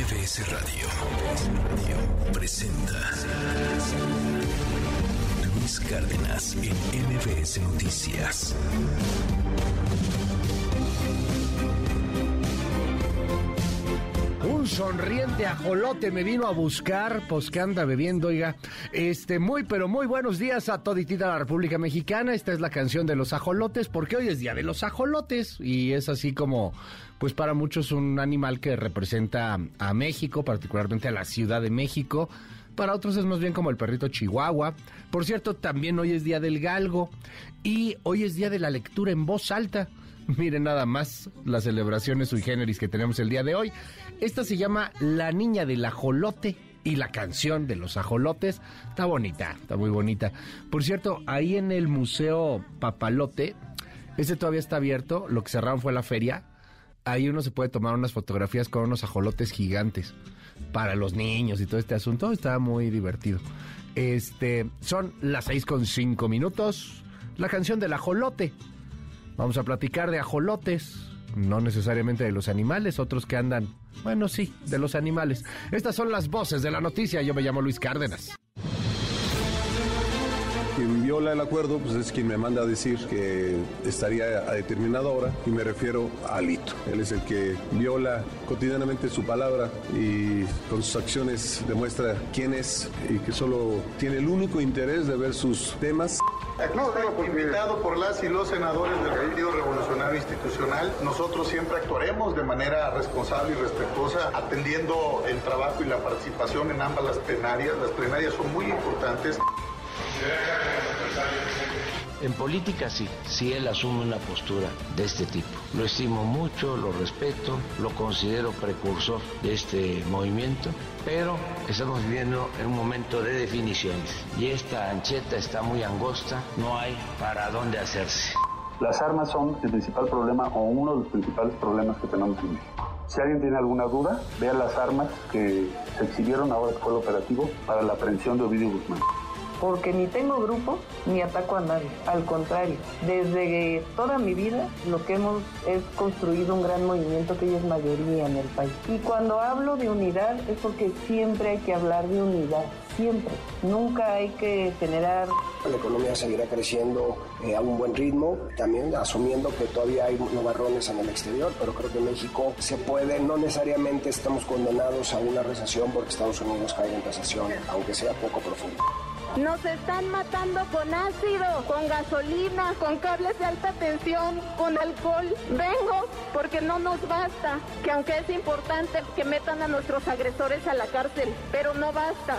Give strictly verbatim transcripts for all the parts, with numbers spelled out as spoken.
B S Radio presenta Luis Cárdenas en M B S Noticias. Un sonriente ajolote me vino a buscar, pues que anda bebiendo, oiga. Este, muy, pero muy buenos días a toditita la República Mexicana. Esta es la canción de los ajolotes, porque hoy es día de los ajolotes. Y es así como, pues para muchos un animal que representa a México, particularmente a la Ciudad de México. Para otros es más bien como el perrito chihuahua. Por cierto, también hoy es día del galgo. Y hoy es día de la lectura en voz alta. Miren nada más las celebraciones sui generis que tenemos el día de hoy. Esta se llama La Niña del Ajolote y la canción de los ajolotes. Está bonita, está muy bonita. Por cierto, ahí en el Museo Papalote, ese todavía está abierto, lo que cerraron fue la feria. Ahí uno se puede tomar unas fotografías con unos ajolotes gigantes para los niños y todo este asunto. Está muy divertido. Este, son las seis con cinco minutos. La canción del ajolote. Vamos a platicar de ajolotes, no necesariamente de los animales, otros que andan, bueno, sí, de los animales. Estas son las voces de la noticia. Yo me llamo Luis Cárdenas. Quien viola el acuerdo, pues es quien me manda a decir que estaría a determinada hora, y me refiero a Alito. Él es el que viola cotidianamente su palabra y con sus acciones demuestra quién es y que solo tiene el único interés de ver sus temas. Aquí está invitado por las y los senadores del Partido Revolucionario Institucional. Nosotros siempre actuaremos de manera responsable y respetuosa, atendiendo el trabajo y la participación en ambas las plenarias. Las plenarias son muy importantes. En política sí, sí él asume una postura de este tipo. Lo estimo mucho, lo respeto, lo considero precursor de este movimiento, pero estamos viviendo en un momento de definiciones y esta ancheta está muy angosta, no hay para dónde hacerse. Las armas son el principal problema o uno de los principales problemas que tenemos en México. Si alguien tiene alguna duda, vea las armas que se exhibieron ahora que fue el operativo para la aprehensión de Ovidio Guzmán. Porque ni tengo grupo ni ataco a nadie, al contrario, desde toda mi vida lo que hemos es construido un gran movimiento que ya es mayoría en el país. Y cuando hablo de unidad es porque siempre hay que hablar de unidad, siempre, nunca hay que generar... La economía seguirá creciendo eh, a un buen ritmo, también asumiendo que todavía hay nubarrones en el exterior, pero creo que México se puede, no necesariamente estamos condenados a una recesión porque Estados Unidos caiga en recesión, aunque sea poco profunda. Nos están matando con ácido, con gasolina, con cables de alta tensión, con alcohol. Vengo porque no nos basta, que aunque es importante que metan a nuestros agresores a la cárcel, pero no basta.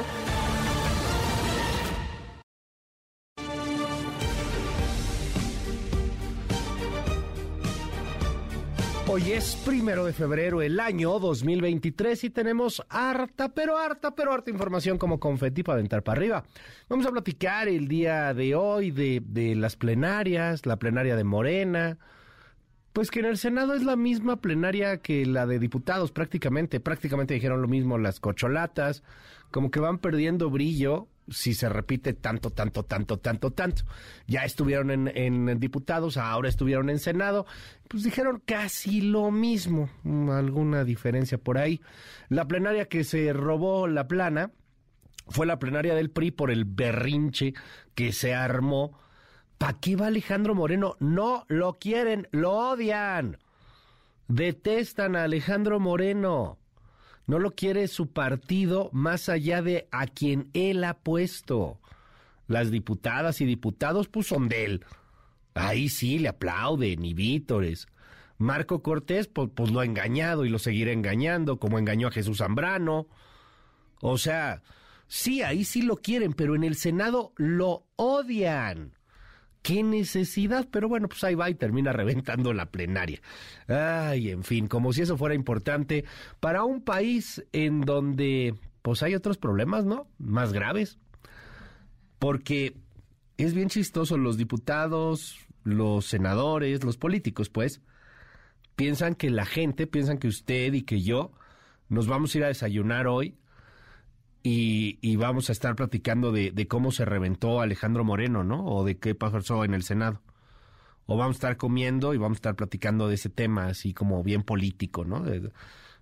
Hoy es primero de febrero, el año dos mil veintitrés, y tenemos harta, pero harta, pero harta información como confeti para aventar para arriba. Vamos a platicar el día de hoy de, de las plenarias, la plenaria de Morena, pues que en el Senado es la misma plenaria que la de diputados prácticamente, prácticamente dijeron lo mismo las cocholatas, como que van perdiendo brillo si se repite tanto, tanto, tanto, tanto, tanto. Ya estuvieron en, en diputados, ahora estuvieron en Senado, pues dijeron casi lo mismo, alguna diferencia por ahí. La plenaria que se robó la plana fue la plenaria del P R I por el berrinche que se armó. ¿Para qué va Alejandro Moreno? No lo quieren, lo odian. Detestan a Alejandro Moreno. No lo quiere su partido más allá de a quien él ha puesto. Las diputadas y diputados pues son de él. Ahí sí le aplauden y vítores. Marco Cortés pues, pues lo ha engañado y lo seguirá engañando, como engañó a Jesús Zambrano. O sea, sí, ahí sí lo quieren, pero en el Senado lo odian. ¿Qué necesidad? Pero bueno, pues ahí va y termina reventando la plenaria. Ay, en fin, como si eso fuera importante para un país en donde pues hay otros problemas, ¿no? Más graves. Porque es bien chistoso, los diputados, los senadores, los políticos, pues, piensan que la gente, piensan que usted y que yo nos vamos a ir a desayunar hoy Y, y vamos a estar platicando de, de cómo se reventó Alejandro Moreno, ¿no? O de qué pasó en el Senado. O vamos a estar comiendo y vamos a estar platicando de ese tema así como bien político, ¿no? De,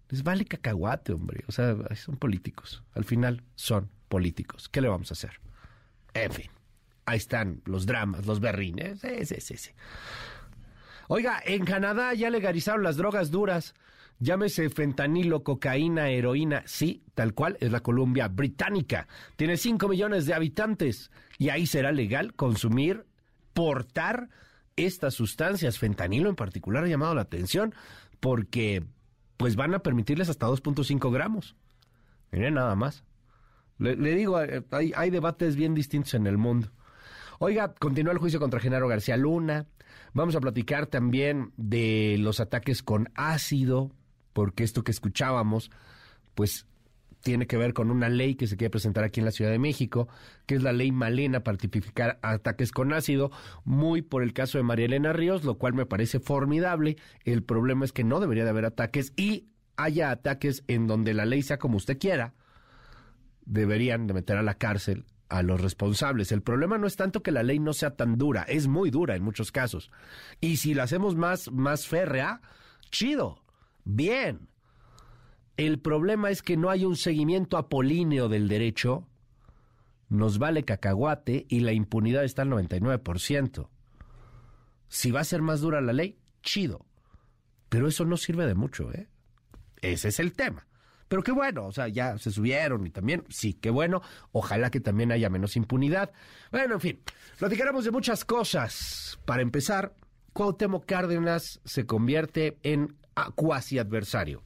Les vale cacahuate, hombre. O sea, son políticos. Al final son políticos. ¿Qué le vamos a hacer? En fin, ahí están los dramas, los berrines. Sí, sí, sí, sí. Oiga, en Canadá ya legalizaron las drogas duras. Llámese fentanilo, cocaína, heroína. Sí, tal cual, es la Columbia Británica. Tiene cinco millones de habitantes. Y ahí será legal consumir, portar estas sustancias. Fentanilo en particular ha llamado la atención porque pues van a permitirles hasta dos punto cinco gramos. Miren nada más. Le, le digo, hay, hay debates bien distintos en el mundo. Oiga, continúa el juicio contra Genaro García Luna. Vamos a platicar también de los ataques con ácido, porque esto que escuchábamos, pues tiene que ver con una ley que se quiere presentar aquí en la Ciudad de México, que es la ley Malena para tipificar ataques con ácido, muy por el caso de María Elena Ríos, lo cual me parece formidable. El problema es que no debería de haber ataques y haya ataques en donde la ley sea como usted quiera, deberían de meter a la cárcel a los responsables. El problema no es tanto que la ley no sea tan dura, es muy dura en muchos casos. Y si la hacemos más, más férrea, chido, bien. El problema es que no hay un seguimiento apolíneo del derecho, nos vale cacahuate y la impunidad está al noventa y nueve por ciento. Si va a ser más dura la ley, chido. Pero eso no sirve de mucho, ¿eh? Ese es el tema. Pero qué bueno, o sea, ya se subieron y también, sí, qué bueno. Ojalá que también haya menos impunidad. Bueno, en fin, platicaremos de muchas cosas. Para empezar, Cuauhtémoc Cárdenas se convierte en cuasi adversario.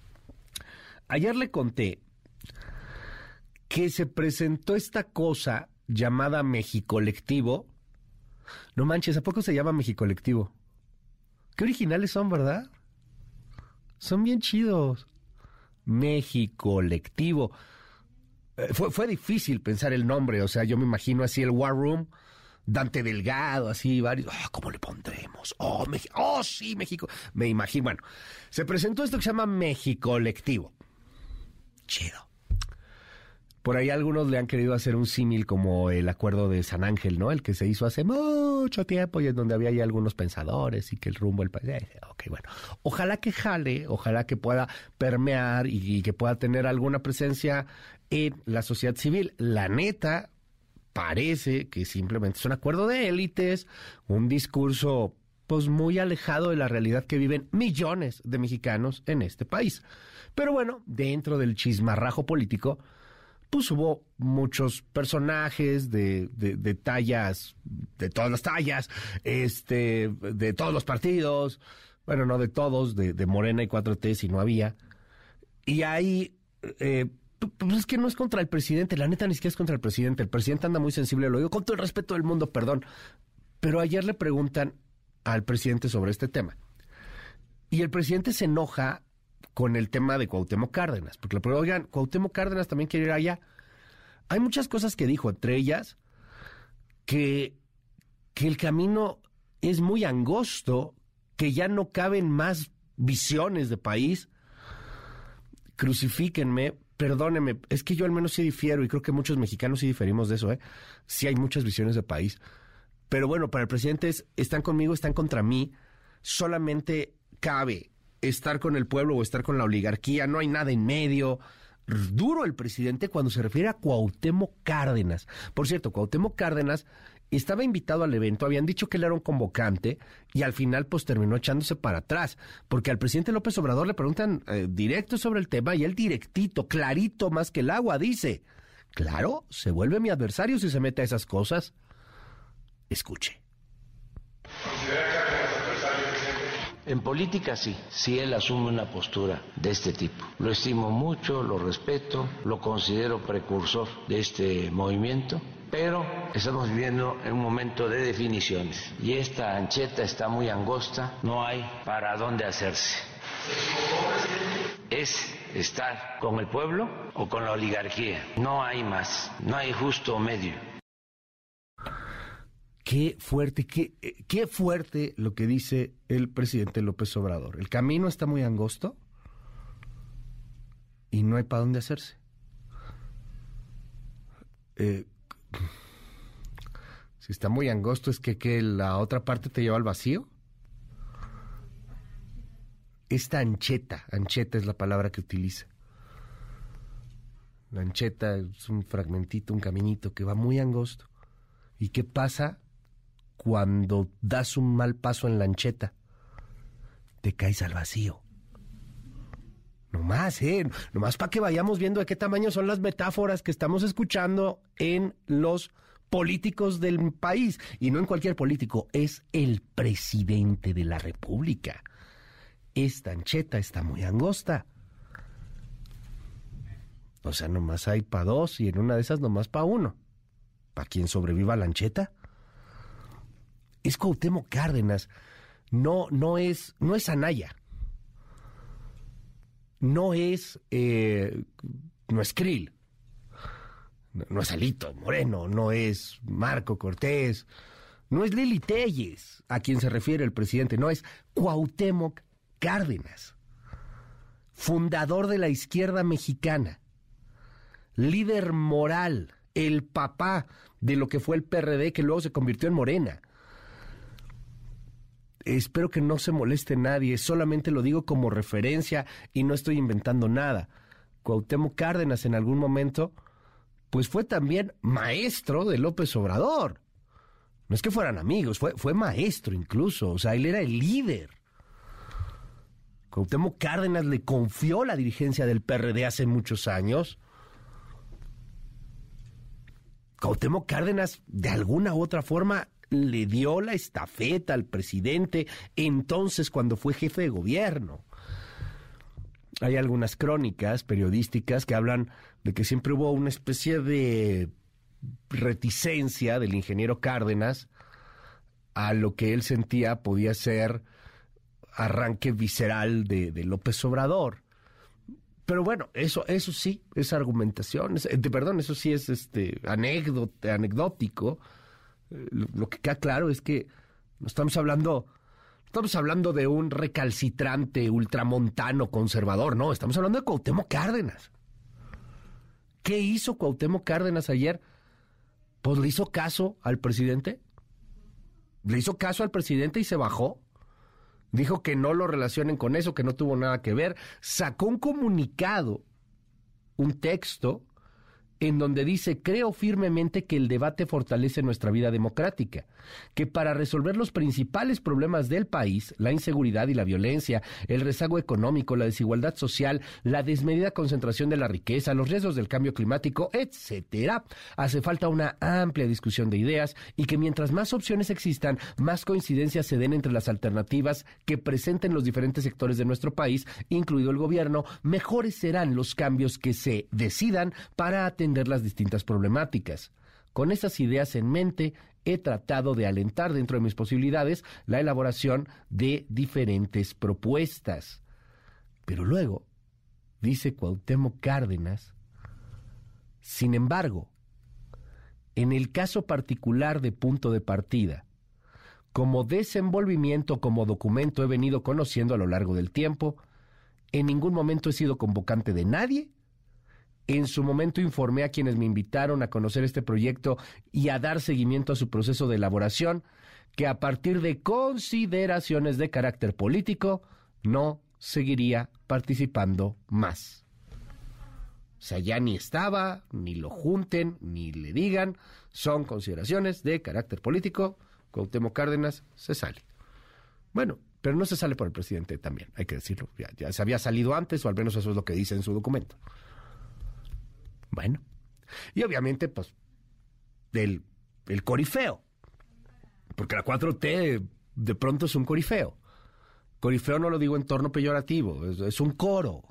Ayer le conté que se presentó esta cosa llamada Mexicolectivo. No manches, ¿a poco se llama Mexicolectivo? Qué originales son, ¿verdad? Son bien chidos. Mexicolectivo. Eh, fue, fue difícil pensar el nombre, o sea, yo me imagino así el War Room, Dante Delgado, así varios. Oh, ¿cómo le pondremos? Oh, Mex- oh, sí, México. Me imagino. Bueno, se presentó esto que se llama Mexicolectivo. Chido. Por ahí algunos le han querido hacer un símil como el acuerdo de San Ángel, ¿no? El que se hizo hace mucho tiempo y en donde había ya algunos pensadores y que el rumbo del país. Ok, bueno. Ojalá que jale, ojalá que pueda permear y, y que pueda tener alguna presencia en la sociedad civil. La neta, parece que simplemente es un acuerdo de élites, un discurso pues muy alejado de la realidad que viven millones de mexicanos en este país. Pero bueno, dentro del chismarrajo político, pues hubo muchos personajes de, de, de tallas, de todas las tallas, este, de todos los partidos, bueno, no de todos, de, de Morena y cuatro T si no había. Y ahí, eh, pues es que no es contra el presidente, la neta ni siquiera es contra el presidente, el presidente anda muy sensible, lo digo con todo el respeto del mundo, perdón. Pero ayer le preguntan al presidente sobre este tema. Y el presidente se enoja con el tema de Cuauhtémoc Cárdenas, porque le preguntan, oigan, Cuauhtémoc Cárdenas también quiere ir allá. Hay muchas cosas que dijo, entre ellas, que, que el camino es muy angosto, que ya no caben más visiones de país. Crucifíquenme, perdónenme, es que yo al menos sí difiero, y creo que muchos mexicanos sí diferimos de eso, ¿eh? Sí hay muchas visiones de país. Pero bueno, para el presidente es, están conmigo, están contra mí, solamente cabe estar con el pueblo o estar con la oligarquía, no hay nada en medio. Duro el presidente cuando se refiere a Cuauhtémoc Cárdenas. Por cierto, Cuauhtémoc Cárdenas estaba invitado al evento, habían dicho que él era un convocante y al final pues terminó echándose para atrás, porque al presidente López Obrador le preguntan eh, directo sobre el tema y él directito, clarito más que el agua, dice, claro, se vuelve mi adversario si se mete a esas cosas. Escuche. En política sí, sí él asume una postura de este tipo. Lo estimo mucho, lo respeto, lo considero precursor de este movimiento, pero estamos viviendo en un momento de definiciones y esta ancheta está muy angosta, no hay para dónde hacerse. Es estar con el pueblo o con la oligarquía, no hay más, no hay justo medio. Qué fuerte, qué, qué fuerte lo que dice el presidente López Obrador. El camino está muy angosto y no hay para dónde hacerse. Eh, si está muy angosto, ¿es que, que la otra parte te lleva al vacío? esta ancheta, ancheta es la palabra que utiliza. La ancheta es un fragmentito, un caminito que va muy angosto. ¿Y qué pasa cuando das un mal paso en la ancheta? Te caes al vacío. Nomás, ¿eh? Nomás para que vayamos viendo de qué tamaño son las metáforas que estamos escuchando en los políticos del país. Y no en cualquier político, es el presidente de la República. Esta ancheta está muy angosta. O sea, nomás hay para dos y en una de esas nomás para uno. ¿Para quien sobreviva la ancheta? Es Cuauhtémoc Cárdenas. No, no es, no es Anaya. No es, eh, no es Krill. No, no es Alito Moreno, no es Marco Cortés, no es Lili Téllez, a quien se refiere el presidente, no, es Cuauhtémoc Cárdenas, fundador de la izquierda mexicana, líder moral, el papá de lo que fue el P R D, que luego se convirtió en Morena. Espero que no se moleste nadie, solamente lo digo como referencia y no estoy inventando nada. Cuauhtémoc Cárdenas en algún momento, pues fue también maestro de López Obrador. No es que fueran amigos, fue, fue maestro incluso, o sea, él era el líder. Cuauhtémoc Cárdenas le confió la dirigencia del P R D hace muchos años. Cuauhtémoc Cárdenas, de alguna u otra forma, le dio la estafeta al presidente entonces cuando fue jefe de gobierno. Hay algunas crónicas periodísticas que hablan de que siempre hubo una especie de reticencia del ingeniero Cárdenas a lo que él sentía podía ser arranque visceral de, de López Obrador. Pero bueno, eso, eso sí es argumentación, es, de, perdón, eso sí es este anécdota, anecdótico. Lo que queda claro es que no estamos hablando, estamos hablando de un recalcitrante ultramontano conservador, no, estamos hablando de Cuauhtémoc Cárdenas. ¿Qué hizo Cuauhtémoc Cárdenas ayer? Pues le hizo caso al presidente, le hizo caso al presidente y se bajó. Dijo que no lo relacionen con eso, que no tuvo nada que ver. Sacó un comunicado, un texto, en donde dice: creo firmemente que el debate fortalece nuestra vida democrática, que para resolver los principales problemas del país, la inseguridad y la violencia, el rezago económico, la desigualdad social, la desmedida concentración de la riqueza, los riesgos del cambio climático, etcétera, hace falta una amplia discusión de ideas y que mientras más opciones existan, más coincidencias se den entre las alternativas que presenten los diferentes sectores de nuestro país, incluido el gobierno, mejores serán los cambios que se decidan para atender las distintas problemáticas. Con esas ideas en mente, he tratado de alentar dentro de mis posibilidades la elaboración de diferentes propuestas. Pero luego, dice Cuauhtémoc Cárdenas, sin embargo, en el caso particular de punto de partida, como desenvolvimiento, como documento he venido conociendo a lo largo del tiempo, en ningún momento he sido convocante de nadie. En su momento informé a quienes me invitaron a conocer este proyecto y a dar seguimiento a su proceso de elaboración, que a partir de consideraciones de carácter político, no seguiría participando más. O sea, ya ni estaba, ni lo junten, ni le digan, son consideraciones de carácter político. Cuauhtémoc Cárdenas se sale. Bueno, pero no se sale por el presidente también, hay que decirlo. Ya, ya se había salido antes, o al menos eso es lo que dice en su documento. Bueno, y obviamente, pues, del el corifeo, porque la cuatro T de pronto es un corifeo. Corifeo no lo digo en torno peyorativo, es, es un coro,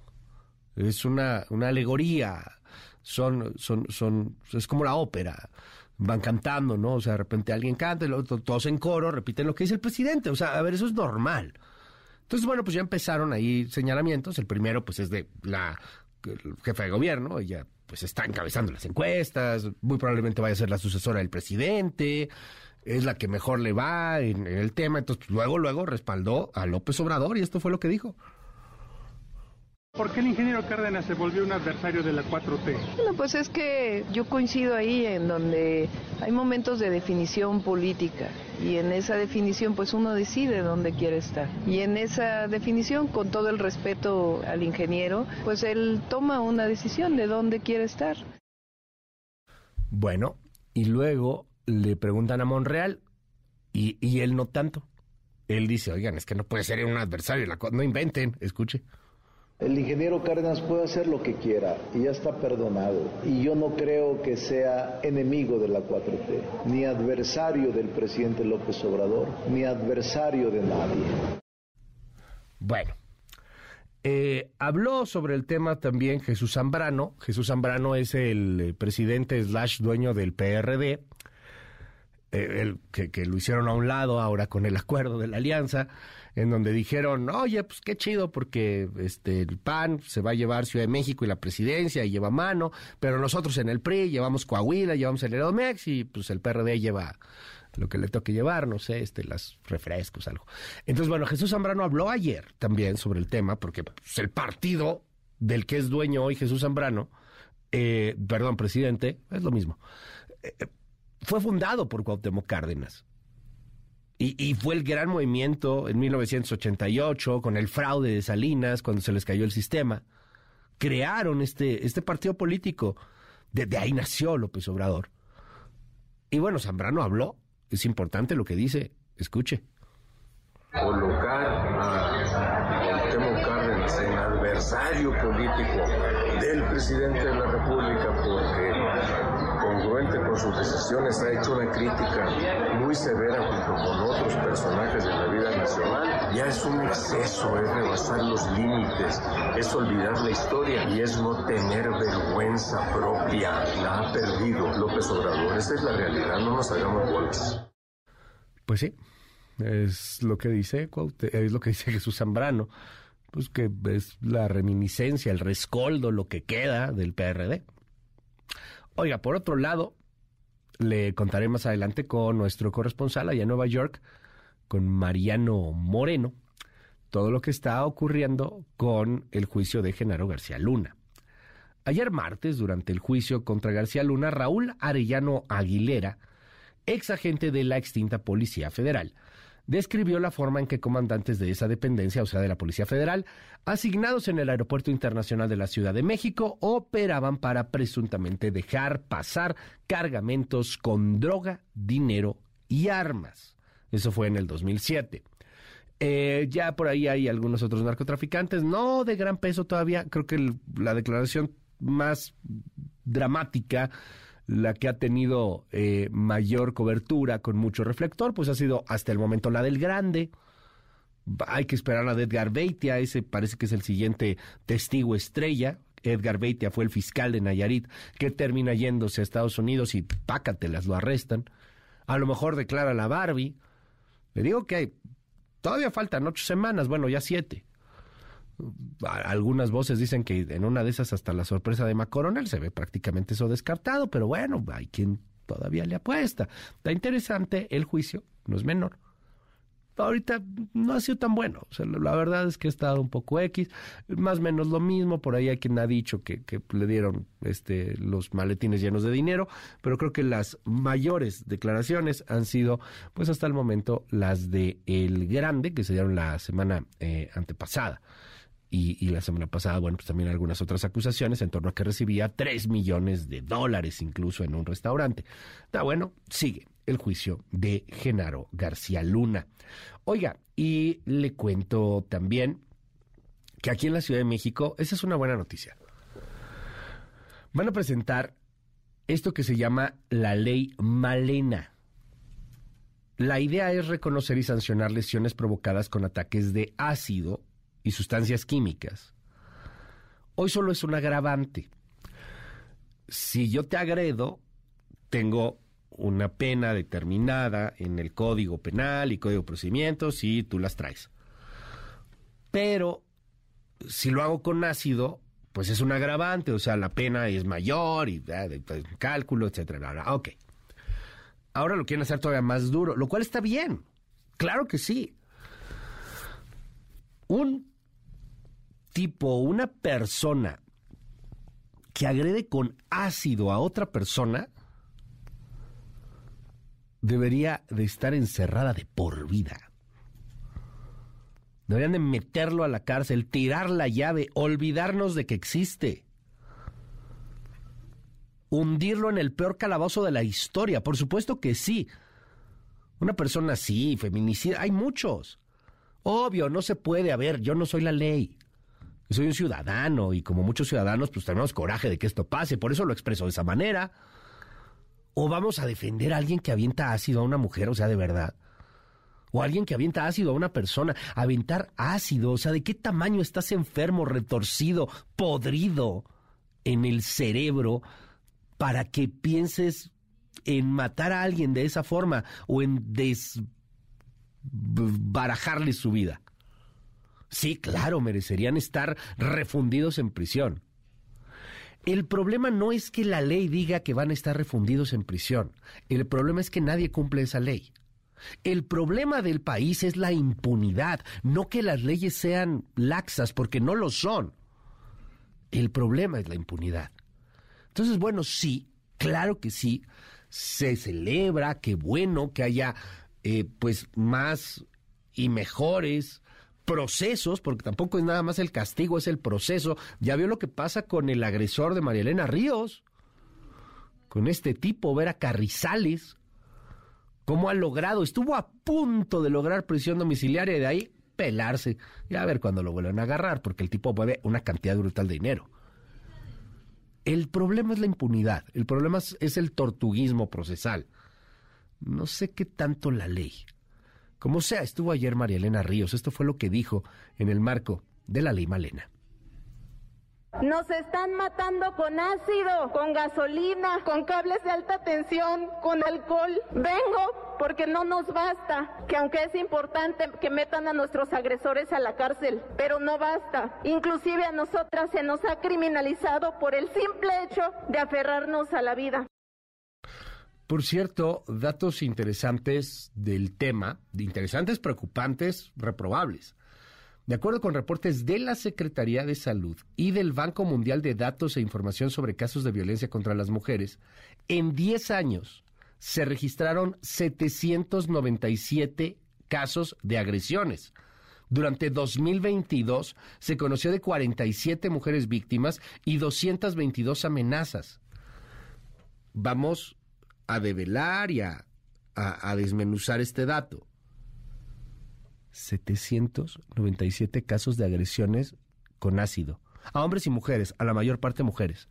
es una, una alegoría, son, son, son, es como la ópera, van cantando, ¿no? O sea, de repente alguien canta, y luego todos en coro repiten lo que dice el presidente, o sea, a ver, eso es normal. Entonces, bueno, pues ya empezaron ahí señalamientos. El primero, pues, es de la el jefe de gobierno, ella pues está encabezando las encuestas, muy probablemente vaya a ser la sucesora del presidente, es la que mejor le va en, en el tema. Entonces, luego, luego respaldó a López Obrador y esto fue lo que dijo. ¿Por qué el ingeniero Cárdenas se volvió un adversario de la cuatro T? Bueno, pues es que yo coincido ahí en donde hay momentos de definición política y en esa definición pues uno decide dónde quiere estar. Y en esa definición, con todo el respeto al ingeniero, pues él toma una decisión de dónde quiere estar. Bueno, y luego le preguntan a Monreal y, y él no tanto. Él dice, oigan, es que no puede ser un adversario, no inventen, escuche. El ingeniero Cárdenas puede hacer lo que quiera y ya está perdonado. Y yo no creo que sea enemigo de la cuatro T, ni adversario del presidente López Obrador, ni adversario de nadie. Bueno, eh, habló sobre el tema también Jesús Zambrano. Jesús Zambrano es el presidente slash dueño del P R D, eh, el, que, que lo hicieron a un lado ahora con el acuerdo de la alianza, en donde dijeron, oye, pues qué chido, porque este el P A N se va a llevar Ciudad de México y la presidencia y lleva mano, pero nosotros en el P R I llevamos Coahuila, llevamos el Edomex y pues el P R D lleva lo que le toque llevar, no sé, este, las refrescos, algo. Entonces, bueno, Jesús Zambrano habló ayer también sobre el tema, porque pues, el partido del que es dueño hoy Jesús Zambrano, eh, perdón, presidente, es lo mismo, eh, fue fundado por Cuauhtémoc Cárdenas. Y, y fue el gran movimiento en mil novecientos ochenta y ocho, con el fraude de Salinas, cuando se les cayó el sistema. Crearon este, este partido político. De, de ahí nació López Obrador. Y bueno, Zambrano habló. Es importante lo que dice. Escuche. Colocar a Cuauhtémoc Cárdenas en adversario político del presidente de la República, porque congruente con sus decisiones ha hecho una crítica muy severa junto con otros personajes de la vida nacional, ya es un exceso, es rebasar los límites, es olvidar la historia y es no tener vergüenza propia. La ha perdido López Obrador, esa es la realidad, no nos hagamos bolas. Pues sí, es lo que dice es lo que dice Jesús Zambrano, pues que es la reminiscencia, el rescoldo, lo que queda del P R D. Oiga, por otro lado, le contaré más adelante con nuestro corresponsal allá en Nueva York, con Mariano Moreno, todo lo que está ocurriendo con el juicio de Genaro García Luna. Ayer martes, durante el juicio contra García Luna, Raúl Arellano Aguilera, ex agente de la extinta Policía Federal, describió la forma en que comandantes de esa dependencia, o sea, de la Policía Federal, asignados en el Aeropuerto Internacional de la Ciudad de México, operaban para presuntamente dejar pasar cargamentos con droga, dinero y armas. Eso fue en el dos mil siete. Eh, ya por ahí hay algunos otros narcotraficantes, no de gran peso todavía. Creo que el, la declaración más dramática, la que ha tenido eh, mayor cobertura con mucho reflector, pues ha sido hasta el momento la del Grande. Hay que esperar a Edgar Beitia, ese parece que es el siguiente testigo estrella. Edgar Beitia fue el fiscal de Nayarit que termina yéndose a Estados Unidos y pácatelas, lo arrestan. A lo mejor declara la Barbie. Le digo que hay, todavía faltan ocho semanas, bueno, ya siete. Algunas voces dicen que en una de esas hasta la sorpresa de McConnell se ve prácticamente eso descartado, pero bueno, hay quien todavía le apuesta. Está interesante el juicio, no es menor. Ahorita no ha sido tan bueno, o sea, la verdad es que ha estado un poco X, más o menos lo mismo. Por ahí hay quien ha dicho que, que le dieron este, los maletines llenos de dinero, pero creo que las mayores declaraciones han sido, pues hasta el momento, las de El Grande, que se dieron la semana eh, antepasada. Y, y la semana pasada, bueno, pues también algunas otras acusaciones en torno a que recibía tres millones de dólares incluso en un restaurante. Está bueno, sigue el juicio de Genaro García Luna. Oiga, y le cuento también que aquí en la Ciudad de México, esa es una buena noticia. Van a presentar esto que se llama la Ley Malena. La idea es reconocer y sancionar lesiones provocadas con ataques de ácido y sustancias químicas. Hoy solo es un agravante. Si yo te agredo, tengo una pena determinada en el Código Penal y Código de Procedimientos y tú las traes. Pero si lo hago con ácido, pues es un agravante, o sea, la pena es mayor y eh, cálculo, etcétera. Bla, bla. Ok. Ahora lo quieren hacer todavía más duro, lo cual está bien. Claro que sí. Un tipo, una persona que agrede con ácido a otra persona debería de estar encerrada de por vida. Deberían de meterlo a la cárcel, tirar la llave, olvidarnos de que existe. Hundirlo en el peor calabozo de la historia. Por supuesto que sí. Una persona así, feminicida, hay muchos. Obvio, no se puede. A ver, yo no soy la ley. Soy un ciudadano y como muchos ciudadanos, pues tenemos coraje de que esto pase. Por eso lo expreso de esa manera. O vamos a defender a alguien que avienta ácido a una mujer, o sea, de verdad. O alguien que avienta ácido a una persona. Aventar ácido, o sea, ¿de qué tamaño estás enfermo, retorcido, podrido en el cerebro para que pienses en matar a alguien de esa forma o en desbarajarle su vida? Sí, claro, merecerían estar refundidos en prisión. El problema no es que la ley diga que van a estar refundidos en prisión. El problema es que nadie cumple esa ley. El problema del país es la impunidad, no que las leyes sean laxas, porque no lo son. El problema es la impunidad. Entonces, bueno, sí, claro que sí, se celebra, qué bueno que haya eh, pues más y mejores procesos, porque tampoco es nada más el castigo, es el proceso. Ya vio lo que pasa con el agresor de María Elena Ríos, con este tipo, Vera Carrizales, cómo ha logrado, estuvo a punto de lograr prisión domiciliaria y de ahí pelarse. Y a ver cuándo lo vuelven a agarrar, porque el tipo mueve una cantidad brutal de dinero. El problema es la impunidad, el problema es, es el tortuguismo procesal. No sé qué tanto la ley. Como sea, estuvo ayer María Elena Ríos, esto fue lo que dijo en el marco de la ley Malena. Nos están matando con ácido, con gasolina, con cables de alta tensión, con alcohol. Vengo porque no nos basta, que aunque es importante que metan a nuestros agresores a la cárcel, pero no basta. Inclusive a nosotras se nos ha criminalizado por el simple hecho de aferrarnos a la vida. Por cierto, datos interesantes del tema, interesantes, preocupantes, reprobables. De acuerdo con reportes de la Secretaría de Salud y del Banco Mundial de Datos e Información sobre Casos de Violencia contra las Mujeres, en diez años se registraron setecientos noventa y siete casos de agresiones. Durante dos mil veintidós se conoció de cuarenta y siete mujeres víctimas y doscientas veintidós amenazas. Vamos a develar y a, a, a desmenuzar este dato. setecientos noventa y siete casos de agresiones con ácido, a hombres y mujeres, a la mayor parte mujeres.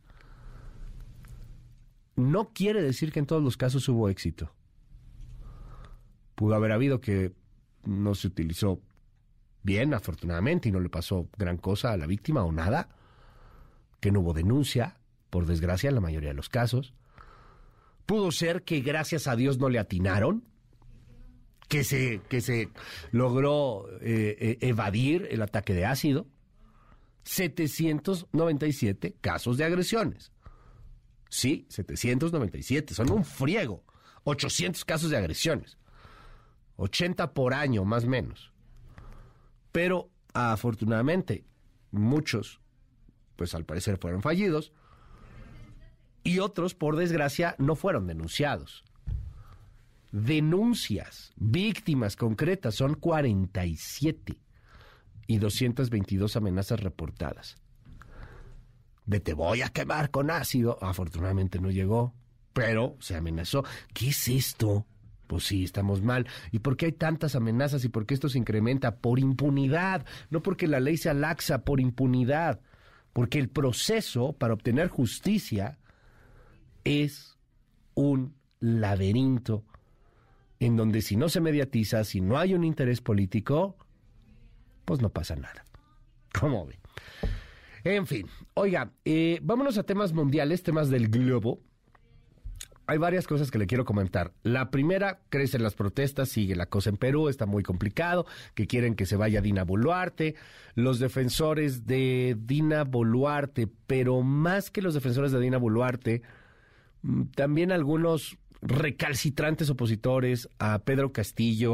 No quiere decir que en todos los casos hubo éxito. Pudo haber habido que no se utilizó bien, afortunadamente, y no le pasó gran cosa a la víctima o nada, que no hubo denuncia, por desgracia, en la mayoría de los casos. Pudo ser que gracias a Dios no le atinaron, que se, que se logró eh, eh, evadir el ataque de ácido. setecientos noventa y siete casos de agresiones. Sí, setecientos noventa y siete, son un friego. ochocientos casos de agresiones. ochenta por año, más o menos. Pero, afortunadamente, muchos, pues al parecer fueron fallidos, y otros, por desgracia, no fueron denunciados. Denuncias, víctimas concretas, son cuarenta y siete y doscientas veintidós amenazas reportadas. De te voy a quemar con ácido, afortunadamente no llegó, pero se amenazó. ¿Qué es esto? Pues sí, estamos mal. ¿Y por qué hay tantas amenazas y por qué esto se incrementa? Por impunidad, no porque la ley sea laxa, por impunidad. Porque el proceso para obtener justicia es un laberinto en donde si no se mediatiza, si no hay un interés político, pues no pasa nada. ¿Cómo ve? En fin, oiga, eh, vámonos a temas mundiales, temas del globo. Hay varias cosas que le quiero comentar. La primera, crecen las protestas, sigue la cosa en Perú, está muy complicado, que quieren que se vaya Dina Boluarte. Los defensores de Dina Boluarte, pero más que los defensores de Dina Boluarte, también algunos recalcitrantes opositores a Pedro Castillo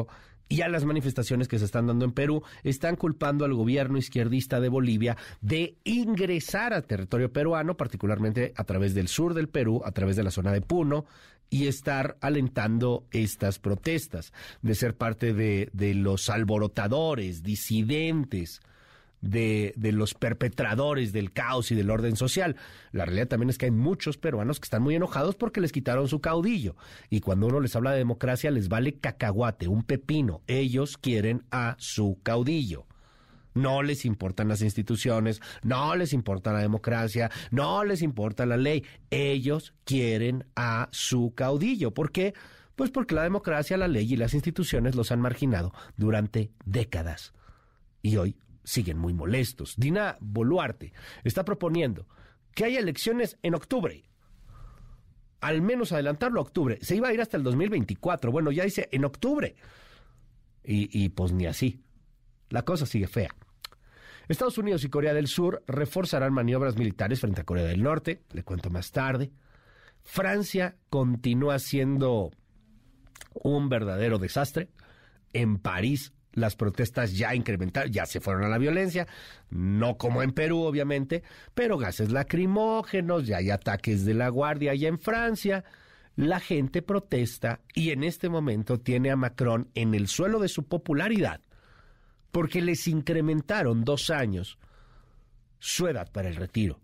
y a las manifestaciones que se están dando en Perú, están culpando al gobierno izquierdista de Bolivia de ingresar a territorio peruano, particularmente a través del sur del Perú, a través de la zona de Puno, y estar alentando estas protestas, de ser parte de, de los alborotadores, disidentes, de, de los perpetradores del caos y del orden social. La realidad también es que hay muchos peruanos que están muy enojados porque les quitaron su caudillo. Y cuando uno les habla de democracia, les vale cacahuate, un pepino. Ellos quieren a su caudillo. No les importan las instituciones, no les importa la democracia, no les importa la ley. Ellos quieren a su caudillo. ¿Por qué? Pues porque la democracia, la ley y las instituciones los han marginado durante décadas. Y hoy siguen muy molestos. Dina Boluarte está proponiendo que haya elecciones en octubre. Al menos adelantarlo a octubre. Se iba a ir hasta el dos mil veinticuatro. Bueno, ya dice en octubre. Y, y pues ni así. La cosa sigue fea. Estados Unidos y Corea del Sur reforzarán maniobras militares frente a Corea del Norte. Le cuento más tarde. Francia continúa siendo un verdadero desastre. En París las protestas ya incrementaron, ya se fueron a la violencia, no como en Perú, obviamente, pero gases lacrimógenos, ya hay ataques de la Guardia allá en Francia. La gente protesta y en este momento tiene a Macron en el suelo de su popularidad porque les incrementaron dos años su edad para el retiro.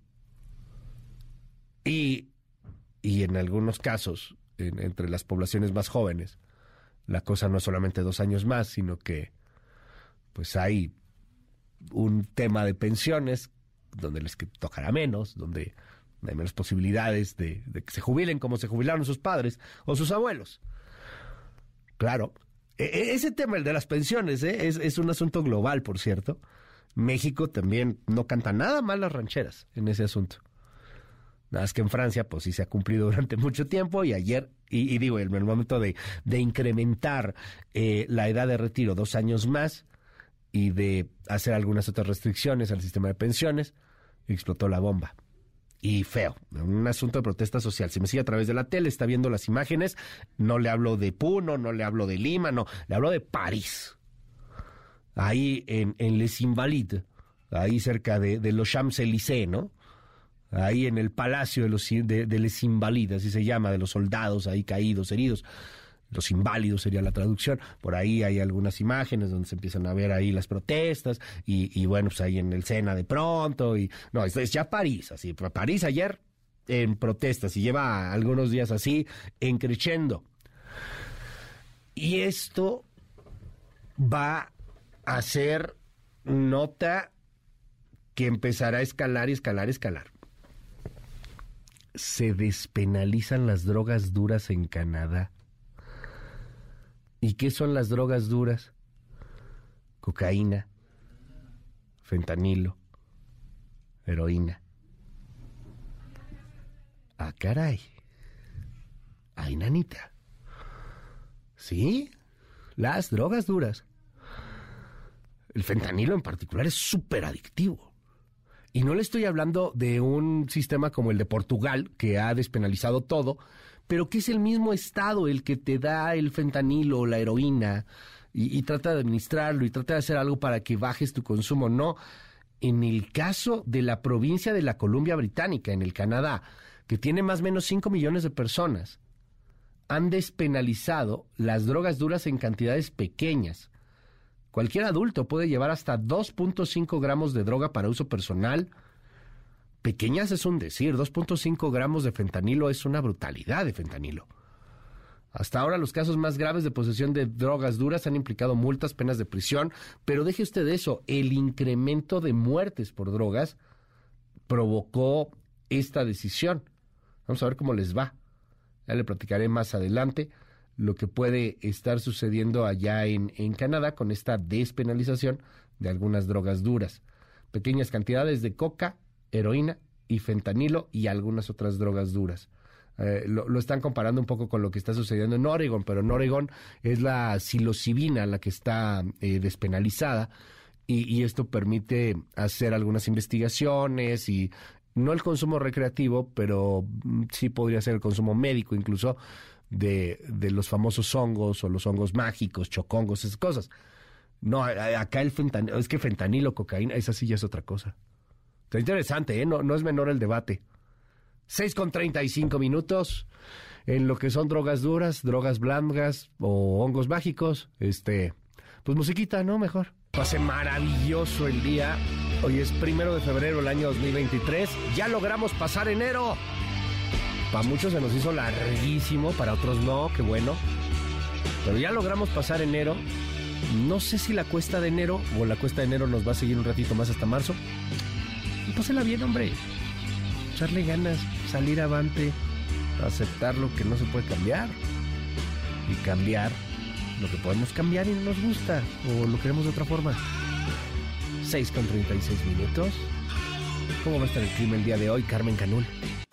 Y, y en algunos casos, en, entre las poblaciones más jóvenes, la cosa no es solamente dos años más, sino que pues hay un tema de pensiones donde les tocará menos, donde hay menos posibilidades de, de que se jubilen como se jubilaron sus padres o sus abuelos. Claro, e- ese tema, el de las pensiones, ¿eh? es, es un asunto global, por cierto. México también no canta nada mal las rancheras en ese asunto. Nada más que en Francia, pues sí se ha cumplido durante mucho tiempo y ayer, y, y digo, en el momento de, de incrementar eh, la edad de retiro dos años más y de hacer algunas otras restricciones al sistema de pensiones, explotó la bomba. Y feo, un asunto de protesta social. Si me sigue a través de la tele, está viendo las imágenes, no le hablo de Puno, no le hablo de Lima, no, le hablo de París. Ahí en, en Les Invalides, ahí cerca de, de los Champs-Élysées, ¿no? Ahí en el Palacio de, los, de, de Les Invalides, así se llama, de los soldados ahí caídos, heridos. Los inválidos sería la traducción. Por ahí hay algunas imágenes donde se empiezan a ver ahí las protestas y, y bueno, pues ahí en el Sena de pronto. y No, es, es ya París, así. París ayer en protestas y lleva algunos días así, en crescendo. Y esto va a ser nota que empezará a escalar y escalar y escalar. Se despenalizan las drogas duras en Canadá. ¿Y qué son las drogas duras? Cocaína, fentanilo, heroína. Ah, caray. Ay, nanita. ¿Sí? Las drogas duras. El fentanilo en particular es súper adictivo. Y no le estoy hablando de un sistema como el de Portugal, que ha despenalizado todo, pero que es el mismo Estado el que te da el fentanilo o la heroína y, y trata de administrarlo y trata de hacer algo para que bajes tu consumo. No, en el caso de la provincia de la Columbia Británica, en el Canadá, que tiene más o menos cinco millones de personas, han despenalizado las drogas duras en cantidades pequeñas. Cualquier adulto puede llevar hasta dos punto cinco gramos de droga para uso personal. Pequeñas es un decir, dos punto cinco gramos de fentanilo es una brutalidad de fentanilo. Hasta ahora los casos más graves de posesión de drogas duras han implicado multas, penas de prisión, pero deje usted eso, el incremento de muertes por drogas provocó esta decisión. Vamos a ver cómo les va. Ya le platicaré más adelante lo que puede estar sucediendo allá en, en Canadá con esta despenalización de algunas drogas duras. Pequeñas cantidades de coca, heroína y fentanilo y algunas otras drogas duras. Eh, lo, lo están comparando un poco con lo que está sucediendo en Oregon, pero en Oregon es la psilocibina la que está eh, despenalizada y, y esto permite hacer algunas investigaciones y no el consumo recreativo, pero sí podría ser el consumo médico incluso, de, de los famosos hongos o los hongos mágicos, chocongos, esas cosas. No, acá el fentanilo, es que fentanilo, cocaína, esa sí ya es otra cosa. Está interesante, ¿eh? No, no es menor el debate. seis con treinta y cinco minutos en lo que son drogas duras, drogas blandas o hongos mágicos. Este, pues musiquita, ¿no? Mejor. Pase maravilloso el día. Hoy es primero de febrero del año dos mil veintitrés. Ya logramos pasar enero. Para muchos se nos hizo larguísimo, para otros no, qué bueno. Pero ya logramos pasar enero. No sé si la cuesta de enero o la cuesta de enero nos va a seguir un ratito más hasta marzo. Y pásela bien, hombre. Echarle ganas, salir avante, aceptar lo que no se puede cambiar y cambiar lo que podemos cambiar y no nos gusta o lo queremos de otra forma. seis con treinta y seis minutos. ¿Cómo va a estar el clima el día de hoy, Carmen Canul?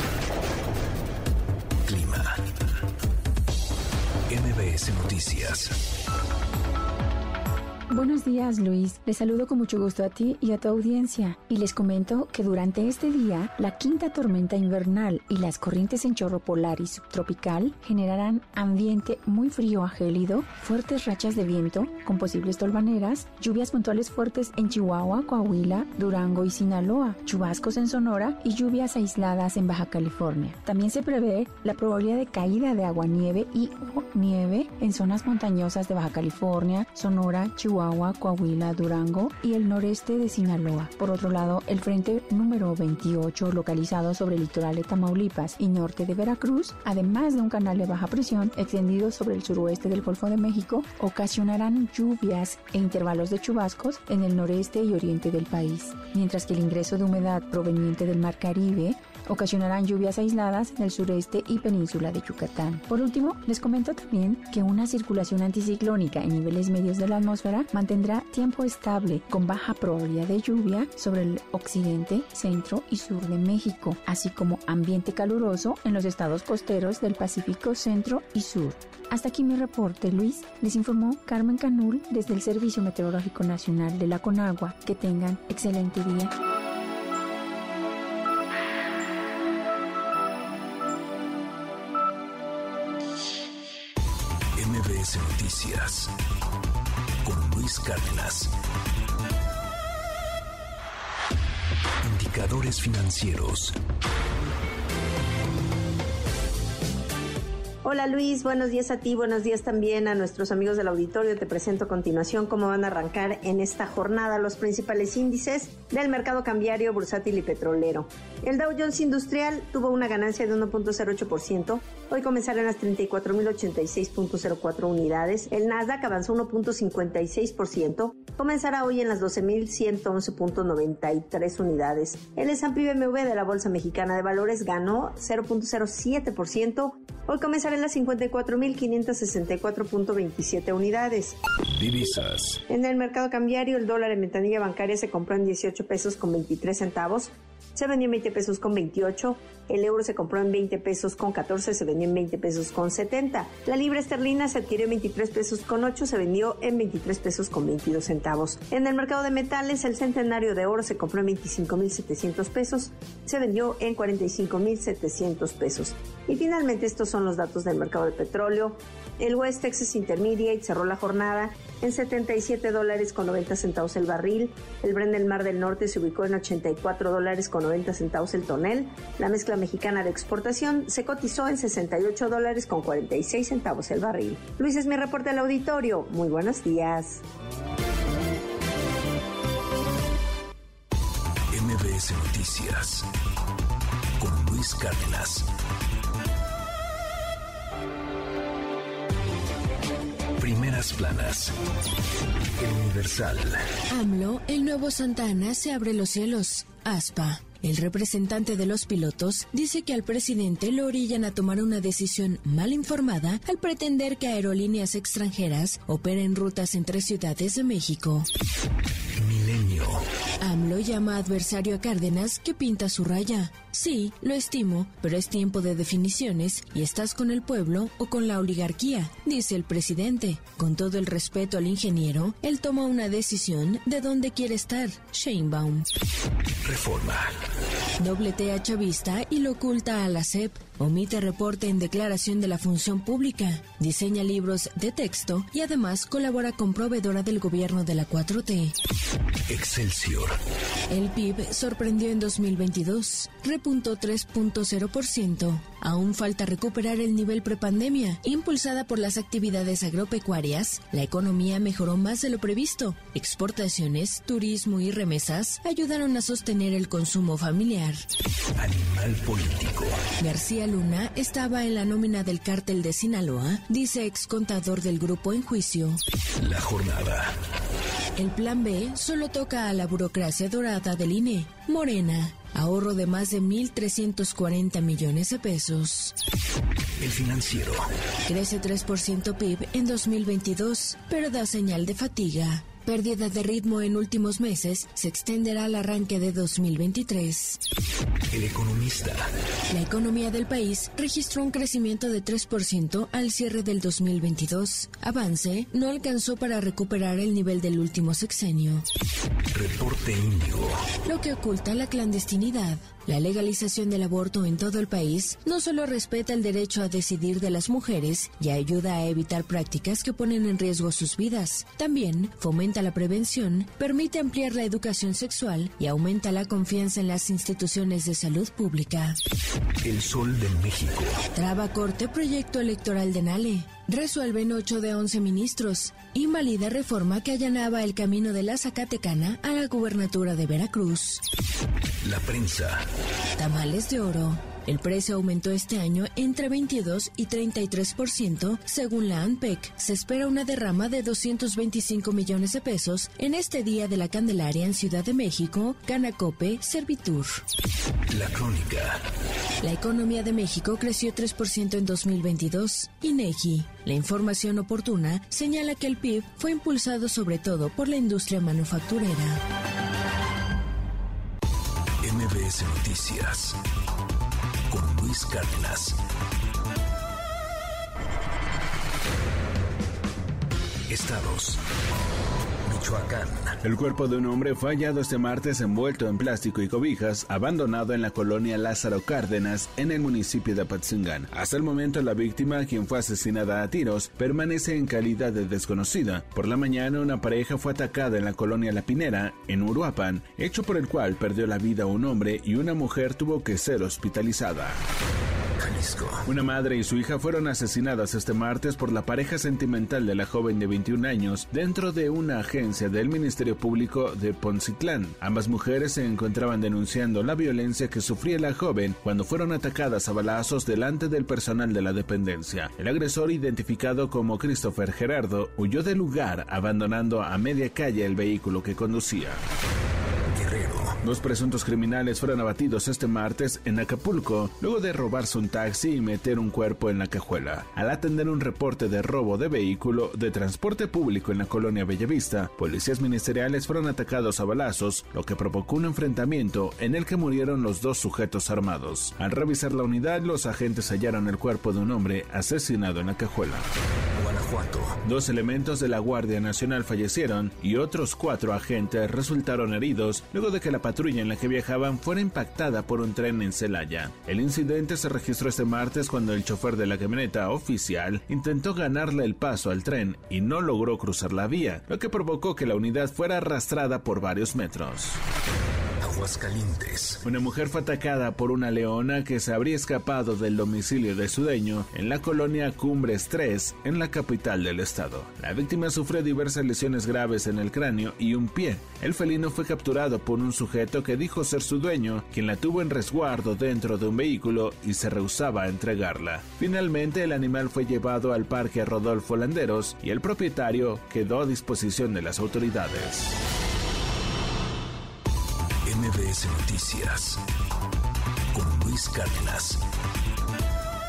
Clima. M B S Noticias. Buenos días, Luis. Les saludo con mucho gusto a ti y a tu audiencia. Y les comento que durante este día, la quinta tormenta invernal y las corrientes en chorro polar y subtropical generarán ambiente muy frío a gélido, fuertes rachas de viento con posibles tolvaneras, lluvias puntuales fuertes en Chihuahua, Coahuila, Durango y Sinaloa, chubascos en Sonora y lluvias aisladas en Baja California. También se prevé la probabilidad de caída de aguanieve y o nieve en zonas montañosas de Baja California, Sonora, Chihuahua, Coahuila, Durango y el noreste de Sinaloa. Por otro lado, el frente número veintiocho, localizado sobre el litoral de Tamaulipas y norte de Veracruz, además de un canal de baja presión extendido sobre el suroeste del Golfo de México, ocasionarán lluvias e intervalos de chubascos en el noreste y oriente del país, mientras que el ingreso de humedad proveniente del Mar Caribe ocasionarán lluvias aisladas en el sureste y península de Yucatán. Por último, les comento también que una circulación anticiclónica en niveles medios de la atmósfera mantendrá tiempo estable con baja probabilidad de lluvia sobre el occidente, centro y sur de México, así como ambiente caluroso en los estados costeros del Pacífico centro y sur. Hasta aquí mi reporte, Luis. Les informó Carmen Canul desde el Servicio Meteorológico Nacional de la Conagua. Que tengan excelente día. M B S Noticias con Luis Cárdenas. Indicadores financieros. Hola Luis, buenos días a ti, buenos días también a nuestros amigos del auditorio. Te presento a continuación cómo van a arrancar en esta jornada los principales índices del mercado cambiario, bursátil y petrolero. El Dow Jones Industrial tuvo una ganancia de uno punto cero ocho por ciento, hoy comenzará en las treinta y cuatro mil ochenta y seis punto cero cuatro unidades. El Nasdaq avanzó uno punto cincuenta y seis por ciento, comenzará hoy en las doce mil ciento once punto noventa y tres unidades. El S and P B M W de la Bolsa Mexicana de Valores ganó cero punto cero siete por ciento, hoy comenzará en las cincuenta y cuatro mil quinientos sesenta y cuatro punto veintisiete unidades. Divisas. En el mercado cambiario, el dólar en ventanilla bancaria se compró en dieciocho pesos con veintitrés centavos, se vendió en veinte pesos con veintiocho, el euro se compró en veinte pesos con catorce, se vendió en veinte pesos con setenta, la libra esterlina se adquirió en veintitrés pesos con ocho, se vendió en veintitrés pesos con veintidós centavos. En el mercado de metales, el centenario de oro se compró en veinticinco mil setecientos pesos, se vendió en cuarenta y cinco mil setecientos pesos. Y finalmente estos son los datos del mercado de petróleo. El West Texas Intermediate cerró la jornada en setenta y siete dólares con noventa centavos el barril. El Brent del Mar del Norte se ubicó en ochenta y cuatro dólares con noventa centavos el tonel. La mezcla mexicana de exportación se cotizó en sesenta y ocho dólares con cuarenta y seis centavos el barril. Luis, es mi reporte al auditorio. Muy buenos días. M B S Noticias con Luis Cárdenas. Primeras planas. El Universal. AMLO, el nuevo Santa Ana, se abre los cielos. Aspa. El representante de los pilotos dice que al presidente lo orillan a tomar una decisión mal informada al pretender que aerolíneas extranjeras operen rutas entre ciudades de México. Milenio. AMLO llama adversario a Cárdenas que pinta su raya. Sí, lo estimo, pero es tiempo de definiciones y estás con el pueblo o con la oligarquía, dice el presidente. Con todo el respeto al ingeniero, él toma una decisión de dónde quiere estar. Sheinbaum. Reforma. Dobletea chavista y lo oculta a la S E P. Omite reporte en declaración de la función pública. Diseña libros de texto y además colabora con proveedora del gobierno de la cuatro T. Excelsior. El P I B sorprendió en dos mil veintidós. Repuntó tres punto cero por ciento. Aún falta recuperar el nivel prepandemia. Impulsada por las actividades agropecuarias, la economía mejoró más de lo previsto. Exportaciones, turismo y remesas ayudaron a sostener el consumo familiar. Animal político. García Luna estaba en la nómina del cártel de Sinaloa, dice excontador del grupo en juicio. La jornada. El plan B solo toca a la burocracia dorada del I N E. Morena. Ahorro de más de mil trescientos cuarenta millones de pesos. El Financiero. Crece tres por ciento P I B en dos mil veintidós, pero da señal de fatiga. Pérdida de ritmo en últimos meses se extenderá al arranque de dos mil veintitrés. El Economista. La economía del país registró un crecimiento de tres por ciento al cierre del dos mil veintidós. Avance no alcanzó para recuperar el nivel del último sexenio. Reporte Índigo. Lo que oculta la clandestinidad. La legalización del aborto en todo el país no solo respeta el derecho a decidir de las mujeres y ayuda a evitar prácticas que ponen en riesgo sus vidas, también fomenta la prevención, permite ampliar la educación sexual y aumenta la confianza en las instituciones de salud pública. El Sol de México. Traba corte proyecto electoral de Nale. Resuelven ocho de once ministros. Invalida reforma que allanaba el camino de la Zacatecana a la gubernatura de Veracruz. La Prensa. Tamales de oro. El precio aumentó este año entre veintidós y treinta y tres por ciento, según la ANPEC. Se espera una derrama de doscientos veinticinco millones de pesos en este Día de la Candelaria en Ciudad de México, Canacope, Servitur. La Crónica. La economía de México creció tres por ciento en dos mil veintidós. INEGI. La información oportuna señala que el P I B fue impulsado sobre todo por la industria manufacturera. M B S Noticias con Luis Cárdenas. Estados. Michoacán. El cuerpo de un hombre fue hallado este martes envuelto en plástico y cobijas, abandonado en la colonia Lázaro Cárdenas, en el municipio de Apatzingán. Hasta el momento, la víctima, quien fue asesinada a tiros, permanece en calidad de desconocida. Por la mañana, una pareja fue atacada en la colonia La Pinera, en Uruapan, hecho por el cual perdió la vida un hombre y una mujer tuvo que ser hospitalizada. Jalisco. Una madre y su hija fueron asesinadas este martes por la pareja sentimental de la joven de veintiún años dentro de una agencia del Ministerio Público de Poncitlán. Ambas mujeres se encontraban denunciando la violencia que sufría la joven cuando fueron atacadas a balazos delante del personal de la dependencia. El agresor, identificado como Christopher Gerardo, huyó del lugar abandonando a media calle el vehículo que conducía. Dos presuntos criminales fueron abatidos este martes en Acapulco, luego de robarse un taxi y meter un cuerpo en la cajuela. Al atender un reporte de robo de vehículo de transporte público en la colonia Bellavista, policías ministeriales fueron atacados a balazos, lo que provocó un enfrentamiento en el que murieron los dos sujetos armados. Al revisar la unidad, los agentes hallaron el cuerpo de un hombre asesinado en la cajuela. Guanajuato. Dos elementos de la Guardia Nacional fallecieron y otros cuatro agentes resultaron heridos luego de que la patrulla en la que viajaban fuera impactada por un tren en Celaya. El incidente se registró este martes cuando el chofer de la camioneta oficial intentó ganarle el paso al tren y no logró cruzar la vía, lo que provocó que la unidad fuera arrastrada por varios metros. Aguascalientes. Una mujer fue atacada por una leona que se habría escapado del domicilio de su dueño en la colonia Cumbres tres, en la capital del estado. La víctima sufrió diversas lesiones graves en el cráneo y un pie. El felino fue capturado por un sujeto que dijo ser su dueño, quien la tuvo en resguardo dentro de un vehículo y se rehusaba a entregarla. Finalmente, el animal fue llevado al Parque Rodolfo Landeros y el propietario quedó a disposición de las autoridades. M B S Noticias con Luis Cárdenas.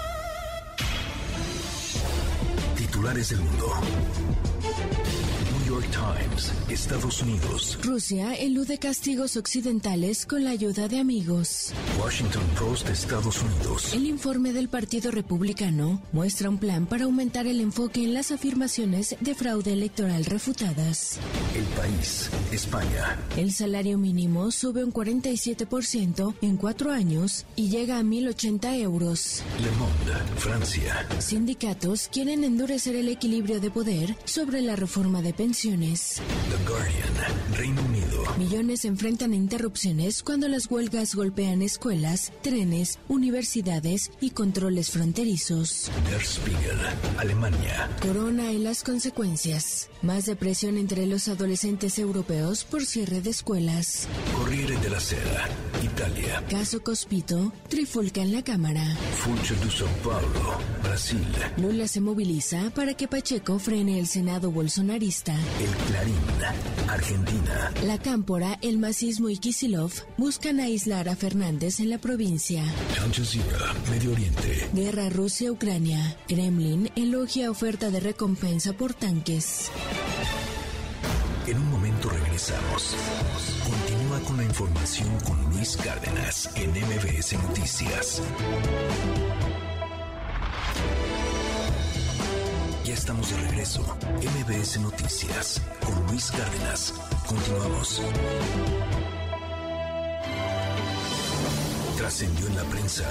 Titulares del mundo. Muy York Times, Estados Unidos. Rusia elude castigos occidentales con la ayuda de amigos. Washington Post, Estados Unidos. El informe del Partido Republicano muestra un plan para aumentar el enfoque en las afirmaciones de fraude electoral refutadas. El País, España. El salario mínimo sube un cuarenta y siete por ciento en cuatro años y llega a mil ochenta euros. Le Monde, Francia. Sindicatos quieren endurecer el equilibrio de poder sobre la reforma de pensiones. The Guardian, Reino Unido. Millones enfrentan interrupciones cuando las huelgas golpean escuelas, trenes, universidades y controles fronterizos. Der Spiegel, Alemania. Corona y las consecuencias. Más depresión entre los adolescentes europeos por cierre de escuelas. Corriere della Sera, Italia. Caso Cospito, trifulca en la Cámara. Funcho de São Paulo, Brasil. Lula se moviliza para que Pacheco frene el Senado bolsonarista. El Clarín, Argentina. La Cámpora, el Macismo y Kicillof buscan aislar a Fernández en la provincia. Al Jazeera, Medio Oriente. Guerra Rusia-Ucrania. Kremlin elogia oferta de recompensa por tanques. En un momento regresamos. Continúa con la información con Luis Cárdenas en M B S Noticias. Ya estamos de regreso. M B S Noticias con Luis Cárdenas. Continuamos. Trascendió en la prensa.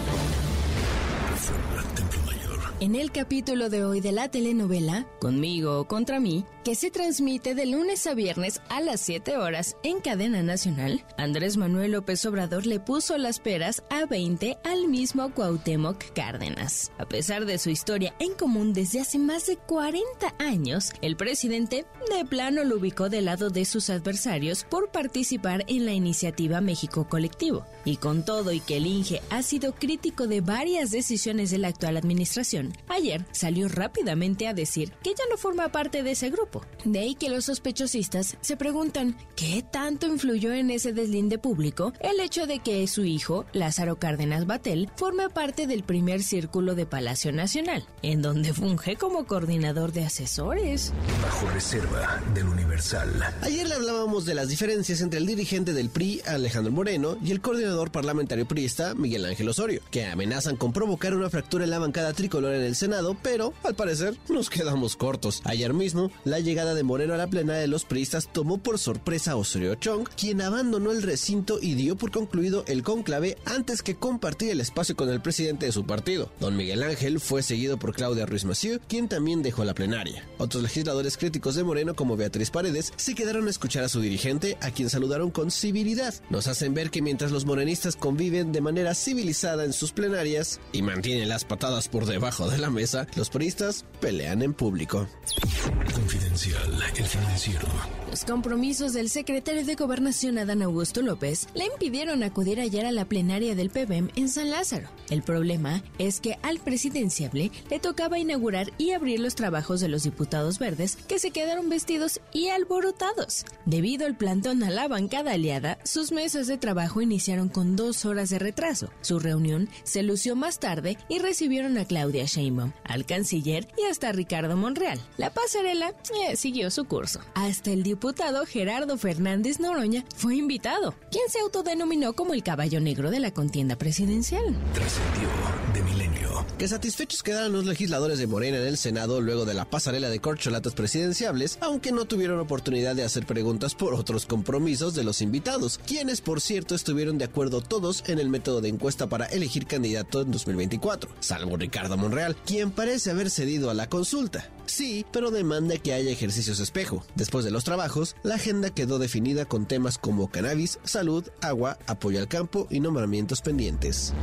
Reforma, Templo Mayor. En el capítulo de hoy de la telenovela Conmigo o Contra mí, que se transmite de lunes a viernes a las siete horas en cadena nacional, Andrés Manuel López Obrador le puso las peras a veinte al mismo Cuauhtémoc Cárdenas. A pesar de su historia en común desde hace más de cuarenta años, el presidente de plano lo ubicó del lado de sus adversarios por participar en la iniciativa México Colectivo. Y con todo y que el Inge ha sido crítico de varias decisiones de la actual administración, ayer salió rápidamente a decir que ya no forma parte de ese grupo. De ahí que los sospechosistas se preguntan ¿qué tanto influyó en ese deslinde público el hecho de que su hijo, Lázaro Cárdenas Batel, forme parte del primer círculo de Palacio Nacional, en donde funge como coordinador de asesores? Bajo reserva del Universal. Ayer le hablábamos de las diferencias entre el dirigente del P R I, Alejandro Moreno, y el coordinador parlamentario priista, Miguel Ángel Osorio, que amenazan con provocar una fractura en la bancada tricolor en el Senado, pero, al parecer, nos quedamos cortos. Ayer mismo, la llegada de Moreno a la plenaria de los priistas tomó por sorpresa a Osorio Chong, quien abandonó el recinto y dio por concluido el cónclave antes que compartir el espacio con el presidente de su partido. Don Miguel Ángel fue seguido por Claudia Ruiz Massieu, quien también dejó la plenaria. Otros legisladores críticos de Moreno, como Beatriz Paredes, se quedaron a escuchar a su dirigente, a quien saludaron con civilidad. Nos hacen ver que mientras los morenistas conviven de manera civilizada en sus plenarias y mantienen las patadas por debajo de la mesa, los priistas pelean en público. Confidencial, El Financiero. Los compromisos del secretario de Gobernación Adán Augusto López le impidieron acudir ayer a la plenaria del P B M en San Lázaro. El problema es que al presidenciable le tocaba inaugurar y abrir los trabajos de los diputados verdes, que se quedaron vestidos y alborotados. Debido al plantón a la bancada aliada, sus mesas de trabajo iniciaron con dos horas de retraso. Su reunión se lució más tarde y recibieron a Claudia Sheinbaum, al canciller y hasta a Ricardo Monreal. La pasarela eh, siguió su curso. Hasta el diputado Gerardo Fernández Noroña fue invitado, quien se autodenominó como el caballo negro de la contienda presidencial. Trascendió de Milenio. Que satisfechos quedaron los legisladores de Morena en el Senado luego de la pasarela de corcholatas presidenciables, aunque no tuvieron oportunidad de hacer preguntas por otros compromisos de los invitados, quienes por cierto estuvieron de acuerdo todos en el método de encuesta para elegir candidato en dos mil veinticuatro, salvo Ricardo Monreal, quien parece haber cedido a la consulta. Sí, pero demanda que haya ejercicios espejo. Después de los trabajos, la agenda quedó definida con temas como cannabis, salud, agua, apoyo al campo y nombramientos pendientes.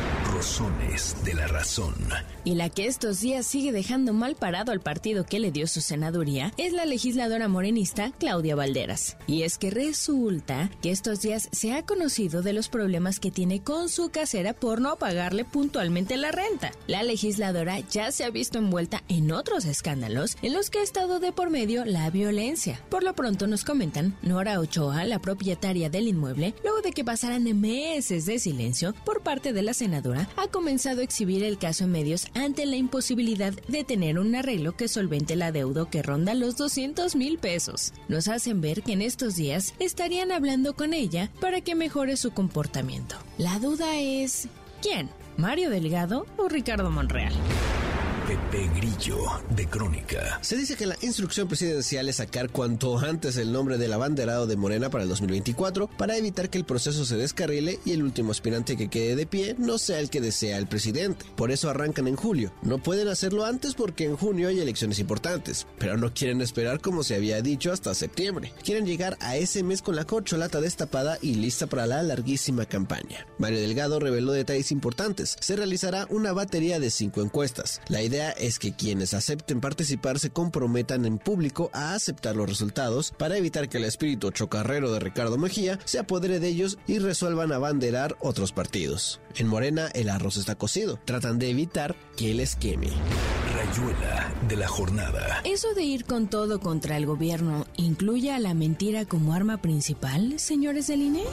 Razones de la razón. Y la que estos días sigue dejando mal parado al partido que le dio su senaduría es la legisladora morenista Claudia Valderas. Y es que resulta que estos días se ha conocido de los problemas que tiene con su casera por no pagarle puntualmente la renta. La legisladora ya se ha visto envuelta en otros escándalos en los que ha estado de por medio la violencia. Por lo pronto nos comentan Nora Ochoa, la propietaria del inmueble, luego de que pasaran meses de silencio por parte de la senadora, Morena ha comenzado a exhibir el caso en medios ante la imposibilidad de tener un arreglo que solvente la deuda que ronda los doscientos mil pesos. Nos hacen ver que en estos días estarían hablando con ella para que mejore su comportamiento. La duda es, ¿quién? ¿Mario Delgado o Ricardo Monreal? Pepe Grillo, de Crónica. Se dice que la instrucción presidencial es sacar cuanto antes el nombre del abanderado de Morena para el dos mil veinticuatro para evitar que el proceso se descarrile y el último aspirante que quede de pie no sea el que desea el presidente. Por eso arrancan en julio. No pueden hacerlo antes porque en junio hay elecciones importantes, pero no quieren esperar como se había dicho hasta septiembre. Quieren llegar a ese mes con la corcholata destapada y lista para la larguísima campaña. Mario Delgado reveló detalles importantes. Se realizará una batería de cinco encuestas. La idea es que quienes acepten participar se comprometan en público a aceptar los resultados para evitar que el espíritu chocarrero de Ricardo Mejía se apodere de ellos y resuelvan abanderar otros partidos. En Morena el arroz está cocido. Tratan de evitar que les queme. Rayuela de la jornada. ¿Eso de ir con todo contra el gobierno incluye a la mentira como arma principal, señores del I N E?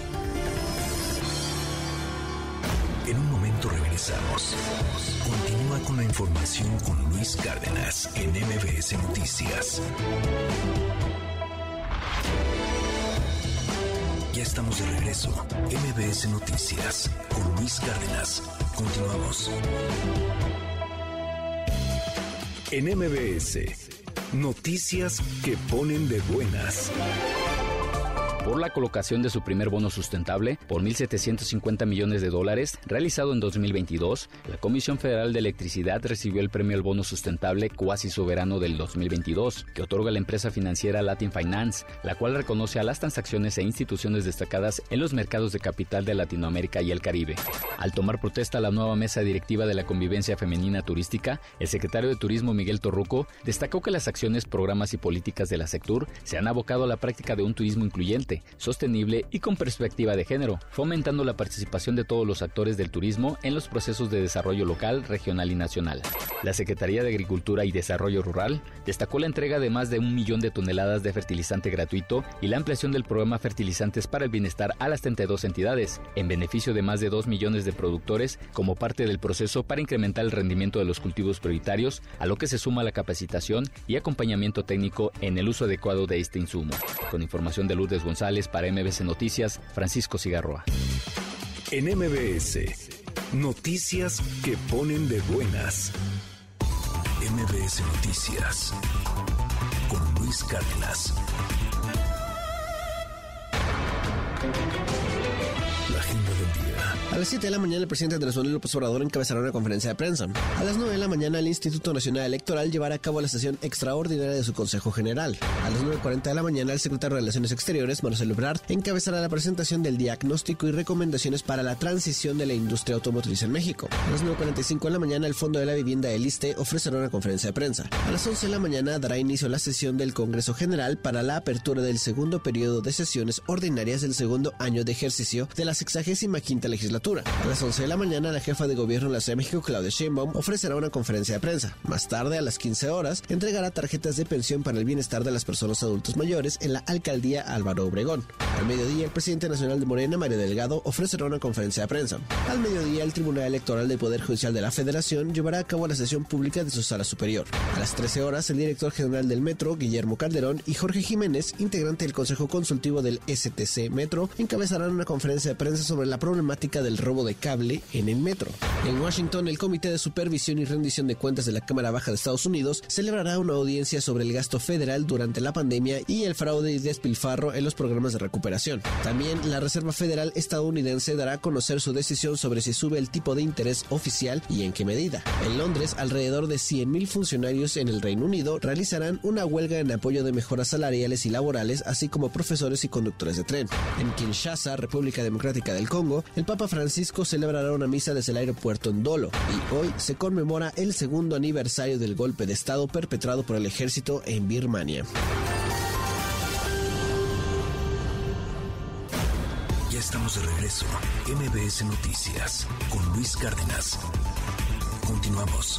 En un momento regresamos. Continúa con la información con Luis Cárdenas en M B S Noticias. Ya estamos de regreso. M B S Noticias con Luis Cárdenas. Continuamos. En M B S, noticias que ponen de buenas. Por la colocación de su primer bono sustentable por mil setecientos cincuenta millones de dólares realizado en dos mil veintidós, la Comisión Federal de Electricidad recibió el premio al bono sustentable cuasi soberano del dos mil veintidós, que otorga la empresa financiera Latin Finance, la cual reconoce a las transacciones e instituciones destacadas en los mercados de capital de Latinoamérica y el Caribe. Al tomar protesta la nueva mesa directiva de la convivencia femenina turística, el secretario de Turismo Miguel Torruco destacó que las acciones, programas y políticas de la Sectur se han abocado a la práctica de un turismo incluyente, sostenible y con perspectiva de género, fomentando la participación de todos los actores del turismo en los procesos de desarrollo local, regional y nacional. La Secretaría de Agricultura y Desarrollo Rural destacó la entrega de más de un millón de toneladas de fertilizante gratuito y la ampliación del programa Fertilizantes para el Bienestar a las treinta y dos entidades, en beneficio de más de dos millones de productores como parte del proceso para incrementar el rendimiento de los cultivos prioritarios, a lo que se suma la capacitación y acompañamiento técnico en el uso adecuado de este insumo. Con información de Lourdes González para M B S Noticias, Francisco Cigarroa. En M B S, noticias que ponen de buenas. M B S Noticias con Luis Cárdenas. La agenda del día. A las siete de la mañana el presidente Andrés Manuel López Obrador encabezará una conferencia de prensa. A las nueve de la mañana el Instituto Nacional Electoral llevará a cabo la sesión extraordinaria de su Consejo General. A las nueve cuarenta de la mañana el secretario de Relaciones Exteriores, Marcelo Ebrard, encabezará la presentación del diagnóstico y recomendaciones para la transición de la industria automotriz en México. A las nueve cuarenta y cinco de la mañana el Fondo de la Vivienda del ISSSTE ofrecerá una conferencia de prensa. A las once de la mañana dará inicio la sesión del Congreso General para la apertura del segundo periodo de sesiones ordinarias del segundo año de ejercicio de la sexagésima quinta legislatura. A las once de la mañana, la jefa de gobierno de la Ciudad de México, Claudia Sheinbaum, ofrecerá una conferencia de prensa. Más tarde, a las quince horas, entregará tarjetas de pensión para el bienestar de las personas adultos mayores en la alcaldía Álvaro Obregón. Al mediodía, el presidente nacional de Morena, Mario Delgado, ofrecerá una conferencia de prensa. Al mediodía, el Tribunal Electoral del Poder Judicial de la Federación llevará a cabo la sesión pública de su sala superior. A las trece horas, el director general del Metro, Guillermo Calderón, y Jorge Jiménez, integrante del Consejo Consultivo del S T C Metro, encabezarán una conferencia de prensa sobre la problemática del robo de cable en el metro. En Washington, el Comité de Supervisión y Rendición de Cuentas de la Cámara Baja de Estados Unidos celebrará una audiencia sobre el gasto federal durante la pandemia y el fraude y despilfarro en los programas de recuperación. También la Reserva Federal estadounidense dará a conocer su decisión sobre si sube el tipo de interés oficial y en qué medida. En Londres, alrededor de cien mil funcionarios en el Reino Unido realizarán una huelga en apoyo de mejoras salariales y laborales, así como profesores y conductores de tren. En Kinshasa, República Democrática del Congo, el Papa Francisco celebrará una misa desde el aeropuerto en Dolo y hoy se conmemora el segundo aniversario del golpe de estado perpetrado por el ejército en Birmania. Ya estamos de regreso. M B S Noticias con Luis Cárdenas. Continuamos.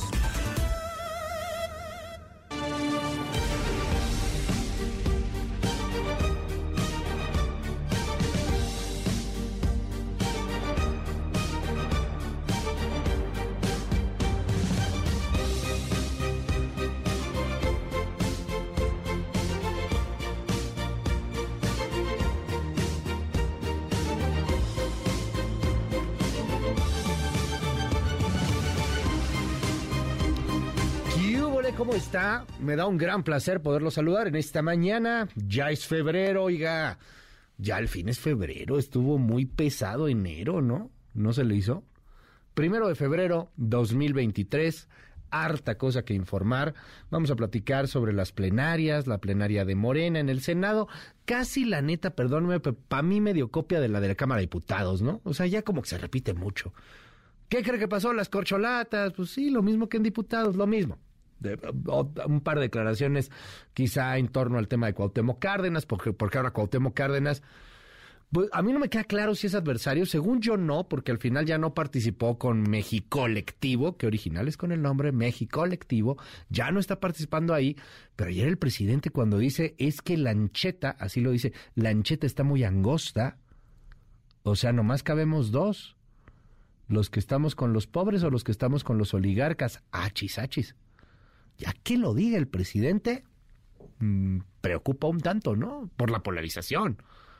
tarde, ¿cómo está? Me da un gran placer poderlo saludar en esta mañana. Ya es febrero, oiga. Ya al fin es febrero, estuvo muy pesado enero, ¿no? ¿No se le hizo? Primero de febrero, dos mil veintitrés, harta cosa que informar. Vamos a platicar sobre las plenarias, la plenaria de Morena en el Senado. Casi la neta, perdóneme, para mí medio copia de la de la Cámara de Diputados, ¿no? O sea, ya como que se repite mucho. ¿Qué cree que pasó? Las corcholatas, pues sí, lo mismo que en diputados, lo mismo. De, o, un par de declaraciones quizá en torno al tema de Cuauhtémoc Cárdenas, porque, porque ahora Cuauhtémoc Cárdenas, pues a mí no me queda claro si es adversario, según yo no, porque al final ya no participó con Mexicolectivo, que original es con el nombre Mexicolectivo, ya no está participando ahí, pero ayer el presidente cuando dice, es que la ancheta, así lo dice, la ancheta está muy angosta, o sea, nomás cabemos dos. ¿Los que estamos con los pobres o los que estamos con los oligarcas? Achis, achis. Ya que lo diga el presidente, mmm, preocupa un tanto, ¿no? Por la polarización.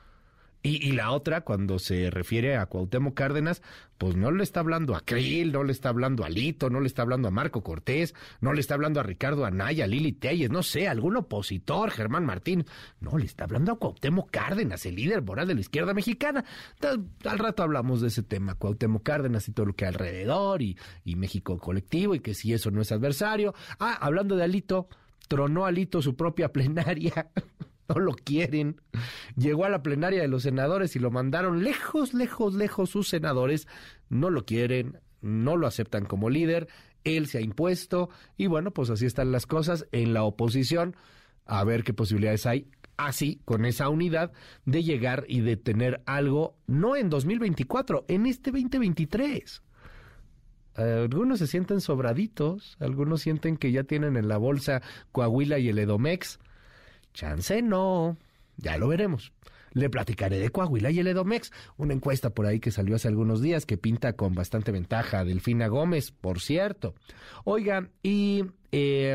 Y, y la otra, cuando se refiere a Cuauhtémoc Cárdenas, pues no le está hablando a Krill, no le está hablando a Alito, no le está hablando a Marco Cortés, no le está hablando a Ricardo Anaya, a Lili Telles, no sé, algún opositor, Germán Martín. No, le está hablando a Cuauhtémoc Cárdenas, el líder moral de la izquierda mexicana. Al, al rato hablamos de ese tema, Cuauhtémoc Cárdenas y todo lo que hay alrededor, y, y México Colectivo, y que si eso no es adversario. Ah, hablando de Alito, tronó Alito su propia plenaria. No lo quieren. Llegó a la plenaria de los senadores y lo mandaron lejos, lejos, lejos. Sus senadores no lo quieren, no lo aceptan como líder. Él se ha impuesto y bueno, pues así están las cosas en la oposición. A ver qué posibilidades hay, así, con esa unidad, de llegar y de tener algo, no en dos mil veinticuatro, en este veinte veintitrés. Algunos se sienten sobraditos, algunos sienten que ya tienen en la bolsa Coahuila y el Edomex. Chance no, ya lo veremos. Le platicaré de Coahuila y el Edomex, una encuesta por ahí que salió hace algunos días que pinta con bastante ventaja a Delfina Gómez, por cierto. Oiga, y eh,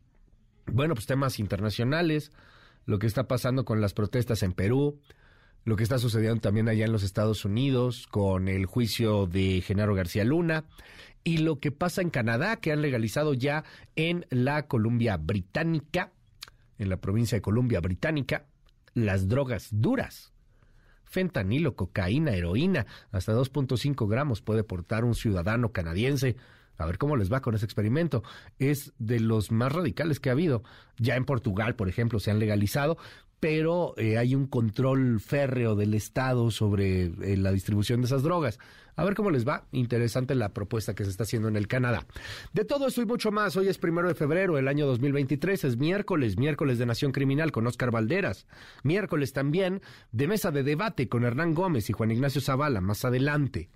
bueno, pues temas internacionales, lo que está pasando con las protestas en Perú, lo que está sucediendo también allá en los Estados Unidos con el juicio de Genaro García Luna, y lo que pasa en Canadá, que han legalizado ya en la Columbia Británica, en la provincia de Columbia Británica, las drogas duras. Fentanilo, cocaína, heroína, hasta dos punto cinco gramos puede portar un ciudadano canadiense. A ver cómo les va con ese experimento. Es de los más radicales que ha habido. Ya en Portugal, por ejemplo, se han legalizado, pero eh, hay un control férreo del Estado sobre eh, la distribución de esas drogas. A ver cómo les va. Interesante la propuesta que se está haciendo en el Canadá. De todo esto y mucho más, hoy es primero de febrero, el año dos mil veintitrés, es miércoles, miércoles de Nación Criminal con Óscar Valderas. Miércoles también de Mesa de Debate con Hernán Gómez y Juan Ignacio Zavala, más adelante.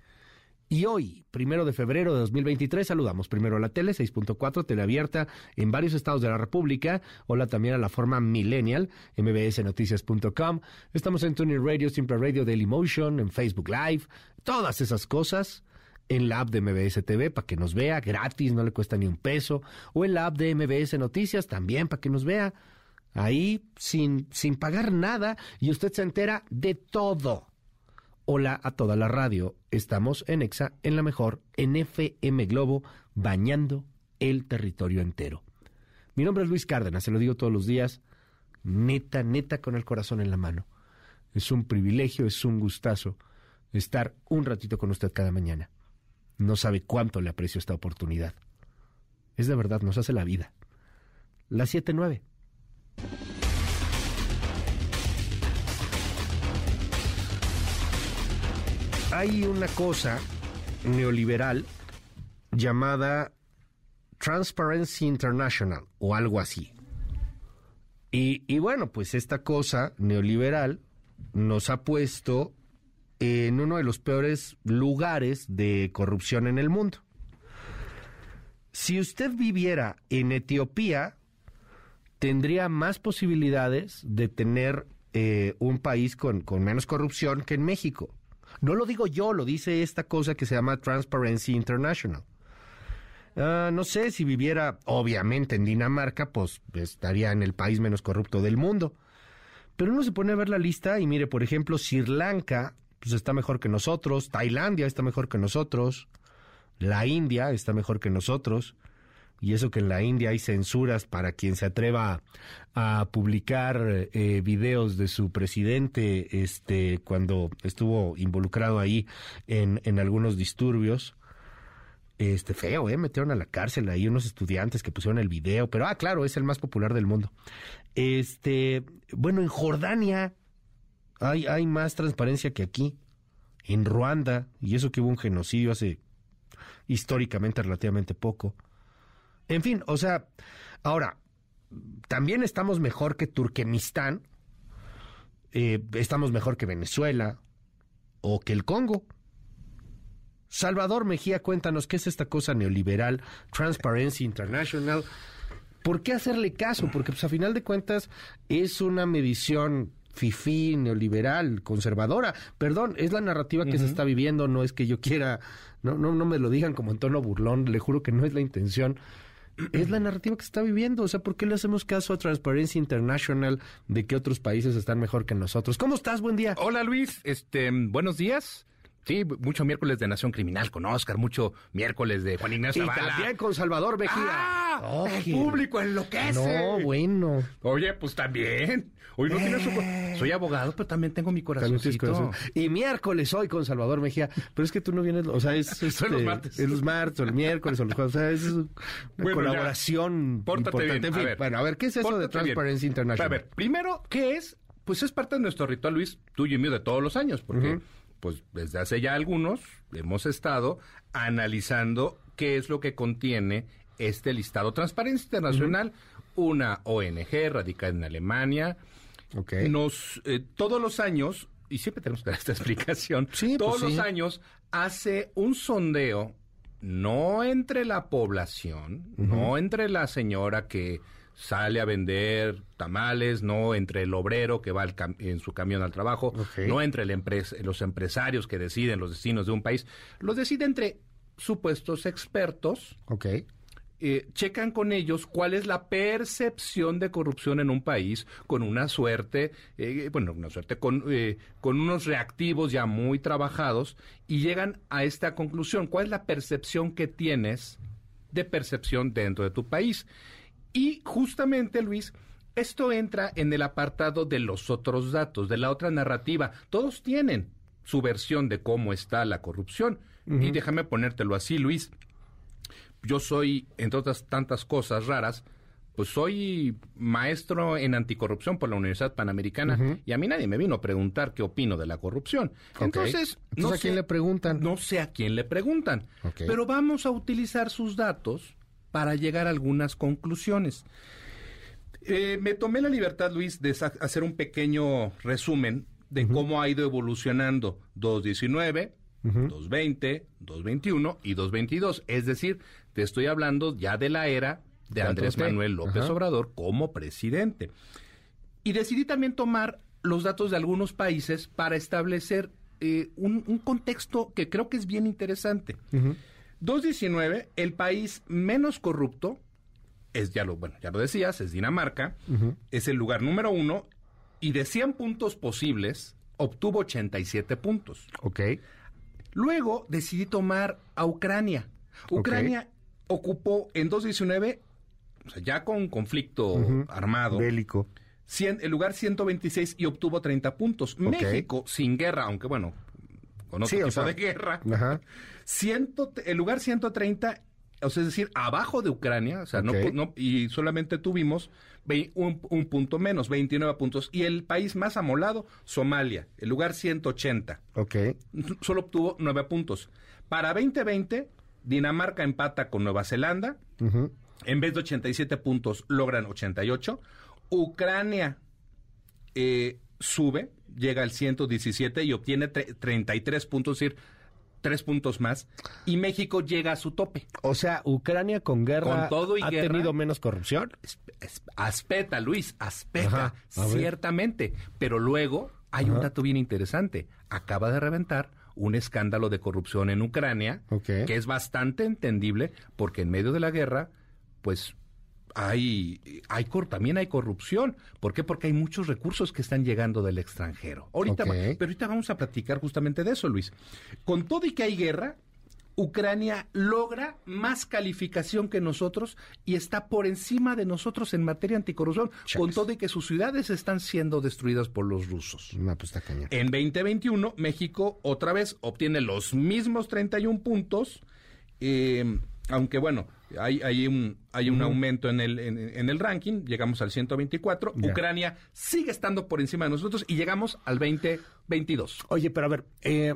Y hoy, primero de febrero de dos mil veintitrés, saludamos primero a la tele, seis punto cuatro, teleabierta en varios estados de la República. Hola también a la forma millennial, eme be ese noticias punto com. Estamos en TuneIn Radio, Simple Radio, Dailymotion, en Facebook Live, todas esas cosas. En la app de eme be ese te ve para que nos vea, gratis, no le cuesta ni un peso. O en la app de eme be ese Noticias también para que nos vea. Ahí sin, sin pagar nada y usted se entera de todo. Hola a toda la radio, estamos en Exa, en la mejor, en F M Globo, bañando el territorio entero. Mi nombre es Luis Cárdenas, se lo digo todos los días, neta, neta con el corazón en la mano. Es un privilegio, es un gustazo estar un ratito con usted cada mañana. No sabe cuánto le aprecio esta oportunidad. Es de verdad, nos hace la vida. Las siete nueve. Hay una cosa neoliberal llamada Transparency International o algo así. Y, y bueno, pues esta cosa neoliberal nos ha puesto en uno de los peores lugares de corrupción en el mundo. Si usted viviera en Etiopía, tendría más posibilidades de tener eh, un país con, con menos corrupción que en México. No lo digo yo, lo dice esta cosa que se llama Transparency International. Uh, no sé, si viviera obviamente en Dinamarca, pues estaría en el país menos corrupto del mundo. Pero uno se pone a ver la lista y mire, por ejemplo, Sri Lanka pues está mejor que nosotros, Tailandia está mejor que nosotros, la India está mejor que nosotros, y eso que en la India hay censuras para quien se atreva a, a publicar eh, videos de su presidente este cuando estuvo involucrado ahí en, en algunos disturbios. Este, feo, ¿eh? Metieron a la cárcel ahí unos estudiantes que pusieron el video, pero, ah, claro, es el más popular del mundo. Este, bueno, en Jordania hay, hay más transparencia que aquí. En Ruanda, y eso que hubo un genocidio hace históricamente relativamente poco. En fin, o sea, ahora, también estamos mejor que Turkmenistán, eh, estamos mejor que Venezuela o que el Congo. Salvador Mejía, cuéntanos, ¿qué es esta cosa neoliberal, Transparency International? ¿Por qué hacerle caso? Porque, pues, a final de cuentas, es una medición fifí, neoliberal, conservadora. Perdón, es la narrativa que uh-huh. se está viviendo, no es que yo quiera, no, no, no me lo digan como en tono burlón, le juro que no es la intención. Es la narrativa que se está viviendo. O sea, ¿por qué le hacemos caso a Transparency International de que otros países están mejor que nosotros? ¿Cómo estás? Buen día. Hola, Luis. Este, buenos días. Sí, mucho miércoles de Nación Criminal con Oscar, mucho miércoles de Juan Ignacio Zavala. Y también con Salvador Mejía. ¡Ah! Oh, el público enloquece. No, bueno. Oye, pues también. Hoy no eh. tienes su... Soy abogado, pero también tengo mi corazoncito. Corazón. Y miércoles hoy con Salvador Mejía. Pero es que tú no vienes, o sea, es... Este, los martes. Es los martes, o el miércoles, o los jueves. O sea, es una bueno, colaboración ya. Pórtate importante. bien. En fin, a ver, bueno, a ver, ¿qué es eso de Transparency bien. International? A ver, primero, ¿qué es? Pues es parte de nuestro ritual, Luis, tuyo y mío de todos los años, porque... Uh-huh. Pues desde hace ya algunos hemos estado analizando qué es lo que contiene este listado. Transparencia Internacional, uh-huh. una O N G radicada en Alemania. Okay. Nos, eh, todos los años, y siempre tenemos que dar esta explicación, sí, todos pues los sí. años hace un sondeo, no entre la población, uh-huh. no entre la señora que sale a vender tamales, no entre el obrero que va al cam- en su camión al trabajo, okay. no entre el empres- los empresarios que deciden los destinos de un país, los decide entre supuestos expertos, okay. eh, checan con ellos cuál es la percepción de corrupción en un país con una suerte, eh, bueno, una suerte, con, eh, con unos reactivos ya muy trabajados y llegan a esta conclusión, ¿cuál es la percepción que tienes de percepción dentro de tu país? Y justamente, Luis, esto entra en el apartado de los otros datos, de la otra narrativa. Todos tienen su versión de cómo está la corrupción. Uh-huh. Y déjame ponértelo así, Luis. Yo soy, entre otras tantas cosas raras, pues soy maestro en anticorrupción por la Universidad Panamericana. Uh-huh. Y a mí nadie me vino a preguntar qué opino de la corrupción. Okay. Entonces, Entonces, no ¿a sé, quién le preguntan? No sé a quién le preguntan. Okay. Pero vamos a utilizar sus datos para llegar a algunas conclusiones. Eh, me tomé la libertad, Luis, de sa- hacer un pequeño resumen de uh-huh. cómo ha ido evolucionando dos diecinueve, uh-huh. dos veinte, dos veintiuno y dos veintidós. Es decir, te estoy hablando ya de la era de Andrés Manuel López uh-huh. Obrador como presidente. Y decidí también tomar los datos de algunos países para establecer eh, un, un contexto que creo que es bien interesante. Uh-huh. dos diecinueve, el país menos corrupto, es ya lo, bueno, ya lo decías, es Dinamarca, uh-huh. es el lugar número uno, y de cien puntos posibles, obtuvo ochenta y siete puntos. Ok. Luego decidí tomar a Ucrania. Ucrania okay. ocupó en dos diecinueve, o sea, ya con conflicto uh-huh. armado. Bélico. cien, el lugar ciento veintiséis y obtuvo treinta puntos. Okay. México, sin guerra, aunque bueno, con otro sí, tipo o sea, de guerra. Ajá. Ciento, el lugar ciento treinta, o sea, es decir, abajo de Ucrania, o sea, okay. no, no, y solamente tuvimos un, un punto menos, veintinueve puntos. Y el país más amolado, Somalia, el lugar ciento ochenta. Ok. Solo obtuvo nueve puntos. Para veinte veinte, Dinamarca empata con Nueva Zelanda. Uh-huh. En vez de ochenta y siete puntos, logran ochenta y ocho. Ucrania eh, sube, llega al ciento diecisiete y obtiene tre- treinta y tres puntos, es decir, tres puntos más, y México llega a su tope. O sea, Ucrania con guerra con todo y ha guerra, tenido menos corrupción. Es, es, aspeta, Luis, aspeta, ciertamente. Pero luego hay Ajá. un dato bien interesante. Acaba de reventar un escándalo de corrupción en Ucrania, okay. que es bastante entendible, porque en medio de la guerra, pues hay, hay también hay corrupción. ¿Por qué? Porque hay muchos recursos que están llegando del extranjero. Ahorita, okay. Pero ahorita vamos a platicar justamente de eso, Luis. Con todo y que hay guerra, Ucrania logra más calificación que nosotros y está por encima de nosotros en materia anticorrupción, Chacas. con todo y que sus ciudades están siendo destruidas por los rusos. No, pues está cañón. En veinte veintiuno, México otra vez obtiene los mismos treinta y un puntos, eh, aunque bueno, hay, hay un, hay un uh-huh. aumento en el, en, en el ranking, llegamos al ciento veinticuatro, yeah. Ucrania sigue estando por encima de nosotros y llegamos al veinte veintidós. Oye, pero a ver, eh...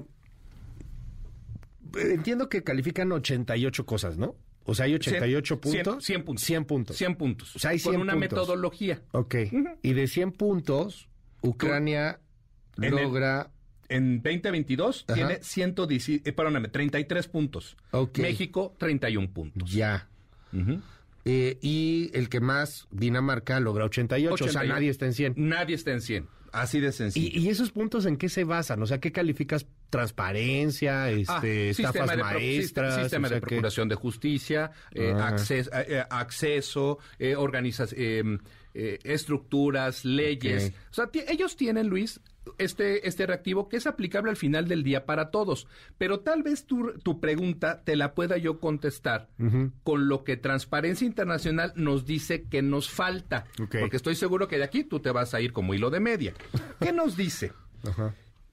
entiendo que califican ochenta y ocho cosas, ¿no? O sea, hay ochenta y ocho cien, puntos. cien puntos. cien puntos. cien puntos. O sea, hay cien con una puntos. metodología. Ok. Uh-huh. Y de cien puntos, Ucrania en logra... El, en veinte veintidós Ajá. tiene ciento diez, eh, perdóname, treinta y tres puntos. Okay. México, treinta y un puntos. Ya. Uh-huh. Eh, y el que más, Dinamarca, logra ochenta y ocho. ochenta y ocho. O sea, nadie está en cien. Nadie está en cien. Así de sencillo. ¿Y, ¿Y esos puntos en qué se basan? O sea, ¿qué calificas? Transparencia, este, ah, estafas sistema maestras. De pro, sistema o sea de procuración que... de justicia, eh, ah. acces, eh, acceso, eh, organiza, eh, eh, estructuras, leyes. Okay. O sea, t- ellos tienen, Luis, este, este reactivo que es aplicable al final del día para todos. Pero tal vez tu, tu pregunta te la pueda yo contestar uh-huh. con lo que Transparencia Internacional nos dice que nos falta. Okay. Porque estoy seguro que de aquí tú te vas a ir como hilo de media. ¿Qué nos dice? Uh-huh.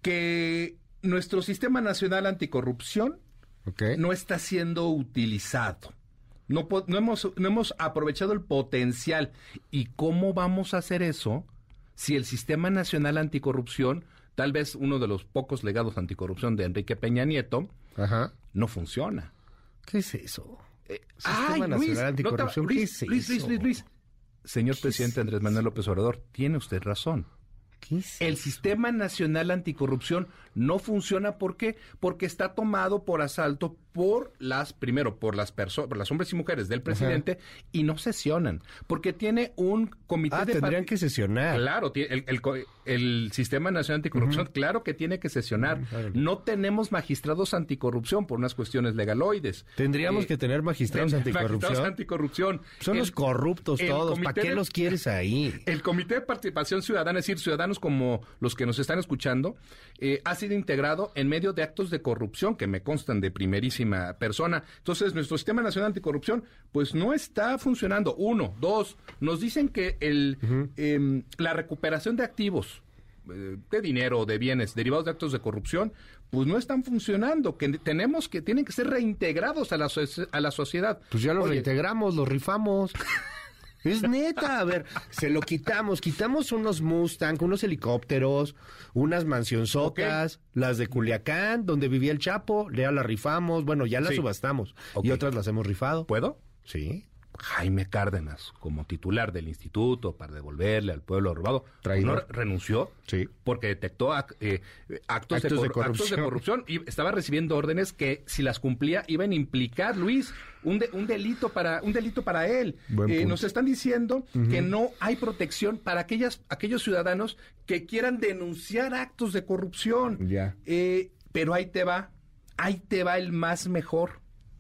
Que nuestro Sistema Nacional Anticorrupción okay. no está siendo utilizado. No, no, hemos, no hemos aprovechado el potencial. ¿Y cómo vamos a hacer eso si el Sistema Nacional Anticorrupción, tal vez uno de los pocos legados anticorrupción de Enrique Peña Nieto, Ajá. no funciona? ¿Qué es eso? Eh, Sistema ay, Nacional Luis, Anticorrupción, no te, Luis, ¿qué es Luis, eso? Luis, Luis, Luis, Señor presidente Andrés Manuel López Obrador, tiene usted razón. ¿Qué es el eso? Sistema Nacional Anticorrupción no funciona. ¿Por qué? Porque está tomado por asalto por las, primero, por las personas, por las hombres y mujeres del presidente, Ajá. y no sesionan. Porque tiene un comité ah, de... tendrían part... que sesionar. Claro, el, el, el Sistema Nacional Anticorrupción, uh-huh. claro que tiene que sesionar. Uh-huh. No tenemos magistrados anticorrupción por unas cuestiones legaloides. Tendríamos eh, que tener magistrados anticorrupción. Magistrados anticorrupción. Son el, los corruptos todos. ¿Para qué de, los quieres ahí? El Comité de Participación Ciudadana, es decir, ciudadanos como los que nos están escuchando, eh, ha sido integrado en medio de actos de corrupción que me constan de primerísima persona. Entonces, nuestro Sistema Nacional Anticorrupción, pues no está funcionando. Uno, dos, nos dicen que el uh-huh. eh, la recuperación de activos, eh, de dinero, de bienes derivados de actos de corrupción, pues no están funcionando, que tenemos que, tienen que ser reintegrados a la, a la sociedad. Pues ya los Oye, reintegramos, los rifamos. Es neta, a ver, se lo quitamos, quitamos unos Mustang, unos helicópteros, unas mansionzotas, okay. las de Culiacán, donde vivía el Chapo, ya las rifamos, bueno, ya las sí. subastamos, okay. y otras las hemos rifado. ¿Puedo? Sí. Jaime Cárdenas, como titular del instituto, para devolverle al pueblo robado, pues no renunció sí. porque detectó ac- eh, actos, actos, de cor- de corrupción. actos de corrupción y estaba recibiendo órdenes que, si las cumplía, iban a implicar, Luis, un, de- un delito para un delito para él. Eh, nos están diciendo uh-huh. que no hay protección para aquellas aquellos ciudadanos que quieran denunciar actos de corrupción. Ya. Eh, pero ahí te va, ahí te va el más mejor.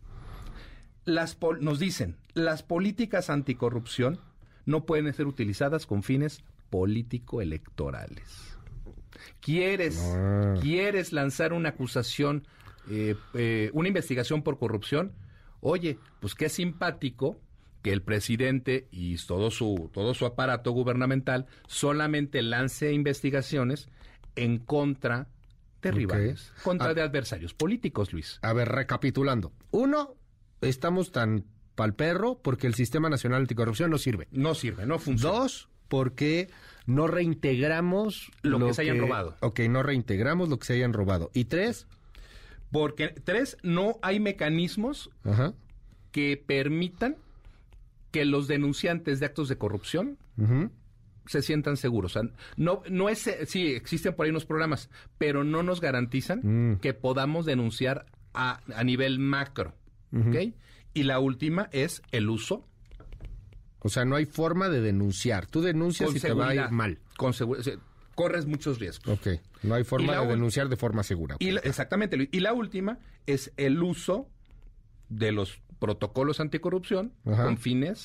Las pol- nos dicen, las políticas anticorrupción no pueden ser utilizadas con fines político-electorales. ¿Quieres, ah. ¿Quieres lanzar una acusación, eh, eh, una investigación por corrupción? Oye, pues qué simpático que el presidente y todo su, todo su aparato gubernamental solamente lance investigaciones en contra de okay. rivales, contra a, de adversarios políticos, Luis. A ver, recapitulando. Uno, estamos tan pa'l perro porque el Sistema Nacional Anticorrupción no sirve. No sirve, no funciona. Dos, porque no reintegramos lo, lo que se que, hayan robado. Ok, no reintegramos lo que se hayan robado. Y tres, porque tres, no hay mecanismos Ajá. que permitan que los denunciantes de actos de corrupción uh-huh. se sientan seguros. O sea, no, no es, sí, existen por ahí unos programas, pero no nos garantizan mm. que podamos denunciar a, a nivel macro. Uh-huh. ¿Okay? Y la última es el uso. O sea, no hay forma de denunciar. Tú denuncias y te va a ir mal. Con seguridad. O sea, corres muchos riesgos. Ok. No hay forma de denunciar de forma segura. Y la, exactamente. Y la última es el uso de los protocolos anticorrupción Ajá. con fines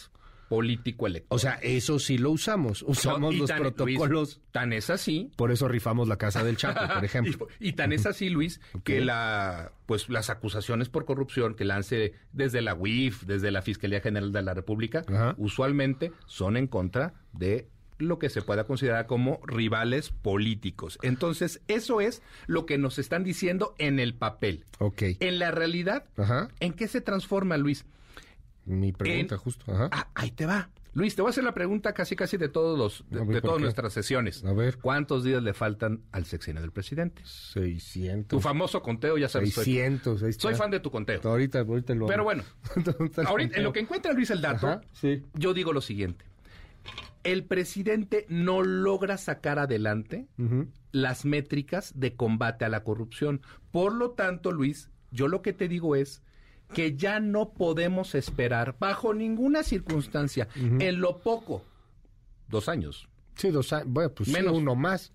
político electoral. O sea, eso sí lo usamos. Usamos no, los tan, protocolos. Luis, tan es así. Por eso rifamos la Casa del Chapo, por ejemplo. y, y tan es así, Luis, okay. que la pues las acusaciones por corrupción que lance desde la U I F, desde la Fiscalía General de la República, Ajá. usualmente son en contra de lo que se pueda considerar como rivales políticos. Entonces, eso es lo que nos están diciendo en el papel. Okay. En la realidad, Ajá. ¿en qué se transforma, Luis? Mi pregunta, en... justo. Ajá. Ah, ahí te va. Luis, te voy a hacer la pregunta casi casi de todos los de, de todas qué? nuestras sesiones. A ver. ¿Cuántos días le faltan al sexenio del presidente? seiscientos. Tu famoso conteo, ya sabes. seiscientos. Soy, soy fan de tu conteo. Ahorita, ahorita lo Pero bueno, ahorita, en lo que encuentra Luis el dato, Ajá, sí. yo digo lo siguiente. El presidente no logra sacar adelante uh-huh. las métricas de combate a la corrupción. Por lo tanto, Luis, yo lo que te digo es que ya no podemos esperar bajo ninguna circunstancia, uh-huh. en lo poco, dos años. Sí, dos años. Bueno, pues Menos. Sí, uno más.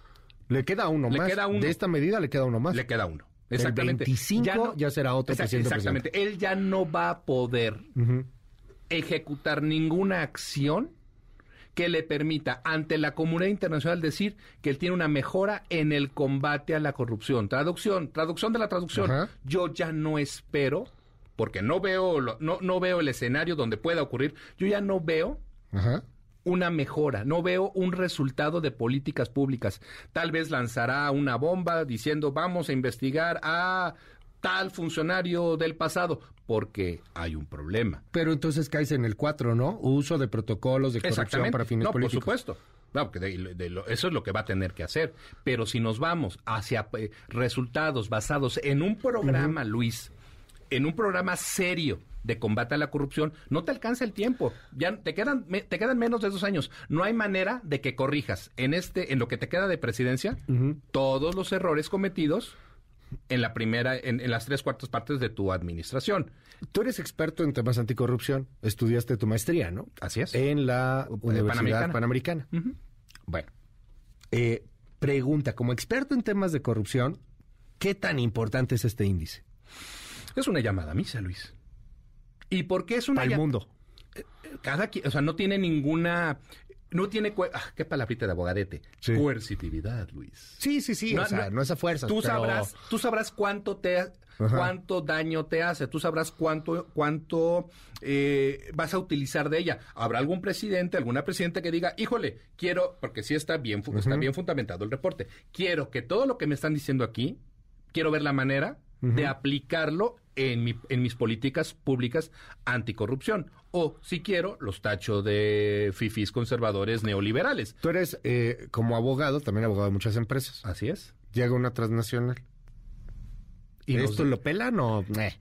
Le queda uno le más. Queda uno. De esta medida le queda uno más. Le queda uno. Exactamente. El veinticinco ya, no, ya será otro exact, presidente. Exactamente. Presidente. Él ya no va a poder uh-huh. ejecutar ninguna acción que le permita ante la comunidad internacional decir que él tiene una mejora en el combate a la corrupción. Traducción, traducción de la traducción. Ajá. Yo ya no espero, porque no veo lo, no, no veo el escenario donde pueda ocurrir, yo ya no veo Ajá. una mejora, no veo un resultado de políticas públicas. Tal vez lanzará una bomba diciendo vamos a investigar a tal funcionario del pasado, porque hay un problema. Pero entonces caes en el cuatro, ¿no? Uso de protocolos de corrupción para fines no, políticos. Por supuesto. No, porque de, de lo, eso es lo que va a tener que hacer. Pero si nos vamos hacia eh, resultados basados en un programa, uh-huh. Luis, en un programa serio de combate a la corrupción, no te alcanza el tiempo. Ya te quedan me, te quedan menos de dos años. No hay manera de que corrijas en este en lo que te queda de presidencia uh-huh. todos los errores cometidos en la primera, en, en las tres cuartas partes de tu administración. Tú eres experto en temas anticorrupción, estudiaste tu maestría, ¿no? Así es. En la Universidad Panamericana. Panamericana. Uh-huh. Bueno, eh, pregunta, como experto en temas de corrupción, ¿qué tan importante es este índice? Es una llamada a misa, Luis. ¿Y por qué es una llamada? Al mundo. Cada quien, o sea, no tiene ninguna... No tiene... Cu- ah, qué palabrita de abogadete. Sí. Coercitividad, Luis. Sí, sí, sí. No, o sea, no, no es a fuerzas, tú pero... sabrás, tú sabrás cuánto te... Ajá. Cuánto daño te hace. Tú sabrás cuánto, cuánto eh, vas a utilizar de ella. Habrá algún presidente, alguna presidenta que diga, híjole, quiero... Porque sí está bien, uh-huh. está bien fundamentado el reporte. Quiero que todo lo que me están diciendo aquí, quiero ver la manera uh-huh. de aplicarlo en, mi, en mis políticas públicas anticorrupción. O, si quiero, los tacho de fifís conservadores neoliberales. Tú eres, eh, como abogado, también abogado de muchas empresas. Así es. Llega una transnacional. ¿Y esto nos... lo pelan o...? Eh.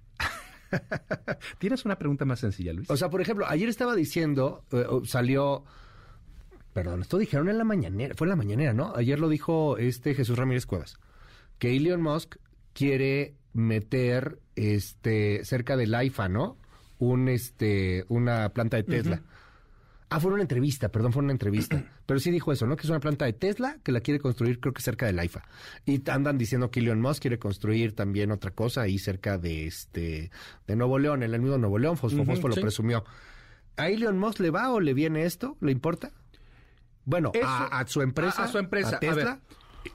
¿Tienes una pregunta más sencilla, Luis? O sea, por ejemplo, ayer estaba diciendo, eh, salió... Perdón, esto dijeron en la mañanera, fue en la mañanera, ¿no? Ayer lo dijo este Jesús Ramírez Cuevas, que Elon Musk quiere meter este cerca del AIFA, ¿no? Un este una planta de Tesla. Uh-huh. Ah, fue una entrevista, perdón, fue una entrevista. Pero sí dijo eso, ¿no? Que es una planta de Tesla que la quiere construir, creo que cerca del AIFA. Y andan diciendo que Elon Musk quiere construir también otra cosa ahí cerca de este de Nuevo León, en el mismo Nuevo León, Fosfo, uh-huh, Fosfo lo sí. presumió. ¿A Elon Musk le va o le viene esto? ¿Le importa? Bueno, eso, a, a su empresa. A, a su empresa. A Tesla. A ver,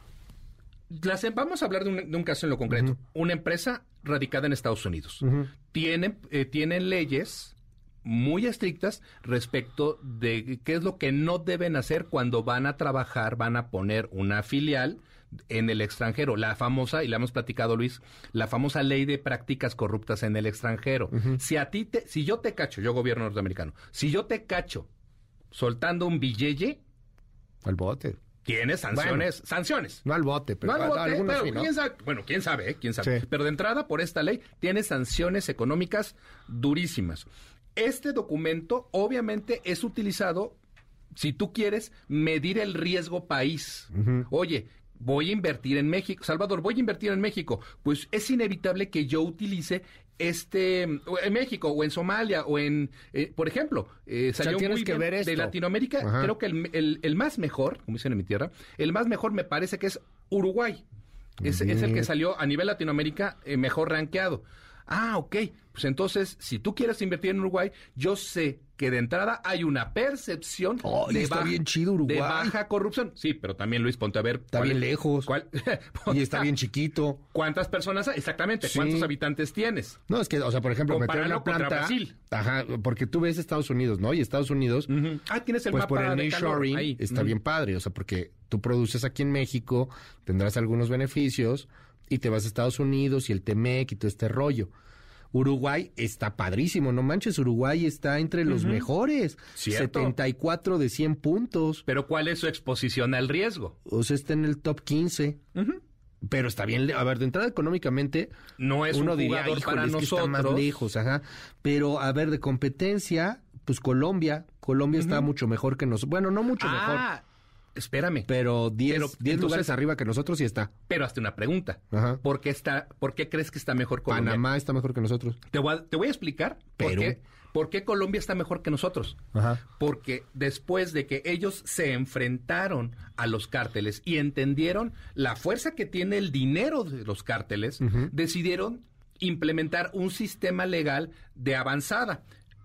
las, vamos a hablar de un, de un caso en lo concreto. Uh-huh. Una empresa radicada en Estados Unidos. Uh-huh. Tiene, eh, tienen leyes muy estrictas respecto de qué es lo que no deben hacer cuando van a trabajar, van a poner una filial en el extranjero. La famosa, y la hemos platicado, Luis, la famosa ley de prácticas corruptas en el extranjero. Uh-huh. Si a ti te, si yo te cacho, yo gobierno norteamericano, si yo te cacho soltando un billete al bote. Tienes sanciones, bueno, sanciones. No al bote, pero no al bote, algunos pero sí, ¿no? quién sabe, bueno, quién sabe, ¿eh? quién sabe. Sí. Pero de entrada, por esta ley, tiene sanciones económicas durísimas. Este documento, obviamente, es utilizado, si tú quieres, medir el riesgo país. Uh-huh. Oye, voy a invertir en México. Salvador, voy a invertir en México. Pues es inevitable que yo utilice este en México o en Somalia o en, eh, por ejemplo, eh, salió o sea, muy que bien ver esto. de Latinoamérica. Ajá. Creo que el, el, el más mejor, como dicen en mi tierra, el más mejor me parece que es Uruguay. Es, es el que salió a nivel Latinoamérica eh, mejor rankeado. Ah, ok. Pues entonces, si tú quieres invertir en Uruguay, yo sé que de entrada hay una percepción oh, de, está baja, bien chido Uruguay. de baja corrupción. Sí, pero también, Luis, ponte a ver. Está bien lejos. ¿cuál? Y está bien chiquito. ¿Cuántas personas hay? Exactamente. Sí. ¿Cuántos habitantes tienes? No, es que, o sea, por ejemplo, meter una planta... Brasil. Ajá, porque tú ves Estados Unidos, ¿no? Y Estados Unidos... Uh-huh. Ah, tienes el pues mapa por el de calor nearshoring ahí. está Uh-huh. bien padre, o sea, porque tú produces aquí en México, tendrás algunos beneficios y te vas a Estados Unidos y el Temec y todo este rollo. Uruguay está padrísimo, no manches, Uruguay está entre los uh-huh. mejores. ¿Cierto? setenta y cuatro de cien puntos. Pero ¿cuál es su exposición al riesgo? O sea, está en el top quince. Uh-huh. Pero está bien, a ver, de entrada económicamente, no es uno un diría, jugador para es que nosotros. Está más lejos, ajá. Pero, a ver, de competencia, pues Colombia, Colombia uh-huh. está mucho mejor que nosotros. Bueno, no mucho ah, mejor. Espérame. Pero diez lugares arriba que nosotros sí está. Pero hazte una pregunta. Ajá. ¿Por qué está, por qué crees que está mejor Colombia? Panamá está mejor que nosotros. Te voy a, te voy a explicar por qué, por qué Colombia está mejor que nosotros. Ajá. Porque después de que ellos se enfrentaron a los cárteles y entendieron la fuerza que tiene el dinero de los cárteles, uh-huh. decidieron implementar un sistema legal de avanzada.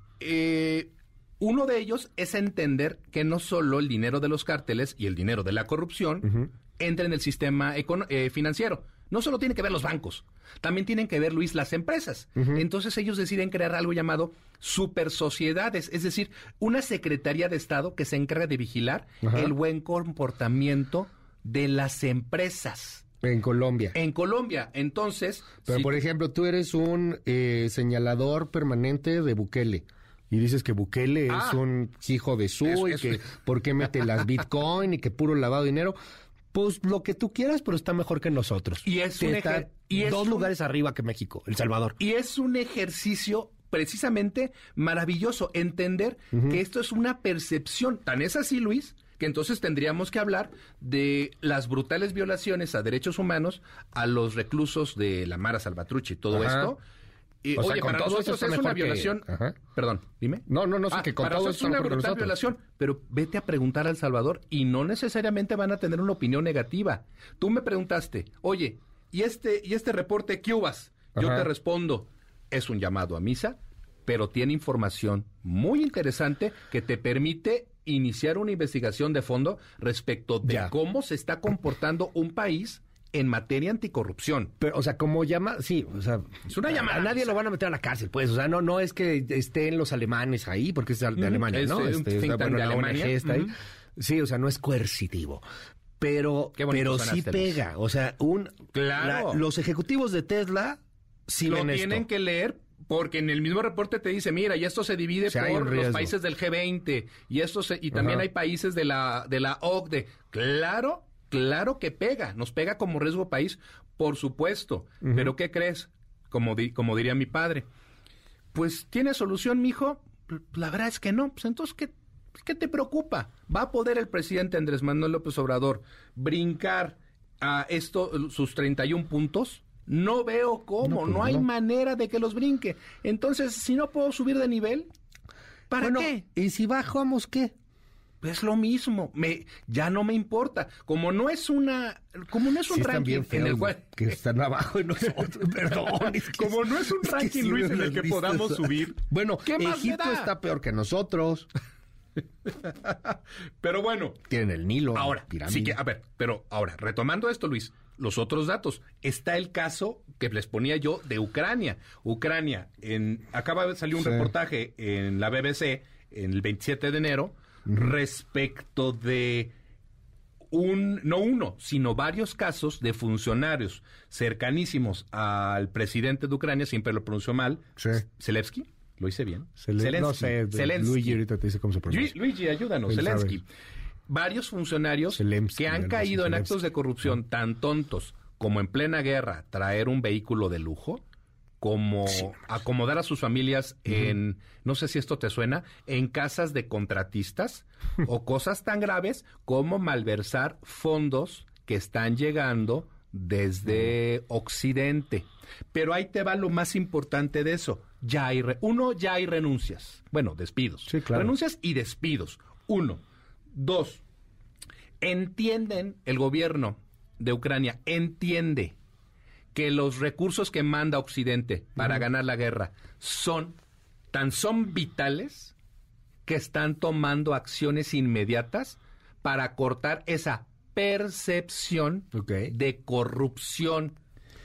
Eh... Uno de ellos es entender que no solo el dinero de los cárteles y el dinero de la corrupción uh-huh. entra en el sistema econo- eh, financiero. No solo tiene que ver los bancos, también tienen que ver, Luis, las empresas. Uh-huh. Entonces ellos deciden crear algo llamado super sociedades, es decir, una Secretaría de Estado que se encarga de vigilar uh-huh. el buen comportamiento de las empresas. En Colombia. En Colombia, entonces... Pero, si... por ejemplo, tú eres un eh, señalador permanente de Bukele. Y dices que Bukele ah, es un hijo de su eso, y eso. que por qué mete las Bitcoin y que puro lavado de dinero. Pues lo que tú quieras, pero está mejor que nosotros. Y es un está ejer- y es dos un... lugares arriba que México, El Salvador. Y es un ejercicio precisamente maravilloso, entender uh-huh. que esto es una percepción. Tan es así, Luis, que entonces tendríamos que hablar de las brutales violaciones a derechos humanos a los reclusos de la Mara Salvatrucha y todo Ajá. esto. Y, o sea, oye, con para todo nosotros es una que... violación. Ajá. Perdón, dime. No, no, no, sí, ah, que con para todo nosotros es una brutal nosotros. violación. Pero vete a preguntar a El Salvador y no necesariamente van a tener una opinión negativa. Tú me preguntaste, oye, ¿y este, y este reporte qué hubas? Yo te respondo, es un llamado a misa, pero tiene información muy interesante que te permite iniciar una investigación de fondo respecto de ya. cómo se está comportando un país en materia anticorrupción. Pero, o sea, como llama, sí, o sea, es una llamada. A nadie lo van a meter a la cárcel, pues, o sea, no, no es que estén los alemanes ahí, porque es de uh-huh. Alemania, es, ¿no? Es este, un think tank bueno, de Alemania. Está uh-huh. ahí. Sí, o sea, no es coercitivo. Pero, pero sí pega, Luis. O sea, un, claro. La, los ejecutivos de Tesla sí lo ven tienen esto. que leer. Porque en el mismo reporte te dice, mira, y esto se divide o sea, por los países del G veinte, y esto se, y también Ajá. hay países de la, de la O C D E. Claro, claro que pega, nos pega como riesgo país, por supuesto. Uh-huh. Pero ¿qué crees? Como, di, como diría mi padre, pues, ¿tiene solución, mijo? La verdad es que no. Pues entonces, ¿qué, qué te preocupa? ¿Va a poder el presidente Andrés Manuel López Obrador brincar a esto, sus treinta y un puntos? No veo cómo, no, pues no hay no. manera de que los brinque. Entonces, si no puedo subir de nivel, ¿para bueno, qué? ¿Y si bajamos qué? Es lo mismo, me, ya no me importa. Como no es una, como no es un sí, ranking en el cual que están abajo de nosotros, perdón. Es que como no es un ranking, es que Luis, en el que podamos subir. Bueno, ¿qué más Egipto está peor que nosotros. Pero bueno, tienen el Nilo. Ahora, sí que, a ver, pero ahora, retomando esto, Luis, los otros datos. Está el caso que les ponía yo de Ucrania. Ucrania, en, acaba de salir un sí. reportaje en la B B C en el veintisiete de enero uh-huh. respecto de un, no uno, sino varios casos de funcionarios cercanísimos al presidente de Ucrania, siempre lo pronunció mal, sí. Zelensky. ¿Lo hice bien? Zelen- Zelensky. No sé, Zelensky. Luigi ahorita te dice cómo se pronuncia. Luigi, ayúdanos, Él Zelensky. Sabe. Varios funcionarios Zelensky, que han caído en Zelensky. actos de corrupción no. tan tontos como en plena guerra traer un vehículo de lujo, como sí. acomodar a sus familias uh-huh. en, no sé si esto te suena, en casas de contratistas, o cosas tan graves como malversar fondos que están llegando desde uh-huh. Occidente. Pero ahí te va lo más importante de eso. Ya hay re- uno, ya hay renuncias. Bueno, despidos. Sí, claro. Renuncias y despidos. Uno. Dos, entienden, el gobierno de Ucrania entiende que los recursos que manda Occidente para uh-huh. ganar la guerra son tan son vitales que están tomando acciones inmediatas para cortar esa percepción okay. de corrupción.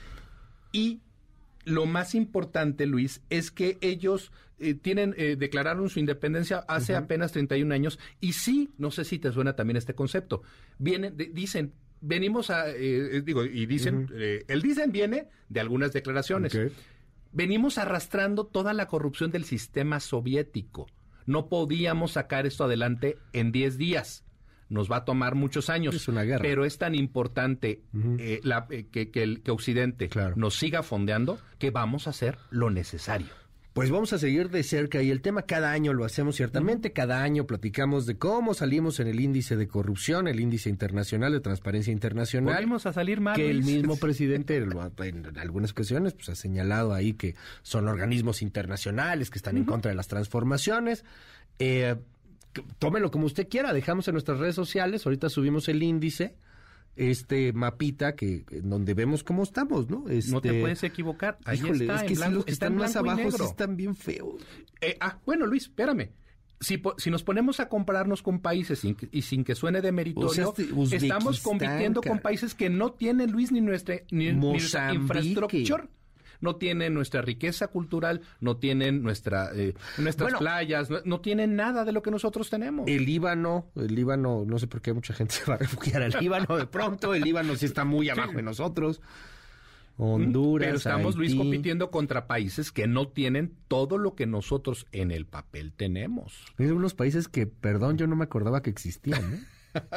Y lo más importante, Luis, es que ellos eh, tienen eh, declararon su independencia hace uh-huh. apenas treinta y un años, y sí, no sé si te suena también este concepto, vienen, de, dicen, venimos a, eh, digo, y dicen, uh-huh. eh, el dicen viene de algunas declaraciones, okay. venimos arrastrando toda la corrupción del sistema soviético, no podíamos sacar esto adelante en diez días. Nos va a tomar muchos años, es una guerra. Pero es tan importante uh-huh. eh, la, eh, que, que, el, que Occidente claro. nos siga fondeando que vamos a hacer lo necesario. Pues vamos a seguir de cerca y el tema cada año lo hacemos ciertamente, uh-huh. cada año platicamos de cómo salimos en el índice de corrupción, el índice internacional de transparencia internacional. Volvimos a salir mal. Que el mismo presidente en algunas ocasiones pues ha señalado ahí que son organismos internacionales que están uh-huh. en contra de las transformaciones. Eh... Tómelo como usted quiera, dejamos en nuestras redes sociales, ahorita subimos el índice, este mapita que donde vemos cómo estamos, ¿no? Este, no te puedes equivocar, ahí híjole, está, es que en blanco, si los que están más abajo sí están bien feos. Eh, ah, bueno, Luis, espérame. Si, si nos ponemos a compararnos con países sin, y sin que suene de meritorio, o sea, este estamos compitiendo cara. con países que no tienen, Luis, ni nuestra, ni, ni nuestra infraestructura. No tienen nuestra riqueza cultural, no tienen nuestra eh, nuestras bueno, playas, no, no tienen nada de lo que nosotros tenemos. El Líbano, el Líbano, no sé por qué mucha gente se va a refugiar al Líbano de pronto, el Líbano sí está muy abajo sí. de nosotros. Honduras, Pero estamos, Haití. Luis, compitiendo contra países que no tienen todo lo que nosotros en el papel tenemos. Hay algunos países que, perdón, yo no me acordaba que existían, ¿eh?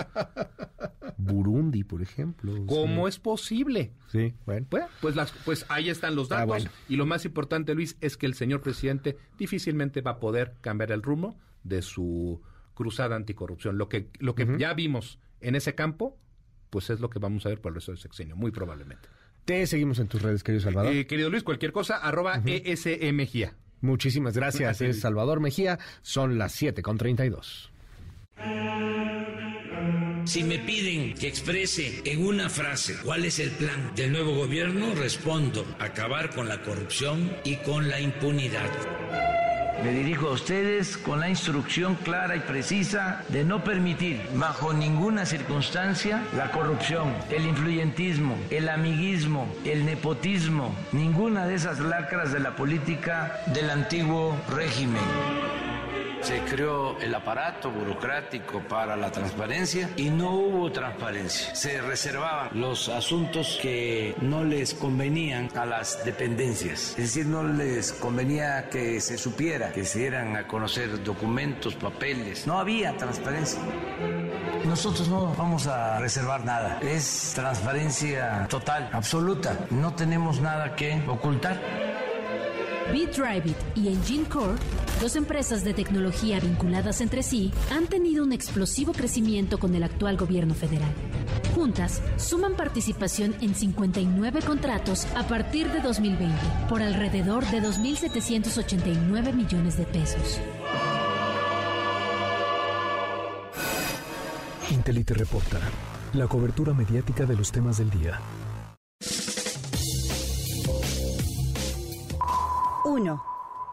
Burundi, por ejemplo. ¿Cómo sí. es posible? Sí, bueno. Pues, pues, las, pues ahí están los datos. Ah, bueno. Y lo más importante, Luis, es que el señor presidente difícilmente va a poder cambiar el rumbo de su cruzada anticorrupción. Lo que, lo que uh-huh. ya vimos en ese campo, pues es lo que vamos a ver por el resto del sexenio, muy probablemente. Te seguimos en tus redes, querido Salvador. Eh, querido Luis, cualquier cosa, arroba uh-huh. E S E Mejía. Muchísimas gracias, es Salvador Mejía. Son las siete con treinta y dos. Si me piden que exprese en una frase cuál es el plan del nuevo gobierno, respondo: acabar con la corrupción y con la impunidad. Me dirijo a ustedes con la instrucción clara y precisa de no permitir bajo ninguna circunstancia la corrupción, el influyentismo, el amiguismo, el nepotismo, ninguna de esas lacras de la política del antiguo régimen. Se creó el aparato burocrático para la transparencia y no hubo transparencia. Se reservaban los asuntos que no les convenían a las dependencias. Es decir, no les convenía que se supiera, que se dieran a conocer documentos, papeles. No había transparencia. Nosotros no vamos a reservar nada. Es transparencia total, absoluta. No tenemos nada que ocultar. BitDriveIt y Engine Core, dos empresas de tecnología vinculadas entre sí, han tenido un explosivo crecimiento con el actual gobierno federal. Juntas, suman participación en cincuenta y nueve contratos a partir de dos mil veinte, por alrededor de dos mil setecientos ochenta y nueve millones de pesos. Intelite reporta, la cobertura mediática de los temas del día. uno.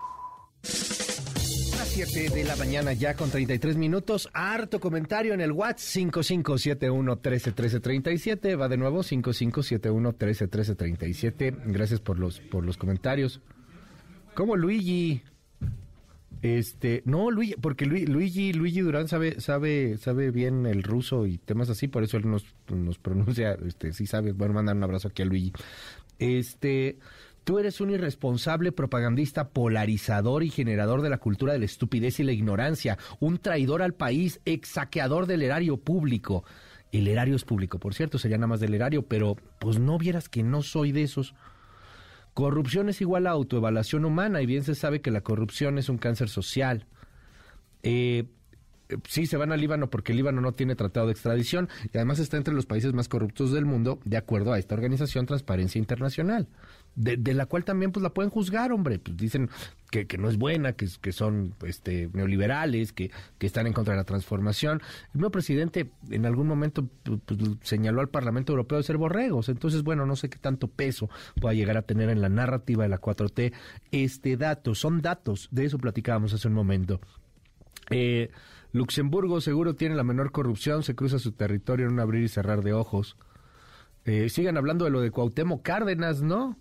Las siete de la mañana ya con treinta y tres minutos. Harto comentario en el WhatsApp cinco cinco siete uno uno tres uno tres tres siete. Va de nuevo cinco cinco siete uno uno tres uno tres tres siete. Gracias por los por los comentarios. ¿Cómo Luigi? Este, no, Luigi, porque Luigi, Luigi, Luigi Durán sabe, sabe, sabe bien el ruso y temas así, por eso él nos, nos pronuncia, este, sí sabe. Bueno, mandar un abrazo aquí a Luigi. Este, tú eres un irresponsable propagandista polarizador y generador de la cultura de la estupidez y la ignorancia, un traidor al país, ex saqueador del erario público. El erario es público, por cierto, sería nada más del erario, pero pues no vieras que no soy de esos. Corrupción es igual a autoevaluación humana y bien se sabe que la corrupción es un cáncer social. Eh, sí, se van al Líbano porque el Líbano no tiene tratado de extradición y además está entre los países más corruptos del mundo, de acuerdo a esta organización Transparencia Internacional, de, de la cual también pues la pueden juzgar, hombre. Pues dicen que, que no es buena, que, que son este, neoliberales, que, que están en contra de la transformación. El nuevo presidente en algún momento pues, señaló al Parlamento Europeo de ser borregos. Entonces, bueno, no sé qué tanto peso pueda llegar a tener en la narrativa de la cuatro T este dato. Son datos, de eso platicábamos hace un momento. Eh, Luxemburgo seguro tiene la menor corrupción, se cruza su territorio en un abrir y cerrar de ojos. Eh, sigan hablando de lo de Cuauhtémoc Cárdenas, ¿no?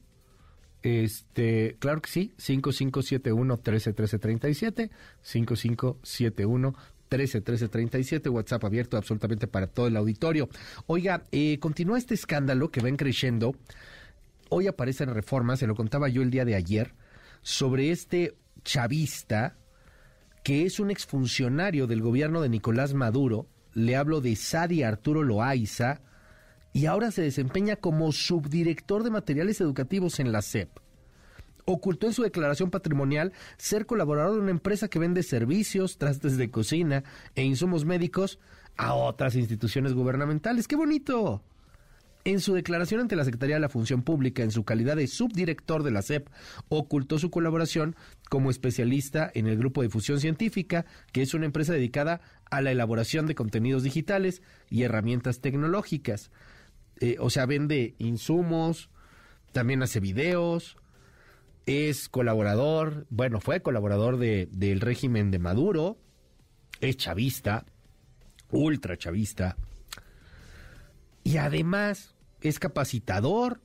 Este, claro que sí, cinco cinco siete uno, uno tres uno tres tres siete, cinco cinco siete uno, uno tres uno tres tres siete, WhatsApp abierto absolutamente para todo el auditorio. Oiga, eh, continúa este escándalo que ven creciendo. Hoy aparece en Reforma, se lo contaba yo el día de ayer, sobre este chavista que es un exfuncionario del gobierno de Nicolás Maduro. Le hablo de Sadi Arturo Loaiza, y ahora se desempeña como subdirector de materiales educativos en la S E P. Ocultó en su declaración patrimonial ser colaborador de una empresa que vende servicios, trastes de cocina e insumos médicos a otras instituciones gubernamentales. ¡Qué bonito! En su declaración ante la Secretaría de la Función Pública, en su calidad de subdirector de la S E P, ocultó su colaboración como especialista en el Grupo de Difusión Científica, que es una empresa dedicada a la elaboración de contenidos digitales y herramientas tecnológicas. Eh, o sea, vende insumos, también hace videos, es colaborador, bueno, fue colaborador de, del régimen de Maduro, es chavista, ultra chavista, y además es capacitador,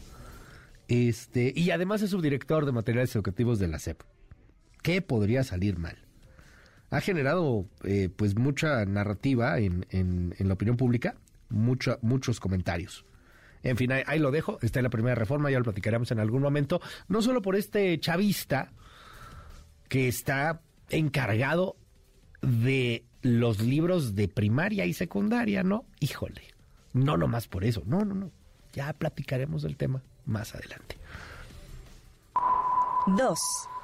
este, y además es subdirector de materiales educativos de la S E P. ¿Qué podría salir mal? Ha generado eh, pues mucha narrativa en, en, en la opinión pública, mucha, muchos comentarios. En fin, ahí, ahí lo dejo, está en la primera reforma, ya lo platicaremos en algún momento, no solo por este chavista que está encargado de los libros de primaria y secundaria, ¿no? Híjole, no nomás por eso, no, no, no, ya platicaremos del tema más adelante. Dos.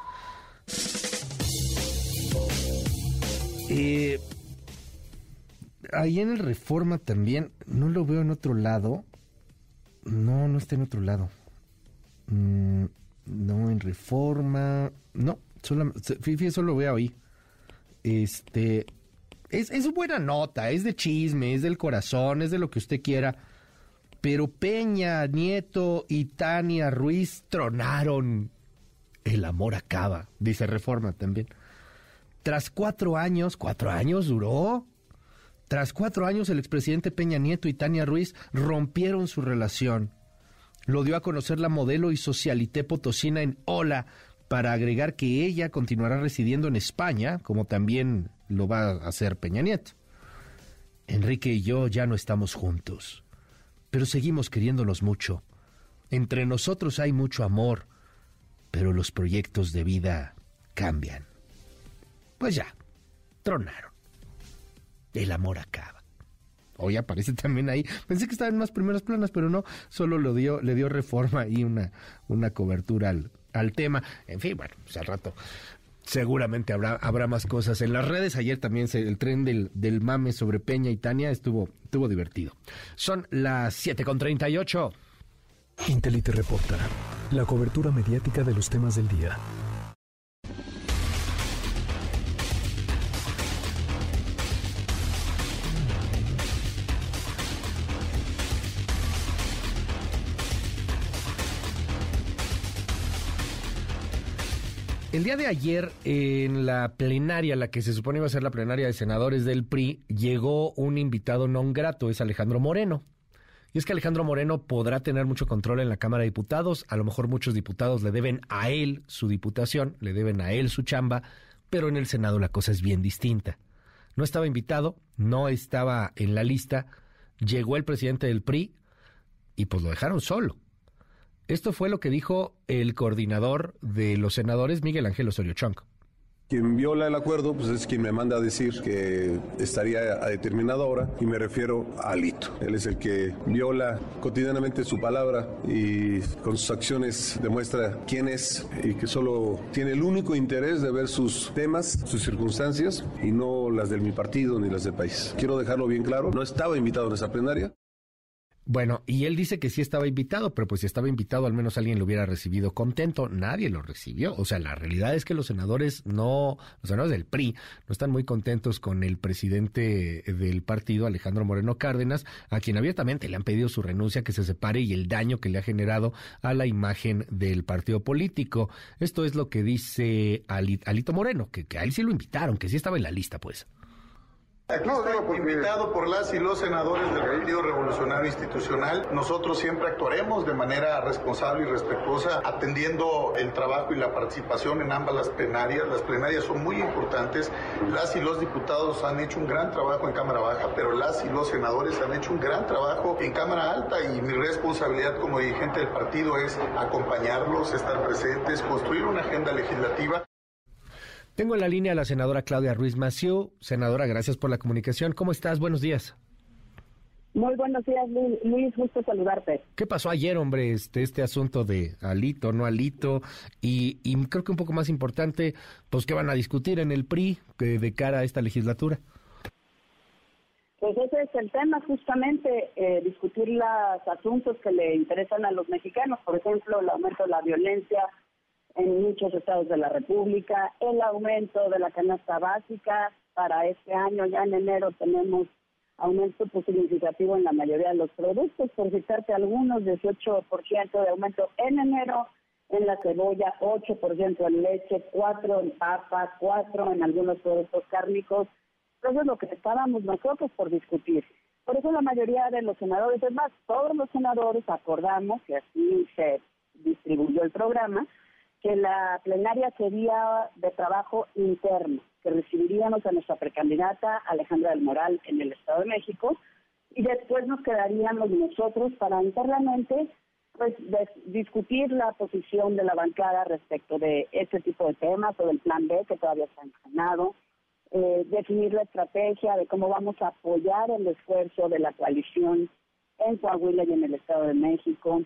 Eh... Ahí en el Reforma también, no lo veo en otro lado. No, no está en otro lado. Mm, no, en Reforma. No, solo, fíjate, solo lo veo ahí. Este, es, es buena nota, es de chisme, es del corazón, es de lo que usted quiera. Pero Peña Nieto y Tania Ruiz tronaron. El amor acaba, dice Reforma también. Tras cuatro años, cuatro años duró. Tras cuatro años, el expresidente Peña Nieto y Tania Ruiz rompieron su relación. Lo dio a conocer la modelo y socialité potosina en Hola, para agregar que ella continuará residiendo en España, como también lo va a hacer Peña Nieto. Enrique y yo ya no estamos juntos, pero seguimos queriéndonos mucho. Entre nosotros hay mucho amor, pero los proyectos de vida cambian. Pues ya, tronaron. El amor acaba. Hoy aparece también ahí. Pensé que estaba en unas primeras planas, pero no, solo lo dio, le dio Reforma y una, una cobertura al, al tema. En fin, bueno, pues al rato seguramente habrá, habrá más cosas en las redes. Ayer también se, el tren del, del mame sobre Peña y Tania estuvo, estuvo divertido. Son las siete con treinta y ocho. Intelite reporta la cobertura mediática de los temas del día. El día de ayer, en la plenaria, la que se supone iba a ser la plenaria de senadores del P R I, llegó un invitado non grato, es Alejandro Moreno. Y es que Alejandro Moreno podrá tener mucho control en la Cámara de Diputados, a lo mejor muchos diputados le deben a él su diputación, le deben a él su chamba, pero en el Senado la cosa es bien distinta. No estaba invitado, no estaba en la lista, llegó el presidente del P R I y pues lo dejaron solo. Esto fue lo que dijo el coordinador de los senadores, Miguel Ángel Osorio Chong. Quien viola el acuerdo, pues es quien me manda a decir que estaría a determinada hora, y me refiero a Alito. Él es el que viola cotidianamente su palabra y con sus acciones demuestra quién es y que solo tiene el único interés de ver sus temas, sus circunstancias y no las de mi partido ni las del país. Quiero dejarlo bien claro, no estaba invitado en esa plenaria. Bueno, y él dice que sí estaba invitado, pero pues si estaba invitado al menos alguien lo hubiera recibido contento. Nadie lo recibió. O sea, la realidad es que los senadores no, los senadores del P R I no están muy contentos con el presidente del partido, Alejandro Moreno Cárdenas, a quien abiertamente le han pedido su renuncia, que se separe y el daño que le ha generado a la imagen del partido político. Esto es lo que dice Alito Moreno, que, que a él sí lo invitaron, que sí estaba en la lista, pues. Aquí está invitado por las y los senadores del Partido Revolucionario Institucional. Nosotros siempre actuaremos de manera responsable y respetuosa, atendiendo el trabajo y la participación en ambas las plenarias. Las plenarias son muy importantes. Las y los diputados han hecho un gran trabajo en Cámara Baja, pero las y los senadores han hecho un gran trabajo en Cámara Alta, y mi responsabilidad como dirigente del partido es acompañarlos, estar presentes, construir una agenda legislativa. Tengo en la línea a la senadora Claudia Ruiz Massieu. Senadora, gracias por la comunicación. ¿Cómo estás? Buenos días. Muy buenos días, Luis. Gusto saludarte. ¿Qué pasó ayer, hombre? Este, este asunto de Alito, no Alito. Y, y creo que un poco más importante, pues, ¿qué van a discutir en el P R I de, de cara a esta legislatura? Pues ese es el tema, justamente, eh, discutir los asuntos que le interesan a los mexicanos. Por ejemplo, el aumento de la violencia en muchos estados de la República, el aumento de la canasta básica. Para este año, ya en enero, tenemos aumento pues, significativo en la mayoría de los productos, por citarte algunos, dieciocho por ciento de aumento en enero, en la cebolla, ocho por ciento en leche, cuatro por ciento en papa, cuatro por ciento en algunos productos cárnicos. Eso es lo que estábamos nosotros por discutir. Por eso la mayoría de los senadores, es más, todos los senadores acordamos, que así se distribuyó el programa, que la plenaria sería de trabajo interno, que recibiríamos a nuestra precandidata Alejandra del Moral en el Estado de México, y después nos quedaríamos nosotros para internamente pues, discutir la posición de la bancada respecto de este tipo de temas o del plan B que todavía está encaminado, eh, definir la estrategia de cómo vamos a apoyar el esfuerzo de la coalición en Coahuila y en el Estado de México,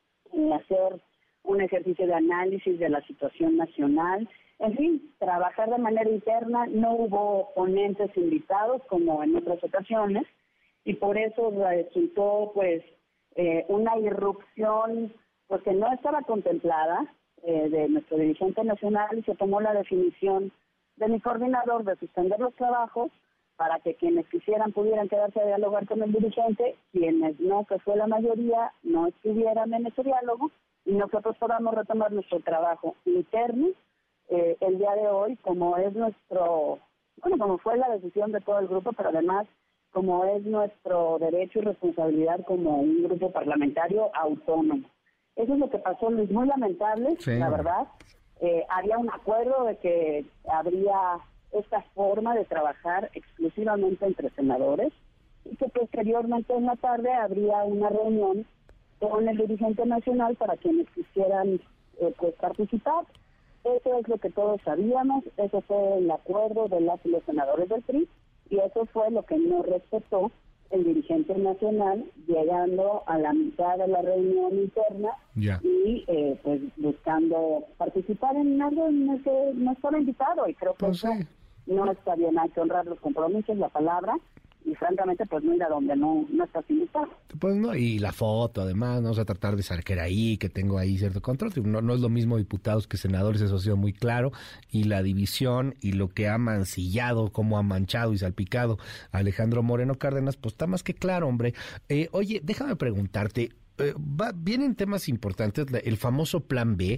y hacer un ejercicio de análisis de la situación nacional, en fin, trabajar de manera interna. No hubo ponentes invitados como en otras ocasiones, y por eso resultó pues eh, una irrupción porque no estaba contemplada eh, de nuestro dirigente nacional, y se tomó la definición de mi coordinador de suspender los trabajos para que quienes quisieran pudieran quedarse a dialogar con el dirigente, quienes no, que fue la mayoría, no estuvieran en ese diálogo, y nosotros podamos retomar nuestro trabajo interno eh, el día de hoy, como es nuestro, bueno, como fue la decisión de todo el grupo, pero además como es nuestro derecho y responsabilidad como un grupo parlamentario autónomo. Eso es lo que pasó, Luis, muy lamentable, sí. La verdad. Eh, había un acuerdo de que habría esta forma de trabajar exclusivamente entre senadores, y que posteriormente en la tarde habría una reunión con el dirigente nacional para quienes quisieran eh, pues, participar. Eso es lo que todos sabíamos, eso fue el acuerdo de las y los senadores del P R I, y eso fue lo que no respetó el dirigente nacional, llegando a la mitad de la reunión interna yeah. y eh, pues buscando participar en algo en el que no estaba invitado, y creo que pues eso sí. no está bien. Hay que honrar los compromisos, la palabra, y francamente pues no ir a donde no, no estás invitado. Pues no, y la foto además, no vamos a tratar de saber que era ahí, que tengo ahí cierto control, no, no es lo mismo diputados que senadores, eso ha sido muy claro, y la división y lo que ha mancillado, cómo ha manchado y salpicado a Alejandro Moreno Cárdenas, pues está más que claro, hombre. Eh, oye, déjame preguntarte, Eh, va, vienen temas importantes, el famoso plan B.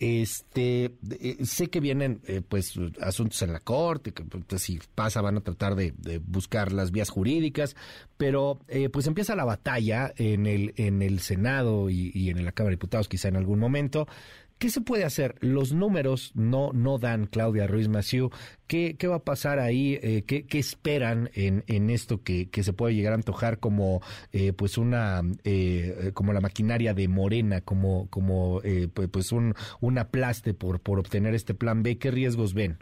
Este, eh, sé que vienen eh, pues asuntos en la corte, que pues, si pasa van a tratar de, de buscar las vías jurídicas, pero eh, pues empieza la batalla en el en el Senado y, y en la Cámara de Diputados, quizá en algún momento. ¿Qué se puede hacer? Los números no no dan, Claudia Ruiz Massieu. ¿Qué, qué va a pasar ahí? Eh, ¿qué, ¿Qué esperan en, en esto que, que se puede llegar a antojar como eh, pues una eh, como la maquinaria de Morena, como como eh, pues un un aplaste por por obtener este plan B? ¿Qué riesgos ven?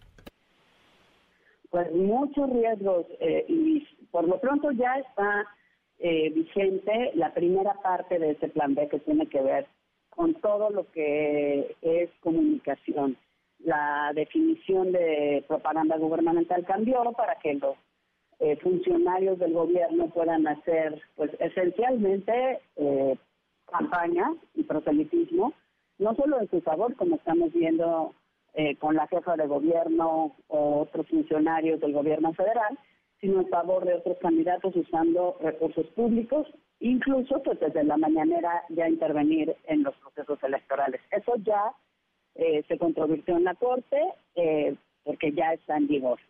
Pues muchos riesgos, eh, y por lo pronto ya está eh, vigente la primera parte de ese plan B, que tiene que ver con todo lo que es comunicación. La definición de propaganda gubernamental cambió para que los eh, funcionarios del gobierno puedan hacer, pues esencialmente, eh, campaña y proselitismo, no solo en su favor, como estamos viendo eh, con la jefa de gobierno o otros funcionarios del gobierno federal, sino en favor de otros candidatos usando recursos públicos, incluso pues desde la mañanera ya intervenir en los procesos electorales. Eso ya eh, se controvirtió en la Corte eh, porque ya está en vigor.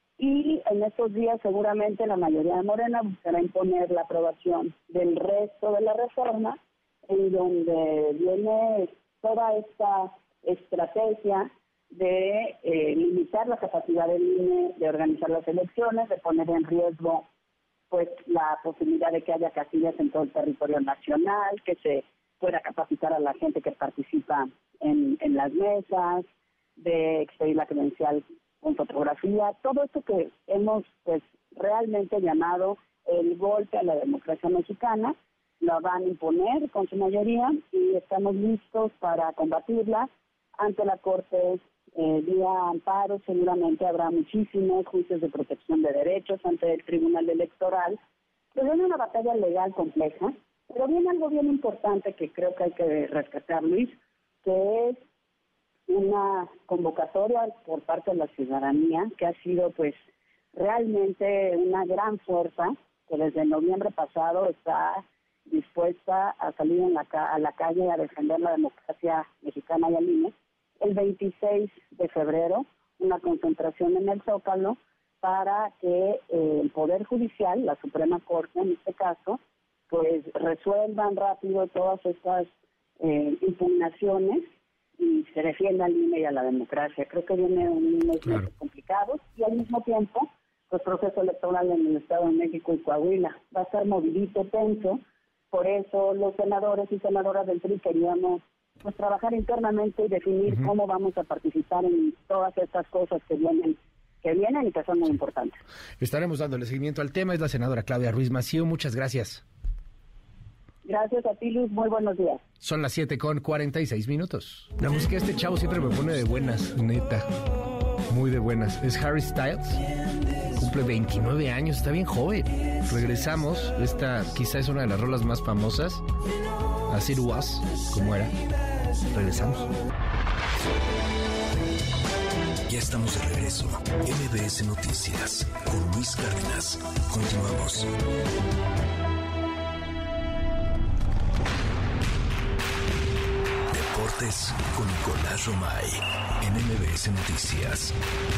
Y en estos días seguramente la mayoría de Morena buscará imponer la aprobación del resto de la reforma, en donde viene toda esta estrategia de eh, limitar la capacidad del I N E de organizar las elecciones, de poner en riesgo pues la posibilidad de que haya casillas en todo el territorio nacional, que se pueda capacitar a la gente que participa en, en las mesas, de expedir la credencial con fotografía, todo esto que hemos pues realmente llamado el golpe a la democracia mexicana, lo van a imponer con su mayoría y estamos listos para combatirla ante la Corte. Eh, vía amparo seguramente habrá muchísimos juicios de protección de derechos ante el Tribunal Electoral. Pero viene una batalla legal compleja, pero viene algo bien importante que creo que hay que rescatar, Luis, que es una convocatoria por parte de la ciudadanía que ha sido pues realmente una gran fuerza que desde noviembre pasado está dispuesta a salir en la ca- a la calle a defender la democracia mexicana y al I N E. El veintiséis de febrero, una concentración en el Zócalo para que eh, el Poder Judicial, la Suprema Corte en este caso, pues resuelvan rápido todas estas eh, impugnaciones y se defienda al I N E y a la democracia. Creo que viene un mes claro. complicado y al mismo tiempo, pues proceso electoral en el Estado de México y Coahuila va a estar movidito, tenso. Por eso los senadores y senadoras del P R I queríamos pues trabajar internamente y definir uh-huh. cómo vamos a participar en todas estas cosas que vienen que vienen y que son muy importantes. Estaremos dándole seguimiento al tema. Es la senadora Claudia Ruiz Massieu. Muchas gracias. Gracias a ti, Luz. Muy buenos días. Son las siete con cuarenta y seis minutos. La música de este chavo siempre me pone de buenas, neta. Muy de buenas. Es Harry Styles. Cumple veintinueve años. Está bien joven. Regresamos. Esta quizá es una de las rolas más famosas. As It Was, como era. Regresamos. Ya estamos de regreso. M B S Noticias con Luis Cárdenas. Continuamos. Deportes con Nicolás Romay en M B S Noticias.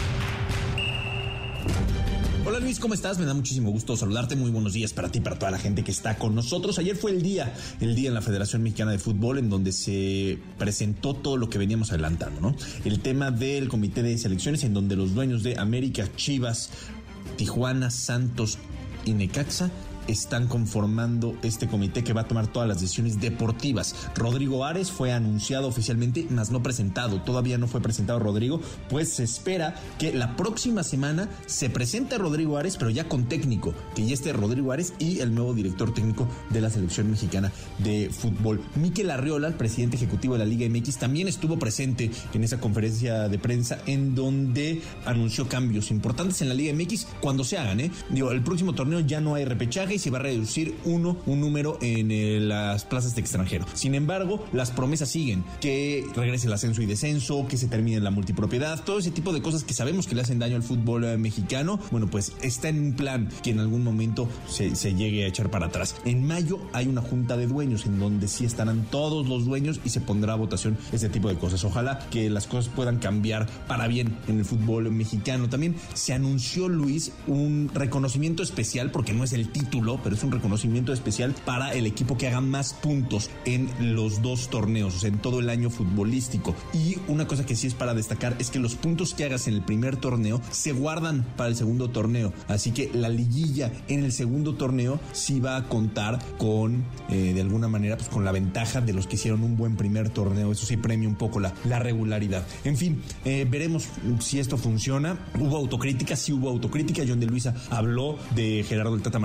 Hola Luis, ¿cómo estás? Me da muchísimo gusto saludarte. Muy buenos días para ti y para toda la gente que está con nosotros. Ayer fue el día, el día en la Federación Mexicana de Fútbol en donde se presentó todo lo que veníamos adelantando, ¿no? El tema del comité de selecciones en donde los dueños de América, Chivas, Tijuana, Santos y Necaxa están conformando este comité que va a tomar todas las decisiones deportivas. Rodrigo Ares fue anunciado oficialmente, mas no presentado. Todavía no fue presentado Rodrigo, pues se espera que la próxima semana se presente Rodrigo Ares, pero ya con técnico, que ya esté Rodrigo Ares y el nuevo director técnico de la selección mexicana de fútbol. Mikel Arriola, el presidente ejecutivo de la Liga M X, también estuvo presente en esa conferencia de prensa en donde anunció cambios importantes en la Liga M X cuando se hagan, ¿eh? Digo, el próximo torneo ya no hay repechaje y se va a reducir uno, un número en eh, las plazas de extranjero. Sin embargo, las promesas siguen, que regrese el ascenso y descenso, que se termine la multipropiedad, todo ese tipo de cosas que sabemos que le hacen daño al fútbol eh, mexicano. Bueno, pues está en un plan que en algún momento se, se llegue a echar para atrás. En mayo hay una junta de dueños en donde sí estarán todos los dueños y se pondrá a votación ese tipo de cosas. Ojalá que las cosas puedan cambiar para bien en el fútbol mexicano. También se anunció, Luis, un reconocimiento especial, porque no es el título, pero es un reconocimiento especial para el equipo que haga más puntos en los dos torneos, o sea, en todo el año futbolístico. Y una cosa que sí es para destacar es que los puntos que hagas en el primer torneo se guardan para el segundo torneo, así que la liguilla en el segundo torneo sí va a contar con, eh, de alguna manera, pues con la ventaja de los que hicieron un buen primer torneo. Eso sí premia un poco la, la regularidad. En fin, eh, veremos si esto funciona. Hubo autocrítica, sí hubo autocrítica. John de Luisa habló de Gerardo el Tata Martino y su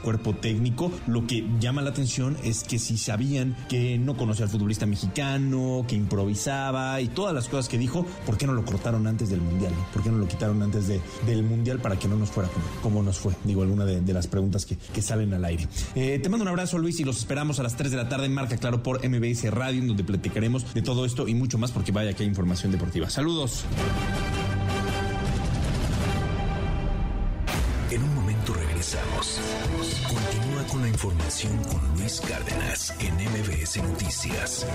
cuerpo técnico. Lo que llama la atención es que si sabían que no conocía al futbolista mexicano, que improvisaba y todas las cosas que dijo, ¿por qué no lo cortaron antes del Mundial? ¿Por qué no lo quitaron antes de, del Mundial para que no nos fuera como, como nos fue? Digo, alguna de, de las preguntas que, que salen al aire. Eh, te mando un abrazo, Luis, y los esperamos a las tres de la tarde en Marca Claro por M B S Radio, en donde platicaremos de todo esto y mucho más, porque vaya que hay información deportiva. Saludos. En un momento regresamos. Continúa con la información con Luis Cárdenas en M B S Noticias.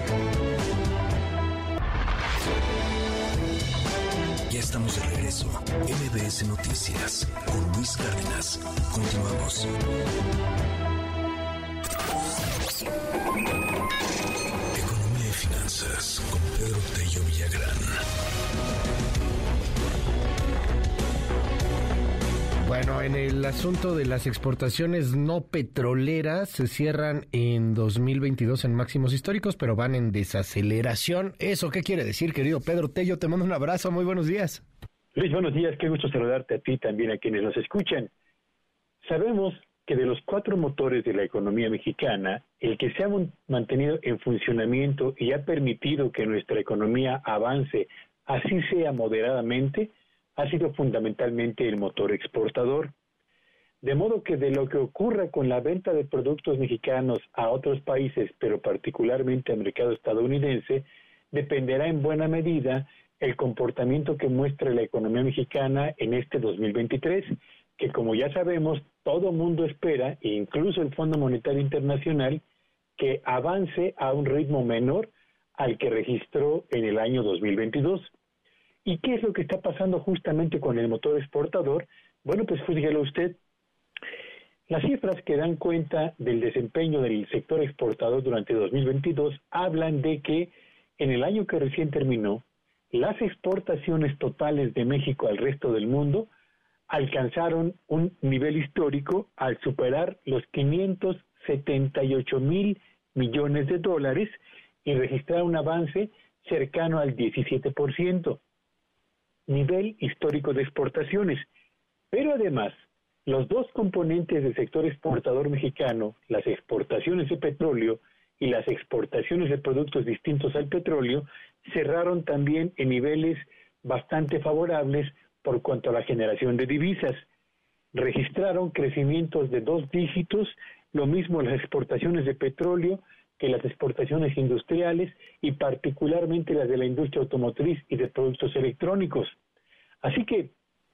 Ya estamos de regreso. M B S Noticias con Luis Cárdenas. Continuamos. Economía y finanzas con Pedro Tello Villagrán. Bueno, en el asunto de las exportaciones no petroleras, se cierran en dos mil veintidós en máximos históricos, pero van en desaceleración. ¿Eso qué quiere decir, querido Pedro Tello? Te mando un abrazo, muy buenos días. Luis, buenos días, qué gusto saludarte a ti, también a quienes nos escuchan. Sabemos que de los cuatro motores de la economía mexicana, el que se ha mantenido en funcionamiento y ha permitido que nuestra economía avance, así sea moderadamente, ha sido fundamentalmente el motor exportador. De modo que de lo que ocurra con la venta de productos mexicanos a otros países, pero particularmente al mercado estadounidense, dependerá en buena medida el comportamiento que muestre la economía mexicana en este dos mil veintitrés, que como ya sabemos, todo mundo espera, incluso el Fondo Monetario Internacional, que avance a un ritmo menor al que registró en el año dos mil veintidós. ¿Y qué es lo que está pasando justamente con el motor exportador? Bueno, pues fíjelo usted, las cifras que dan cuenta del desempeño del sector exportador durante dos mil veintidós hablan de que en el año que recién terminó, las exportaciones totales de México al resto del mundo alcanzaron un nivel histórico al superar los quinientos setenta y ocho mil millones de dólares y registrar un avance cercano al diecisiete por ciento. Nivel histórico de exportaciones. Pero además, los dos componentes del sector exportador mexicano, las exportaciones de petróleo y las exportaciones de productos distintos al petróleo, cerraron también en niveles bastante favorables por cuanto a la generación de divisas. Registraron crecimientos de dos dígitos, lo mismo las exportaciones de petróleo que las exportaciones industriales y particularmente las de la industria automotriz y de productos electrónicos. Así que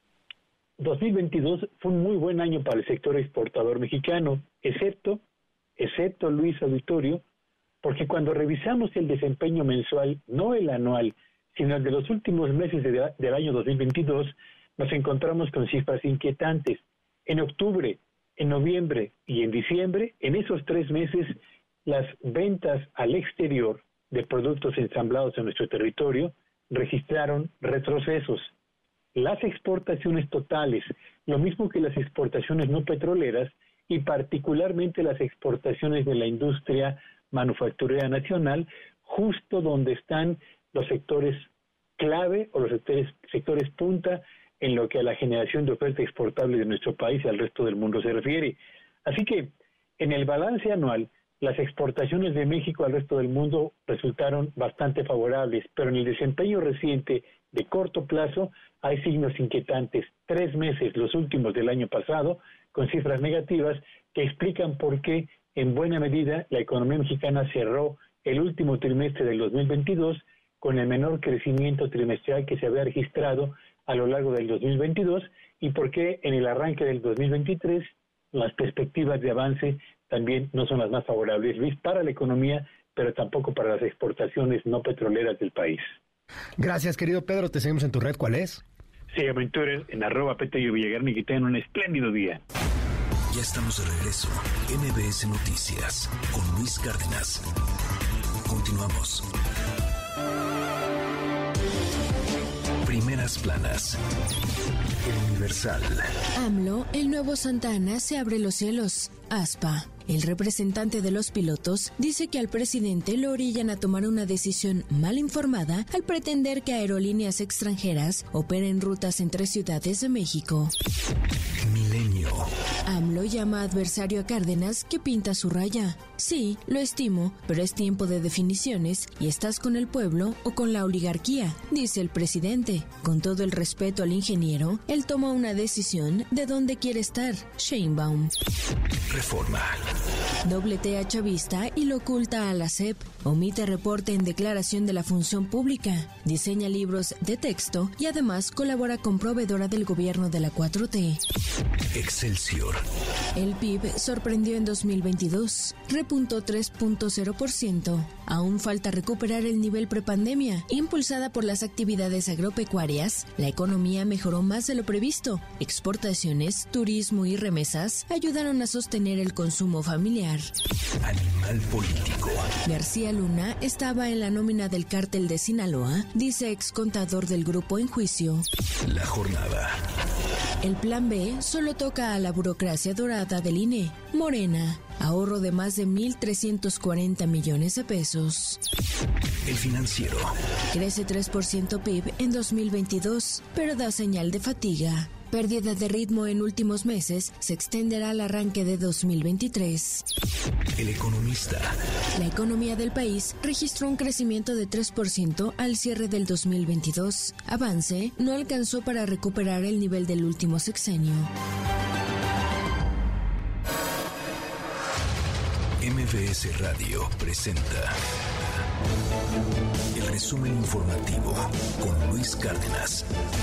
dos mil veintidós fue un muy buen año para el sector exportador mexicano, excepto, excepto Luis Auditorio, porque cuando revisamos el desempeño mensual, no el anual, sino el de los últimos meses de, del año dos mil veintidós, nos encontramos con cifras inquietantes. En octubre, en noviembre y en diciembre, en esos tres meses, las ventas al exterior de productos ensamblados en nuestro territorio registraron retrocesos. Las exportaciones totales, lo mismo que las exportaciones no petroleras y particularmente las exportaciones de la industria manufacturera nacional, justo donde están los sectores clave o los sectores, sectores punta en lo que a la generación de oferta exportable de nuestro país y al resto del mundo se refiere. Así que en el balance anual, las exportaciones de México al resto del mundo resultaron bastante favorables, pero en el desempeño reciente de corto plazo hay signos inquietantes. Tres meses, los últimos del año pasado, con cifras negativas que explican por qué, en buena medida, la economía mexicana cerró el último trimestre del dos mil veintidós con el menor crecimiento trimestral que se había registrado a lo largo del dos mil veintidós y por qué en el arranque del dos mil veintitrés las perspectivas de avance también no son las más favorables, Luis, para la economía, pero tampoco para las exportaciones no petroleras del país. Gracias, querido Pedro. Te seguimos en tu red. ¿Cuál es? Sígueme en Twitter, en arroba Petello Villagrán, y que tengan un espléndido día. Ya estamos de regreso. M B S Noticias con Luis Cárdenas. Continuamos. Primeras planas. El Universal. AMLO, el nuevo Santana, se abre los cielos. Aspa. El representante de los pilotos dice que al presidente lo orillan a tomar una decisión mal informada al pretender que aerolíneas extranjeras operen rutas entre ciudades de México. Milenio. AMLO llama adversario a Cárdenas que pinta su raya. Sí, lo estimo, pero es tiempo de definiciones y estás con el pueblo o con la oligarquía, dice el presidente. Con todo el respeto al ingeniero, él toma una decisión de dónde quiere estar. Sheinbaum. Reforma. Dobletea chavista y lo oculta a la S E P. Omite reporte en declaración de la función pública. Diseña libros de texto y además colabora con proveedora del gobierno de la cuatro T. Excelsior. El P I B sorprendió en dos mil veintidós. Repuntó tres punto cero por ciento. Aún falta recuperar el nivel prepandemia. Impulsada por las actividades agropecuarias, la economía mejoró más de lo previsto. Exportaciones, turismo y remesas ayudaron a sostener el consumo familiar. Animal político. García Luna estaba en la nómina del cártel de Sinaloa, dice excontador del grupo en juicio. La jornada. El plan B solo toca a la burocracia dorada del I N E. Morena, ahorro de más de mil trescientos cuarenta millones de pesos. El Financiero. Crece tres por ciento P I B en dos mil veintidós, pero da señal de fatiga. Pérdida de ritmo en últimos meses se extenderá al arranque de dos mil veintitrés. El Economista. La economía del país registró un crecimiento de tres por ciento al cierre del dos mil veintidós. Avance no alcanzó para recuperar el nivel del último sexenio. M V S Radio presenta el resumen informativo con Luis Cárdenas.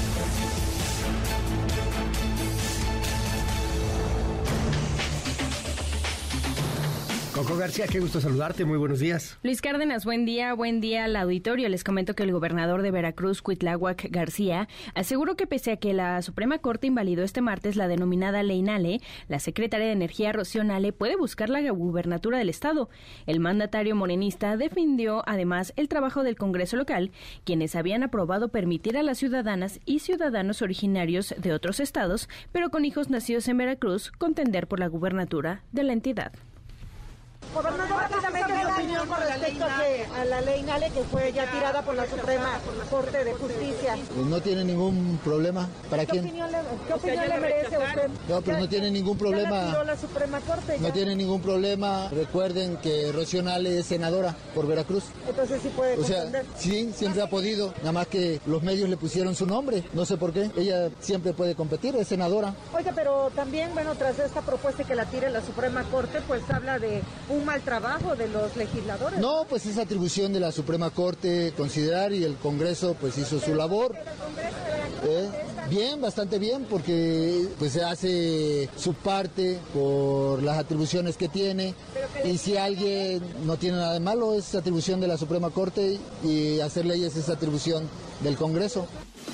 Coco García, qué gusto saludarte, muy buenos días. Luis Cárdenas, buen día, buen día al auditorio. Les comento que el gobernador de Veracruz, Cuitláhuac García, aseguró que pese a que la Suprema Corte invalidó este martes la denominada Ley Nale, la secretaria de Energía, Rocío Nale, puede buscar la gubernatura del estado. El mandatario morenista defendió además el trabajo del Congreso local, quienes habían aprobado permitir a las ciudadanas y ciudadanos originarios de otros estados, pero con hijos nacidos en Veracruz, contender por la gubernatura de la entidad. Gobernador, rápidamente mi opinión con respecto a la ley Nale que fue ya tirada por la Suprema Corte de Justicia. Pues no tiene ningún problema. ¿Para ¿Qué quién? Opinión le, ¿Qué opinión le merece a usted? No, pero no tiene ningún problema. Ya la tiró la Suprema Corte. No ya. tiene ningún problema. Recuerden que Rocío Nale es senadora por Veracruz. Entonces sí puede O sea, contender. sí, siempre ha podido. Nada más que los medios le pusieron su nombre. No sé por qué. Ella siempre puede competir, es senadora. Oiga, pero también, bueno, tras esta propuesta que la tire la Suprema Corte, pues habla de un mal trabajo de los legisladores. No, pues es atribución de la Suprema Corte considerar y el Congreso pues hizo su labor. ¿Eh? Bien, bastante bien, porque pues se hace su parte por las atribuciones que tiene y si alguien no tiene nada de malo es atribución de la Suprema Corte y hacer leyes es atribución del Congreso.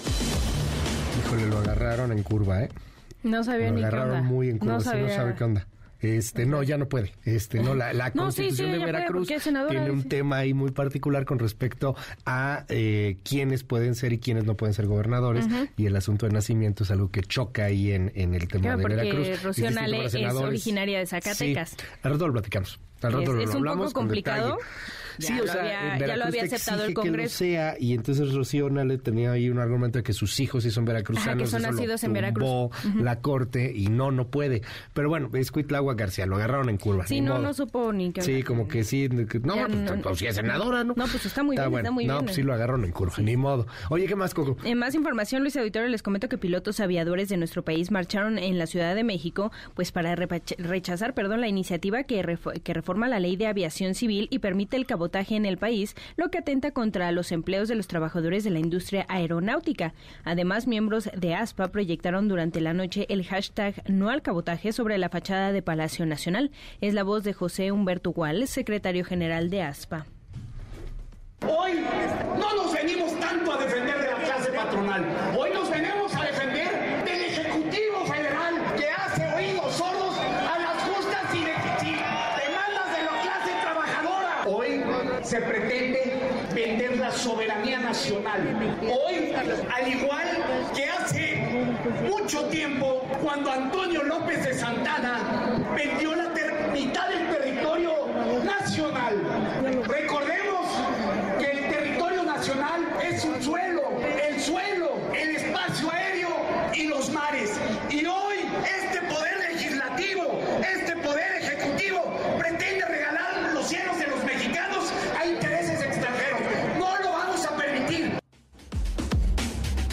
Híjole, lo agarraron en curva, ¿eh? No sabía lo ni qué onda. Lo agarraron muy en curva, no, sí, sabía... no sabe qué onda. Este, no, ya no puede. Este, no, la, la no, Constitución sí, sí, de Veracruz puede, senadora, tiene un sí. tema ahí muy particular con respecto a eh, quiénes pueden ser y quiénes no pueden ser gobernadores, uh-huh. y el asunto de nacimiento es algo que choca ahí en, en el tema claro, de porque Veracruz. Rocío Nale es originaria de Zacatecas. Sí, al rato lo platicamos. Al rato es, lo es un hablamos poco complicado. Sí, ya o lo sea, había, Veracruz ya lo había aceptado el Congreso. Que lo sea, y entonces Rocío Nale tenía ahí un argumento de que sus hijos sí son veracruzanos. Ajá, que son eso nacidos lo en Veracruz. Uh-huh. La Corte y no, no puede. Pero bueno, es Cuitláhuac García, lo agarraron en curva. Sí, no, modo. no supo ni que... Sí, como que sí, que, no, ya, pues, no, pues sí es senadora, ¿no? No, pues está muy está bien, bueno. está muy no, bien. No, pues sí lo agarraron en curva, sí. Ni modo. Oye, ¿qué más, Coco? En más información, Luis Auditorio, les comento que pilotos aviadores de nuestro país marcharon en la Ciudad de México, pues para rechazar, perdón, la iniciativa que, ref- que reforma la Ley de Aviación Civil y permite el cabotaje en el país, lo que atenta contra los empleos de los trabajadores de la industria aeronáutica. Además, miembros de ASPA proyectaron durante la noche el hashtag No al cabotaje sobre la fachada de Palacio Nacional. Es la voz de José Humberto Gual, secretario general de ASPA. Hoy no nos venimos tanto a defender de la clase patronal, hoy nos venimos a defender del Ejecutivo Federal que hace oídos sordos a las justas y de, y demandas de la clase trabajadora. Hoy se pretende vender la soberanía nacional. Hoy, al igual que hace mucho tiempo, cuando Antonio López de Santana vendió la ter- mitad del territorio nacional. Recordemos que el territorio nacional es un suelo, el suelo, el espacio aéreo y los mares. Y hoy este poder legislativo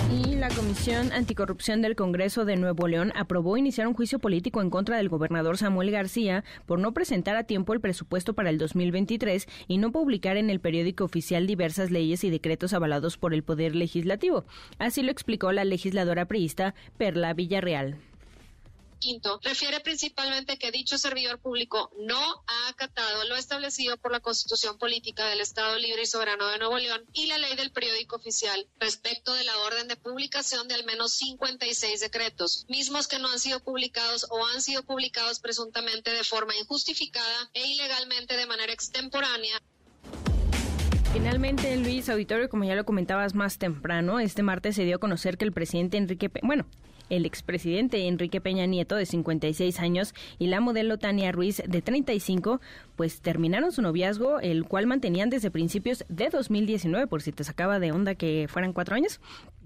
Y la Comisión Anticorrupción del Congreso de Nuevo León aprobó iniciar un juicio político en contra del gobernador Samuel García por no presentar a tiempo el presupuesto para el dos mil veintitrés y no publicar en el periódico oficial diversas leyes y decretos avalados por el Poder Legislativo. Así lo explicó la legisladora priista Perla Villarreal. Quinto, refiere principalmente que dicho servidor público no ha acatado lo establecido por la Constitución Política del Estado Libre y Soberano de Nuevo León y la ley del periódico oficial respecto de la orden de publicación de al menos cincuenta y seis decretos, mismos que no han sido publicados o han sido publicados presuntamente de forma injustificada e ilegalmente de manera extemporánea. Finalmente, Luis Auditorio, como ya lo comentabas más temprano, este martes se dio a conocer que el presidente Enrique Pe- bueno, el expresidente Enrique Peña Nieto, de cincuenta y seis años, y la modelo Tania Ruiz, de treinta y cinco, pues terminaron su noviazgo, el cual mantenían desde principios de dos mil diecinueve, por si te sacaba de onda que fueran cuatro años.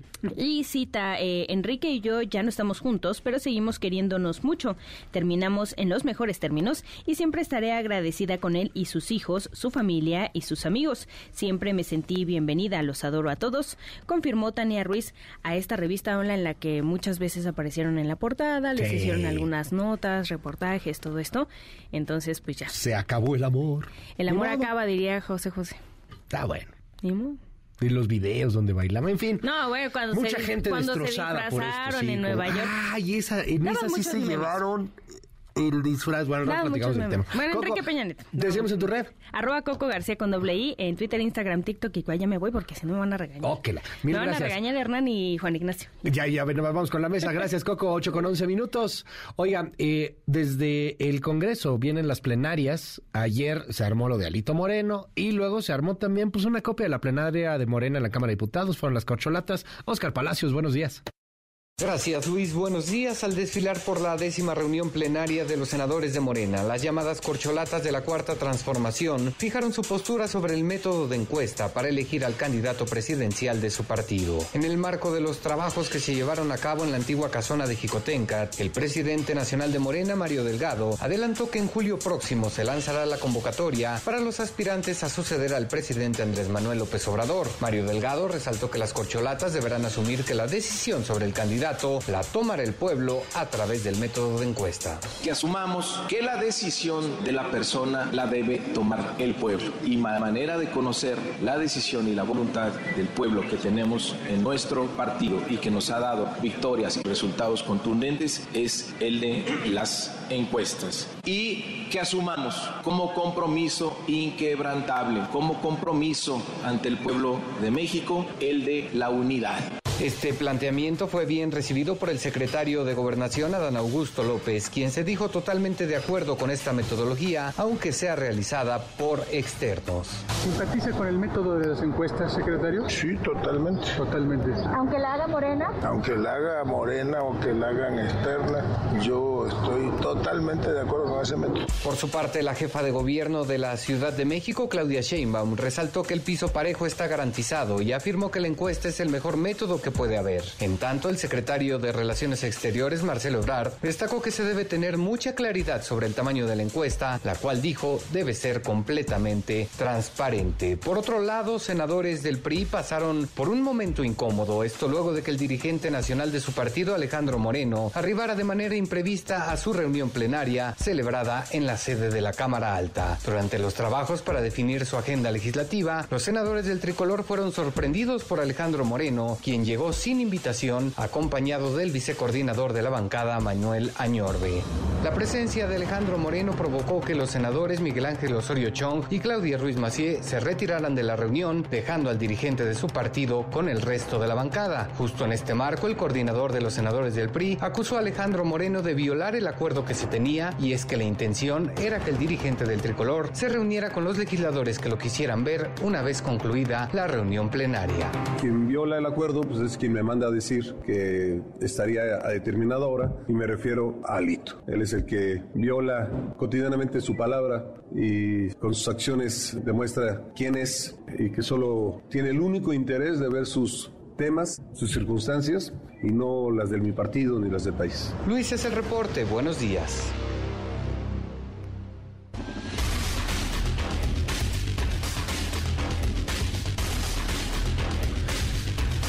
Y cita, eh, Enrique y yo ya no estamos juntos, pero seguimos queriéndonos mucho. Terminamos en los mejores términos y siempre estaré agradecida con él y sus hijos, su familia y sus amigos. Siempre me sentí bienvenida, los adoro a todos, confirmó Tania Ruiz a esta revista online en la que muchas veces aparecieron en la portada, les Sí. hicieron algunas notas, reportajes, todo esto. Entonces, pues ya. Se acabó el amor. El amor Ni modo. acaba, diría José José. Está bueno. Ni modo. Y los videos donde bailaba, en fin. No, bueno, cuando Mucha se, gente cuando destrozada se por esto. disfrazaron Sí, en como, Nueva York. Ay, esa, en Daban esa sí muchos se memes. llevaron el disfraz. Bueno, no Daban platicamos muchos del tema. memes. Bueno, Coco, Enrique Peña Nieto. decíamos en tu red. Arroba Coco García con doble I en Twitter, Instagram, TikTok, y cual ya me voy porque si no me van a regañar. Ok, la- mil me van gracias. a regañar Hernán y Juan Ignacio. Ya, ya, bueno, vamos con la mesa. Gracias, Coco. ocho con once minutos. Oigan, eh, desde el Congreso vienen las plenarias. Ayer se armó lo de Alito Moreno y luego se armó también pues una copia de la plenaria de Morena en la Cámara de Diputados. Fueron las corcholatas. Óscar Palacios, buenos días. Gracias, Luis. Buenos días. Al desfilar por la décima reunión plenaria de los senadores de Morena, las llamadas corcholatas de la Cuarta Transformación fijaron su postura sobre el método de encuesta para elegir al candidato presidencial de su partido. En el marco de los trabajos que se llevaron a cabo en la antigua casona de Jicotencat, el presidente nacional de Morena, Mario Delgado, adelantó que en julio próximo se lanzará la convocatoria para los aspirantes a suceder al presidente Andrés Manuel López Obrador. Mario Delgado resaltó que las corcholatas deberán asumir que la decisión sobre el candidato la tomará el pueblo a través del método de encuesta. Que asumamos que la decisión de la persona la debe tomar el pueblo y la manera de conocer la decisión y la voluntad del pueblo que tenemos en nuestro partido y que nos ha dado victorias y resultados contundentes es el de las encuestas. Y que asumamos como compromiso inquebrantable, como compromiso ante el pueblo de México, el de la unidad. Este planteamiento fue bien recibido por el secretario de Gobernación, Adán Augusto López, quien se dijo totalmente de acuerdo con esta metodología, aunque sea realizada por externos. ¿Simpatiza con el método de las encuestas, secretario? Sí, totalmente. Totalmente. Aunque la haga Morena. Aunque la haga Morena o que la hagan externa, yo estoy totalmente de acuerdo con ese método. Por su parte, la jefa de gobierno de la Ciudad de México, Claudia Sheinbaum, resaltó que el piso parejo está garantizado y afirmó que la encuesta es el mejor método que puede haber. En tanto, el secretario de Relaciones Exteriores, Marcelo Ebrard, destacó que se debe tener mucha claridad sobre el tamaño de la encuesta, la cual dijo debe ser completamente transparente. Por otro lado, senadores del P R I pasaron por un momento incómodo, esto luego de que el dirigente nacional de su partido, Alejandro Moreno, arribara de manera imprevista a su reunión plenaria celebrada en la sede de la Cámara Alta. Durante los trabajos para definir su agenda legislativa, los senadores del tricolor fueron sorprendidos por Alejandro Moreno, quien llegó sin invitación, acompañado del vicecoordinador de la bancada, Manuel Añorbe. La presencia de Alejandro Moreno provocó que los senadores Miguel Ángel Osorio Chong y Claudia Ruiz Massieu se retiraran de la reunión, dejando al dirigente de su partido con el resto de la bancada. Justo en este marco, el coordinador de los senadores del P R I acusó a Alejandro Moreno de violar el acuerdo que se tenía, y es que la intención era que el dirigente del tricolor se reuniera con los legisladores que lo quisieran ver una vez concluida la reunión plenaria. Quien viola el acuerdo pues es quien me manda a decir que estaría a determinada hora, y me refiero a Alito. Él es el que viola cotidianamente su palabra y con sus acciones demuestra quién es, y que solo tiene el único interés de ver sus temas, sus circunstancias, y no las de mi partido ni las del país. Luis, es el reporte. Buenos días.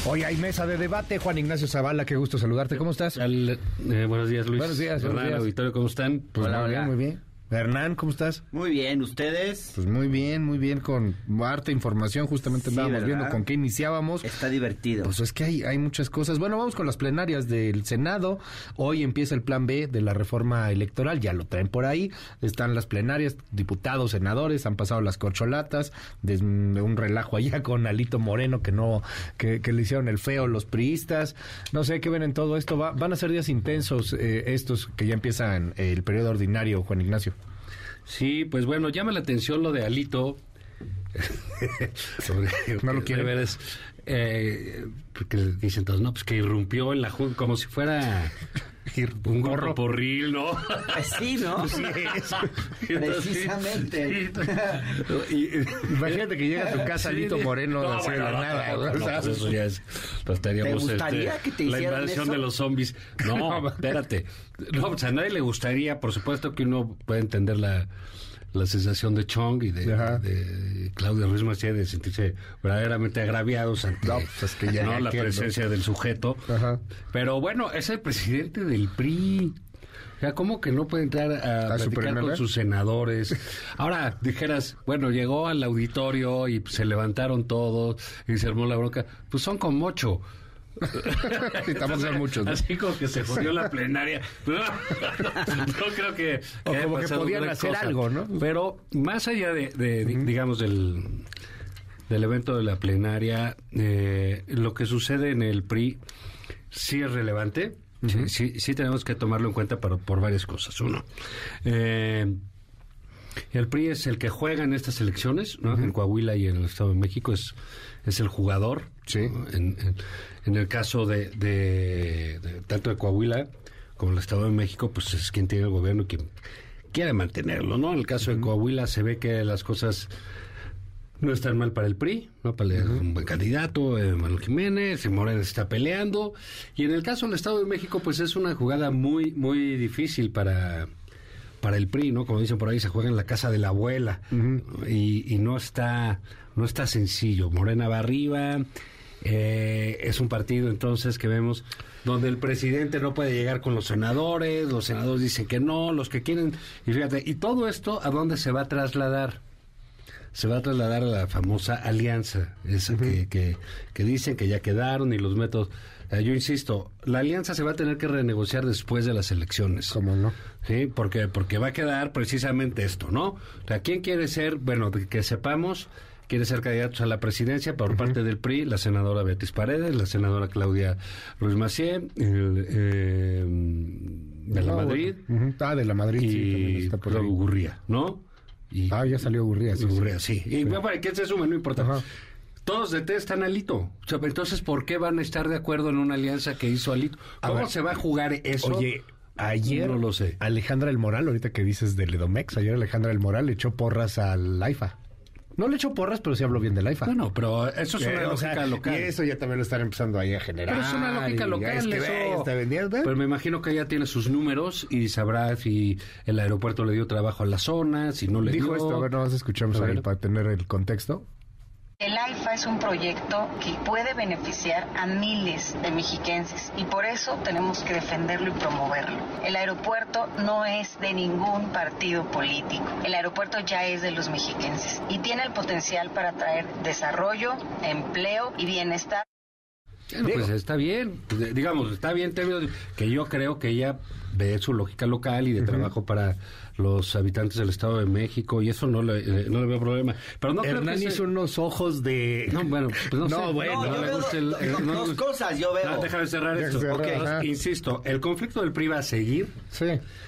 Hoy hay mesa de debate. Juan Ignacio Zavala, qué gusto saludarte. ¿Cómo estás? Al, eh, buenos días, Luis. Buenos días, Hernán, buenos días. Auditorio, ¿cómo están? Pues hola, muy bien, muy bien. Hernán, ¿cómo estás? Muy bien, ¿ustedes? Pues muy bien, muy bien, con harta información. Justamente Sí, andábamos ¿verdad? viendo con qué iniciábamos. Está divertido. Pues es que hay, hay muchas cosas. Bueno, vamos con las plenarias del Senado. Hoy empieza el plan B de la reforma electoral, ya lo traen por ahí. Están las plenarias, diputados, senadores, han pasado las corcholatas, de, de un relajo allá con Alito Moreno que no, que, que le hicieron el feo los priistas. No sé qué ven en todo esto. Va, van a ser días intensos eh, estos que ya empiezan el periodo ordinario, Juan Ignacio. Sí, pues bueno, llama la atención lo de Alito. Sobre, no lo quiere ver. Es, eh, porque dicen todos, no, pues que irrumpió en la Junta como si fuera un gorro porril, ¿no? Pues sí, ¿no? Sí, precisamente. Sí, y, imagínate que llega a tu casa sí, Alito Moreno no, así de bueno, la nada. no, no, ¿no? no, pues eso ya es, pues estaríamos, ¿Te gustaría este, que te la hicieran invasión eso? de los zombies. No, espérate. No, pues a nadie le gustaría, por supuesto que uno puede entender la la sensación de Chong y de, de Claudia Ruiz Massieu de sentirse verdaderamente agraviados ante no, pues es que ya ¿no? la que, presencia ¿no? del sujeto. Ajá. Pero bueno, es el presidente del P R I. O sea, ¿cómo que no puede entrar a, a platicar con sus senadores? Ahora, dijeras, bueno, llegó al auditorio y se levantaron todos y se armó la bronca. Pues son como ocho. Estamos en muchos, ¿no? Así como que se jodió la plenaria. No, no creo que, o que como que podían hacer cosa. algo, ¿no? Pero más allá de, de, de uh-huh. digamos del del evento de la plenaria, eh, lo que sucede en el P R I sí es relevante. Uh-huh. sí, sí, sí tenemos que tomarlo en cuenta por, por varias cosas. Uno, eh, el P R I es el que juega en estas elecciones, ¿no? Uh-huh. En Coahuila y en el Estado de México es es el jugador. Sí. ¿no? En, en, en el caso de, de, de tanto de Coahuila como el Estado de México, pues es quien tiene el gobierno y quien quiere mantenerlo, ¿no? En el caso uh-huh. de Coahuila se ve que las cosas no están mal para el P R I, ¿no? Para el, uh-huh. un buen candidato, eh, Manuel Jiménez, Morena está peleando. Y en el caso del Estado de México, pues es una jugada muy, muy difícil para... para el P R I, ¿no? Como dicen por ahí, se juega en la casa de la abuela. Uh-huh. y, y no está no está sencillo. Morena va arriba, eh, es un partido entonces que vemos donde el presidente no puede llegar con los senadores, los senadores dicen que no, los que quieren, y fíjate, y todo esto, ¿a dónde se va a trasladar? Se va a trasladar a la famosa alianza, esa uh-huh. que, que, que dicen que ya quedaron y los métodos. Eh, yo insisto, la alianza se va a tener que renegociar después de las elecciones. ¿Cómo no? Sí, porque, porque va a quedar precisamente esto, ¿no? O sea, ¿quién quiere ser? Bueno, que sepamos, quiere ser candidatos a la presidencia por uh-huh. parte del P R I, la senadora Beatriz Paredes, la senadora Claudia Ruiz Massieu, el, eh, de la no, Madrid. Uh-huh. Ah, de la Madrid, y sí, está por ahí. Gurría, ¿no? Y, ah, ya salió Gurría, sí. Gurría, sí. sí. Y sí. para que se sume, no importa. Uh-huh. Todos detestan a Alito. O sea, entonces, ¿por qué van a estar de acuerdo en una alianza que hizo Alito? ¿Cómo ver, se va a jugar eso? Oye, ayer no lo sé. Alejandra El Moral, ahorita que dices del Edomex, ayer Alejandra El Moral le echó porras al AIFA. No le echó porras, pero sí habló bien del AIFA. Bueno, pero eso es una eh, lógica o sea, local. Y eso ya también lo están empezando ahí a generar. Pero es una lógica local. Es que eso... ve, está vendiendo, ¿eh? Pero me imagino que ella tiene sus números y sabrá si el aeropuerto le dio trabajo a la zona, si no le Dijo dio. Dijo esto, a ver, nos escuchamos a ahí para tener el contexto. El AIFA es un proyecto que puede beneficiar a miles de mexiquenses y por eso tenemos que defenderlo y promoverlo. El aeropuerto no es de ningún partido político. El aeropuerto ya es de los mexiquenses y tiene el potencial para traer desarrollo, empleo y bienestar. Bueno, pues está bien, digamos, está bien en términos de que yo creo que ella ve su lógica local y de uh-huh. trabajo para los habitantes del Estado de México y eso no le, no le veo problema. Pero no Hernán creo que hizo se... unos ojos de... No, bueno, pues no, no sé. bueno, no, no, me gusta el, el, no, dos no, cosas yo veo. No, déjame cerrar esto. Cerrar, okay. Entonces, insisto, el conflicto del P R I va a seguir. Sí.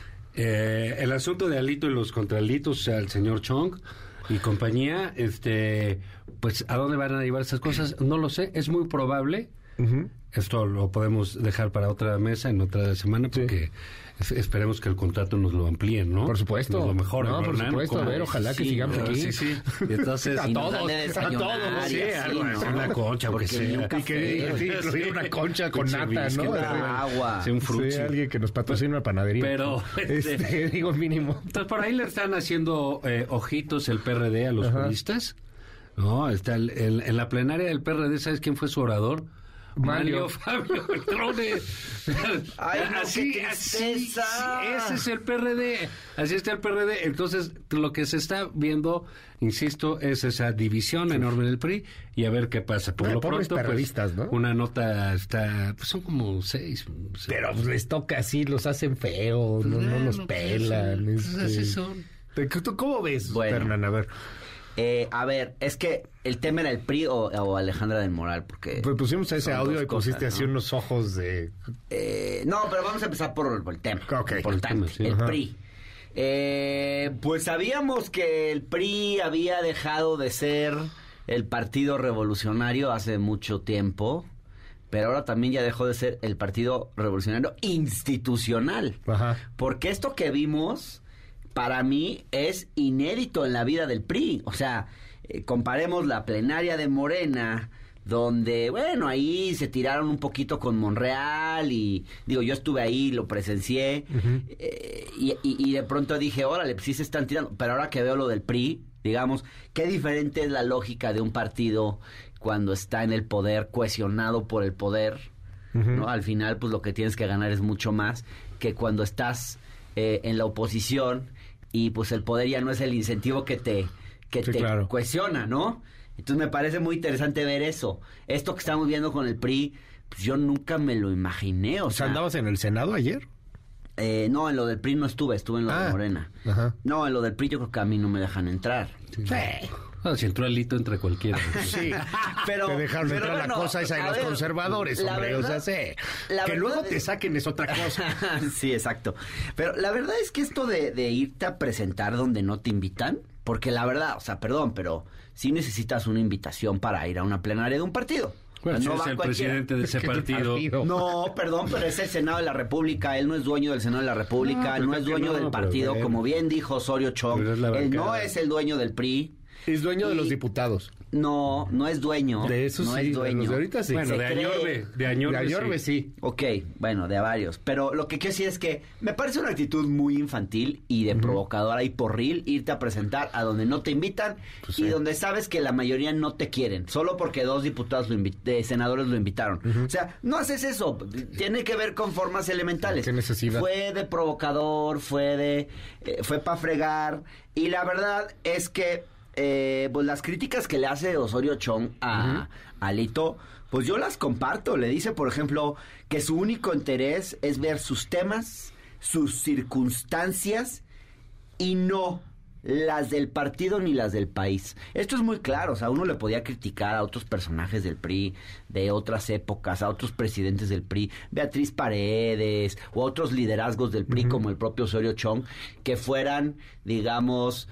Eh, el asunto de Alito y los contralitos, o sea, el señor Chong y compañía, este, pues, ¿a dónde van a llevar esas cosas? No lo sé, es muy probable. Uh-huh. Esto lo podemos dejar para otra mesa en otra semana porque sí. esperemos que el contrato nos lo amplíen, ¿no? Por supuesto. Nos lo mejor, no, por supuesto. A ver, ojalá que sí, sigamos no, aquí. Sí, sí. Y entonces, a todos, a todos. Sí, algo, ¿no? Una concha, porque sea. Un café, sí, sí, una concha con nata, ¿no? Agua. Sí, un frutti. Sí, alguien que nos patrocine una panadería. Pero, este, este, digo mínimo. Entonces, por ahí le están haciendo eh, ojitos el P R D a los juristas. No, está el, el, en la plenaria del P R D, ¿sabes quién fue su orador? Manlio Fabio Beltrones. Ay, no, así, qué así, tristeza. ese es el P R D, así está el P R D. Entonces, lo que se está viendo, insisto, es esa división enorme del P R I y a ver qué pasa. Por Bueno, lo pobres pronto, pues, periodistas, ¿no? una nota está, pues son como seis. seis. Pero pues, les toca así, los hacen feos, no, no los Bueno, pelan. pues, este... así son. ¿Tú cómo ves, Bueno. Fernán? A ver. Eh, a ver, es que el tema era el P R I o, o Alejandra del Moral, porque... Pues pusimos ese son audio dos y pusiste cosas, así ¿no? unos ojos de... Eh, no, pero vamos a empezar por, por el tema. Okay. Importante, El tema, sí. el Ajá. P R I. Eh, pues sabíamos que el P R I había dejado de ser el Partido Revolucionario hace mucho tiempo, pero ahora también ya dejó de ser el Partido Revolucionario Institucional. Ajá. Porque esto que vimos, para mí, es inédito en la vida del P R I. O sea, eh, comparemos la plenaria de Morena, donde, bueno, ahí se tiraron un poquito con Monreal y, digo, yo estuve ahí, lo presencié, Uh-huh. eh, y, y, y de pronto dije, órale, pues sí se están tirando, pero ahora que veo lo del P R I, digamos, qué diferente es la lógica de un partido cuando está en el poder, cohesionado por el poder, Uh-huh. ¿no? Al final, pues lo que tienes que ganar es mucho más que cuando estás eh, en la oposición y pues el poder ya no es el incentivo que te, que Sí, te claro. cohesiona, ¿no? Entonces me parece muy interesante ver eso. Esto que estamos viendo con el P R I, pues yo nunca me lo imaginé, o O sea, sea... ¿andabas en el Senado ayer? Eh, no, en lo del P R I no estuve, estuve en lo Ah, de Morena. ajá. No, en lo del P R I yo creo que a mí no me dejan entrar. Sí. Ah, si entró Alito entre cualquiera. Sí, Pero, te dejaron pero entrar bueno, la cosa esa de a los ver, conservadores, la hombre, o sea, verdad- sé. la Que verdad luego es- te saquen es otra cosa. Sí, exacto. Pero la verdad es que esto de, de irte a presentar donde no te invitan, porque la verdad, o sea, perdón, pero sí necesitas una invitación para ir a una plenaria de un partido. Bueno, si No es va el cualquiera. presidente de ese Es que es el partido. partido. No, perdón, pero es el Senado de la República. Él no es dueño del Senado de la República, No, no, pero es que dueño no, del pero partido, bueno. como bien dijo Osorio Chong. Pero es la Él no bancada. es el dueño del P R I. Es dueño de Y- los diputados. No, no es dueño. De eso no sí, es dueño. de los de ahorita sí. Bueno, Se de cree- Añorbe, de Añorbe, De Añorbe sí. Ok, bueno, de varios. Pero lo que quiero decir es que me parece una actitud muy infantil y de provocadora y porril irte a presentar a donde no te invitan Pues y sí. donde sabes que la mayoría no te quieren, solo porque dos diputados, lo invi- de senadores lo invitaron. O sea, no haces eso. Tiene que ver con formas elementales. ¿Qué necesidad? Fue de provocador, fue de... eh, fue para fregar. Y la verdad es que... Eh, pues las críticas que le hace Osorio Chong a, a Alito, pues yo las comparto. Le dice, por ejemplo, que su único interés es ver sus temas, sus circunstancias y no las del partido ni las del país. Esto es muy claro, o sea, uno le podía criticar a otros personajes del P R I de otras épocas, a otros presidentes del P R I, Beatriz Paredes, o a otros liderazgos del P R I, uh-huh. como el propio Osorio Chong, que fueran, digamos,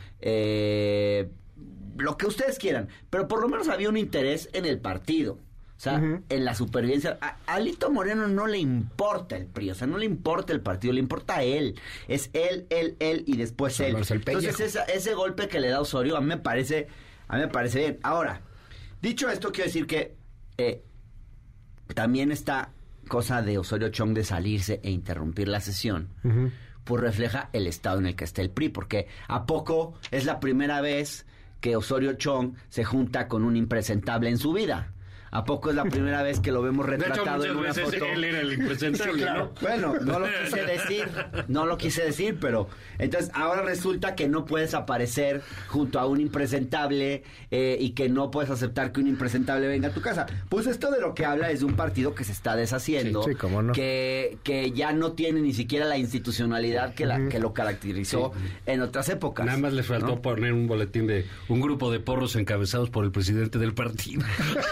eh, lo que ustedes quieran, pero por lo menos había un interés en el partido. O sea, uh-huh. en la supervivencia. A Alito Moreno no le importa el P R I, o sea, no le importa el partido, le importa a él. Es él, él, él y después él. Entonces, esa, ese golpe que le da Osorio a mí me parece, a mí me parece bien. Ahora, dicho esto, quiero decir que eh, también esta cosa de Osorio Chong de salirse e interrumpir la sesión, uh-huh. pues refleja el estado en el que está el P R I, porque ¿a poco es la primera vez que Osorio Chong se junta con un impresentable en su vida? ¿A poco es la primera vez que lo vemos retratado de hecho, en una veces foto? Él era el impresentable, sí, claro. ¿no? Bueno, no lo quise decir, no lo quise decir, pero entonces ahora resulta que no puedes aparecer junto a un impresentable eh, y que no puedes aceptar que un impresentable venga a tu casa. Pues esto de lo que habla es de un partido que se está deshaciendo, sí, sí, cómo no. que, que ya no tiene ni siquiera la institucionalidad que, la, uh-huh. que lo caracterizó sí. en otras épocas. Nada más le faltó ¿no? poner un boletín de un grupo de porros encabezados por el presidente del partido.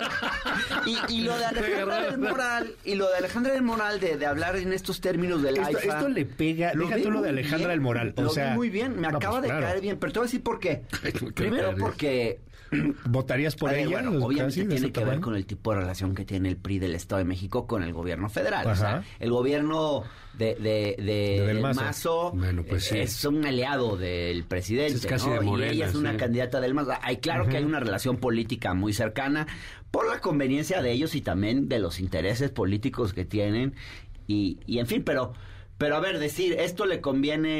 Y, y lo de Alejandra del Moral, y lo de Alejandra del Moral de, de hablar en estos términos del esto, AIFA. Esto le pega, deja tú lo de Alejandra bien, del Moral. O lo sea, vi muy bien, me no, acaba pues, de claro. caer bien, pero te voy a decir por qué. Primero porque... ¿Votarías por ver, ella? Bueno, obviamente casi, tiene que tamaño? ver con el tipo de relación que tiene el P R I del Estado de México con el gobierno federal. Ajá. O sea, el gobierno de, de, de, de del Mazo, Mazo bueno, pues sí. es un aliado del presidente, es casi ¿no? de Morena, y ella es una sí. candidata del Mazo. Hay claro uh-huh. que hay una relación política muy cercana por la conveniencia de ellos y también de los intereses políticos que tienen y, y en fin, pero pero a ver, decir esto le conviene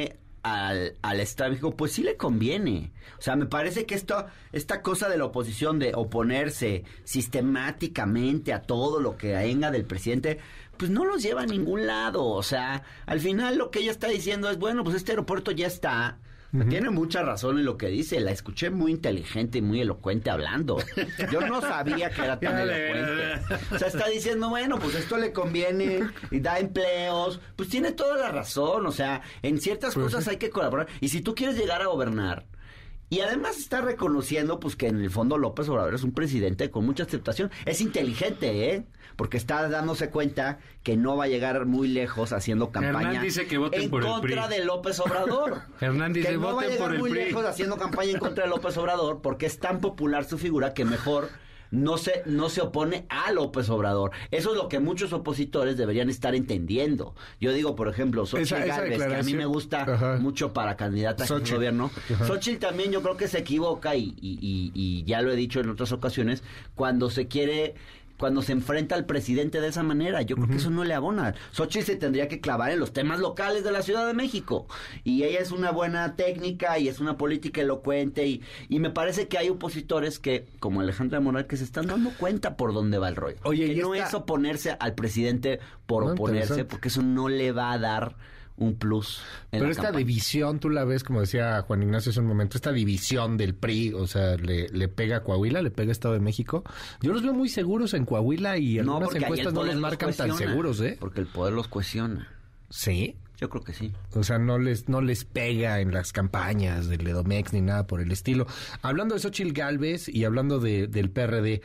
al, al Estado de México, pues sí le conviene. O sea, me parece que esto, esta cosa de la oposición de oponerse sistemáticamente a todo lo que venga del presidente, pues no los lleva a ningún lado. O sea, al final lo que ella está diciendo es, bueno, pues este aeropuerto ya está. Uh-huh. Tiene mucha razón en lo que dice. La escuché muy inteligente y muy elocuente hablando. Yo no sabía que era tan elocuente. O sea, está diciendo, bueno, pues esto le conviene y da empleos. Pues tiene toda la razón. O sea, en ciertas pues cosas sí. hay que colaborar. Y si tú quieres llegar a gobernar, y además está reconociendo pues que en el fondo López Obrador es un presidente con mucha aceptación. Es inteligente, ¿eh? Porque está dándose cuenta que no va a llegar muy lejos haciendo campaña Hernán dice que voten en por contra el P R I. de López Obrador. Hernán dice que no va a voten llegar por el muy P R I. lejos haciendo campaña en contra de López Obrador porque es tan popular su figura que mejor no se, no se opone a López Obrador. Eso es lo que muchos opositores deberían estar entendiendo. Yo digo, por ejemplo, Xochitl Gálvez, que a mí me gusta Ajá. mucho para candidata a gobierno. Xochitl también yo creo que se equivoca y, y, y, y ya lo he dicho en otras ocasiones, cuando se quiere... cuando se enfrenta al presidente de esa manera. Yo creo uh-huh. que eso no le abona. Xochitl se tendría que clavar en los temas locales de la Ciudad de México. Y ella es una buena técnica y es una política elocuente. Y, y me parece que hay opositores que, como Alejandra Morales, que se están dando cuenta por dónde va el rollo. Oye, que no esta... es oponerse al presidente por no, oponerse, porque eso no le va a dar un plus en Pero la esta campaña. división, tú la ves, como decía Juan Ignacio hace un momento, esta división del P R I, o sea, le, le pega a Coahuila, le pega a Estado de México. Yo los veo muy seguros en Coahuila y no, algunas encuestas no los marcan los tan seguros, ¿eh? Porque el poder los cohesiona. ¿Sí? Yo creo que sí. O sea, no les no les pega en las campañas del Edomex ni nada por el estilo. Hablando de Xochitl Gálvez y hablando de, del P R D,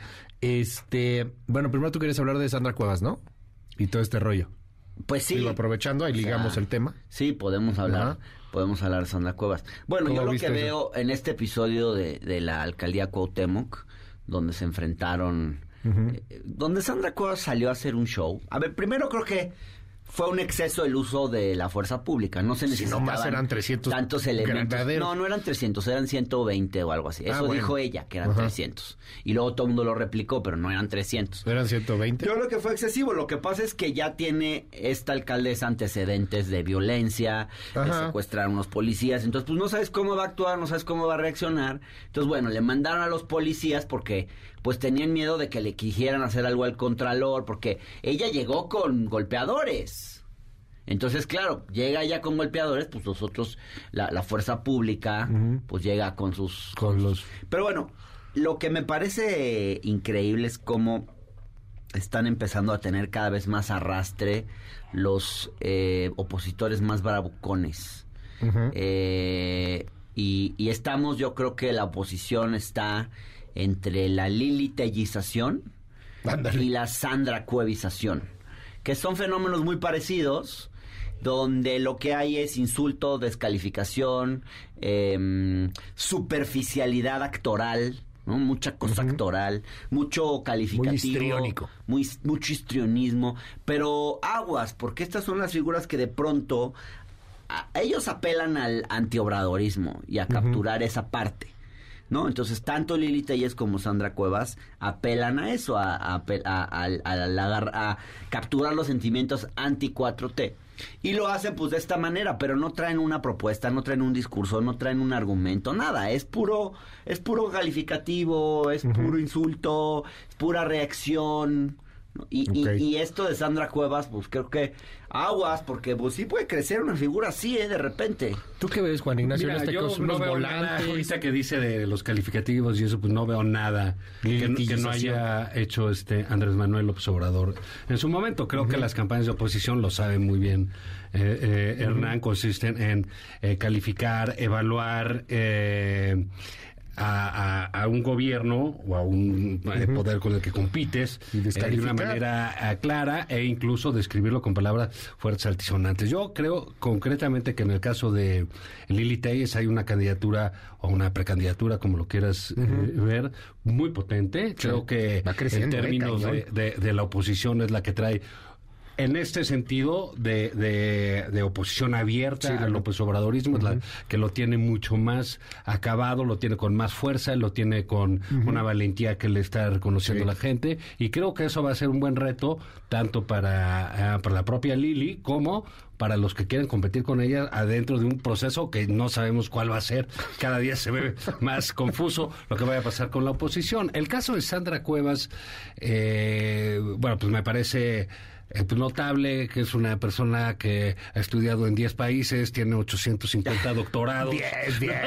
este, bueno, primero tú quieres hablar de Sandra Cuevas, ¿no? Y todo este rollo. Pues sí. Digo, aprovechando, ahí ligamos o sea, el tema. Sí, podemos hablar, Ajá. podemos hablar de Sandra Cuevas. Bueno, yo lo que eso? veo en este episodio de, de la alcaldía Cuauhtémoc, donde se enfrentaron, uh-huh. eh, donde Sandra Cuevas salió a hacer un show. A ver, primero creo que fue un exceso el uso de la fuerza pública. No se necesitaban si no más eran trescientos tantos elementos. Granaderos. No, no eran trescientos, eran ciento veinte o algo así. Eso ah, bueno. dijo ella, que eran Ajá. trescientos. Y luego todo el mundo lo replicó, pero no eran trescientos. ¿Eran ciento veinte? Yo creo que fue excesivo. Lo que pasa es que ya tiene esta alcaldesa antecedentes de violencia, Ajá. de secuestrar a unos policías. Entonces, pues no sabes cómo va a actuar, no sabes cómo va a reaccionar. Entonces, bueno, le mandaron a los policías porque pues tenían miedo de que le quisieran hacer algo al contralor, porque ella llegó con golpeadores. Entonces, claro, llega ella con golpeadores, pues nosotros, la, la fuerza pública, uh-huh. pues llega con sus... Con los... Pero bueno, lo que me parece increíble es cómo están empezando a tener cada vez más arrastre los eh, opositores más bravucones. Uh-huh. Eh, y, y estamos, yo creo que la oposición está entre la Lili Tellización y la Sandra Cuevización, que son fenómenos muy parecidos, donde lo que hay es insulto, descalificación, eh, superficialidad actoral, ¿no? Mucha cosa uh-huh. actoral, mucho calificativo. Muy histriónico. Muy, mucho histrionismo, pero aguas, porque estas son las figuras que de pronto a, ellos apelan al antiobradorismo y a uh-huh. capturar esa parte, ¿no? Entonces, tanto Lili Telles como Sandra Cuevas apelan a eso, a, a, a, a, a, a capturar los sentimientos anti cuatro T. Y lo hacen pues de esta manera, pero no traen una propuesta, no traen un discurso, no traen un argumento, nada, es puro, es puro calificativo, es uh-huh. puro insulto, es pura reacción. Y, okay. y, y esto de Sandra Cuevas, pues creo que aguas, porque pues sí puede crecer una figura así, ¿eh? De repente. ¿Tú qué ves, Juan Ignacio? Mira, en este yo caso, no unos veo volantes. Nada, ahorita que dice de los calificativos y eso, pues no veo nada que, que no haya hecho este Andrés Manuel López Obrador. En su momento, creo uh-huh. que las campañas de oposición lo saben muy bien. Eh, eh, uh-huh. Hernán, consisten en eh, calificar, evaluar... Eh, A, a, a un gobierno o a un uh-huh. eh, poder con el que compites eh, de una manera eh, clara e incluso describirlo con palabras fuertes, altisonantes. Yo creo concretamente que en el caso de Lili Telles hay una candidatura o una precandidatura, como lo quieras uh-huh. eh, ver, muy potente. Creo sí. que en términos eh, de, de, de la oposición es la que trae en este sentido de, de, de oposición abierta sí, al López Obradorismo, uh-huh. la, que lo tiene mucho más acabado, lo tiene con más fuerza, lo tiene con uh-huh. una valentía que le está reconociendo sí. la gente, y creo que eso va a ser un buen reto, tanto para, uh, para la propia Lili, como para los que quieren competir con ella adentro de un proceso que no sabemos cuál va a ser. Cada día se ve más confuso lo que vaya a pasar con la oposición. El caso de Sandra Cuevas, eh, bueno, pues me parece... Eh, pues notable, que es una persona que ha estudiado en diez países, tiene ochocientos cincuenta doctorados. diez, diez.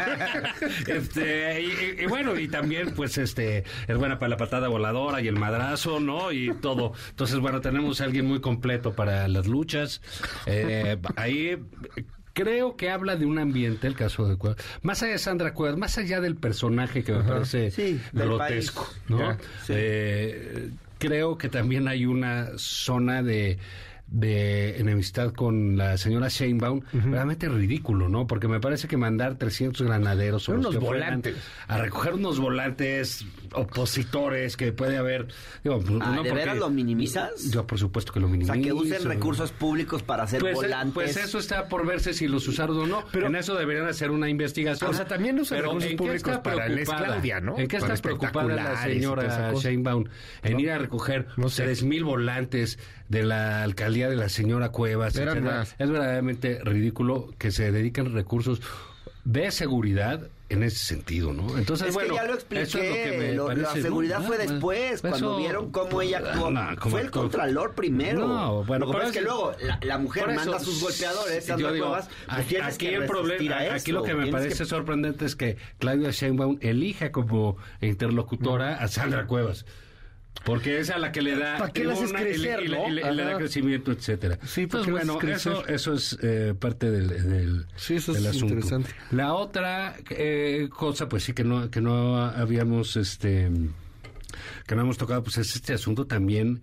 este, y, y bueno, y también pues este es buena para la patada voladora y el madrazo, ¿no? Y todo. Entonces, bueno, tenemos a alguien muy completo para las luchas. Eh, ahí... Creo que habla de un ambiente, el caso de Cuevas, más allá de Sandra Cuevas, más allá del personaje que me Ajá. parece sí, grotesco, ¿no? Yeah, sí. eh, creo que también hay una zona de de enemistad con la señora Sheinbaum, uh-huh. realmente ridículo, ¿no? Porque me parece que mandar trescientos granaderos o unos volantes a recoger unos volantes opositores que puede haber, digo, ah, no ¿de veras lo minimizas? Yo por supuesto que lo minimizo. O sea, que usen recursos públicos para hacer pues, volantes. Pues eso está por verse si los usaron o no, pero en eso deberían hacer una investigación. O sea, también usan recursos públicos para la Claudia, ¿no? ¿En qué está preocupada la señora Sheinbaum? En ¿no? ir a recoger no sé. tres mil volantes de la alcaldía de la señora Cuevas. Es verdaderamente ridículo que se dediquen recursos de seguridad en ese sentido, ¿no? Entonces, es bueno, que ya lo expliqué, eso es lo que me lo, parece, la seguridad ¿no? fue ah, después, eso, cuando vieron cómo ella actuó. No, fue el contralor primero. No, bueno, lo que pasa es que que luego la, la mujer eso, manda a sus golpeadores, Sandra digo, Cuevas, pues aquí, aquí el problema, aquí lo que me parece que... sorprendente es que Claudia Sheinbaum elija como interlocutora mm. a Sandra Cuevas. Porque es a la que le da ¿Para qué las una, crecer, y, ¿no? y, y, y le da crecimiento, etcétera. Sí, pues bueno, eso, eso es eh, parte del, del, sí, eso del es asunto. Interesante. La otra eh, cosa, pues sí que no que no habíamos este que no hemos tocado, pues es este asunto también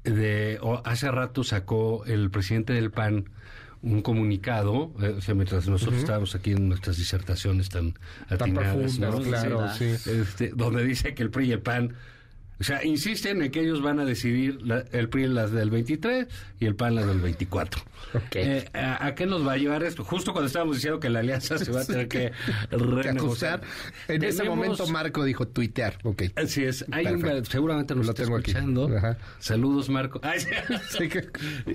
de o hace rato sacó el presidente del P A N un comunicado, eh, o sea, mientras nosotros uh-huh. estábamos aquí en nuestras disertaciones tan atinadas, tan profundas, ¿no? claro, sí. Este, donde dice que el P R I y el P A N, o sea, insisten en que ellos van a decidir la, el P R I las del veintitrés y el P A N las del veinticuatro. Okay. Eh, ¿a, ¿A qué nos va a llevar esto? Justo cuando estábamos diciendo que la alianza se va a tener que renegociar. En Tenemos, ese momento Marco dijo tuitear. Okay. Así es. Hay un, seguramente nos Lo está tengo escuchando. Saludos, Marco. Ay, sí, que,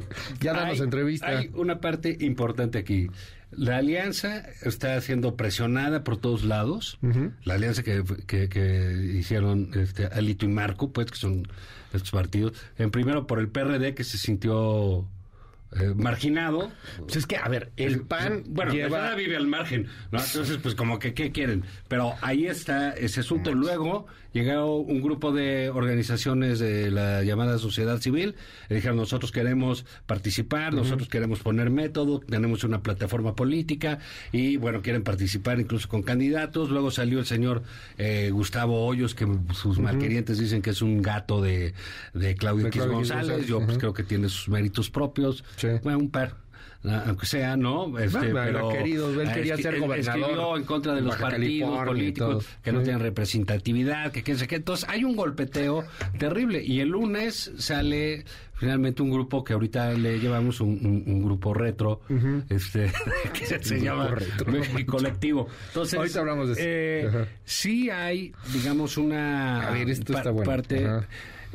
ya danos hay, entrevista. Hay una parte importante aquí. La alianza está siendo presionada por todos lados. Uh-huh. La alianza que, que, que hicieron este, Alito y Marco, pues, que son estos partidos. En primero por el P R D, que se sintió eh, marginado. Pues es que, a ver, el P A N bueno, lleva... la vive al margen, ¿no? Entonces, pues como que, ¿qué quieren? Pero ahí está ese asunto. Luego llegó un grupo de organizaciones de la llamada sociedad civil, y dijeron, nosotros queremos participar, uh-huh. nosotros queremos poner método, tenemos una plataforma política, y bueno, quieren participar incluso con candidatos. Luego salió el señor eh, Gustavo Hoyos, que sus uh-huh. malquerientes dicen que es un gato de, de Claudio de X González. González. Yo uh-huh. pues creo que tiene sus méritos propios. Sí. Bueno, un par. Aunque sea, ¿no? Este, bueno, pero querido, él quería ser gobernador. Escribió en contra de los Baja partidos California políticos que no sí. tienen representatividad, que quién sé qué. Entonces hay un golpeteo terrible. Y el lunes sale finalmente un grupo que ahorita le llevamos un, un, un grupo retro, uh-huh. este que se, se llama México Colectivo. Entonces, ahorita hablamos de eso. Eh, sí hay, digamos, una A ver, esto pa- está bueno. parte... Ajá.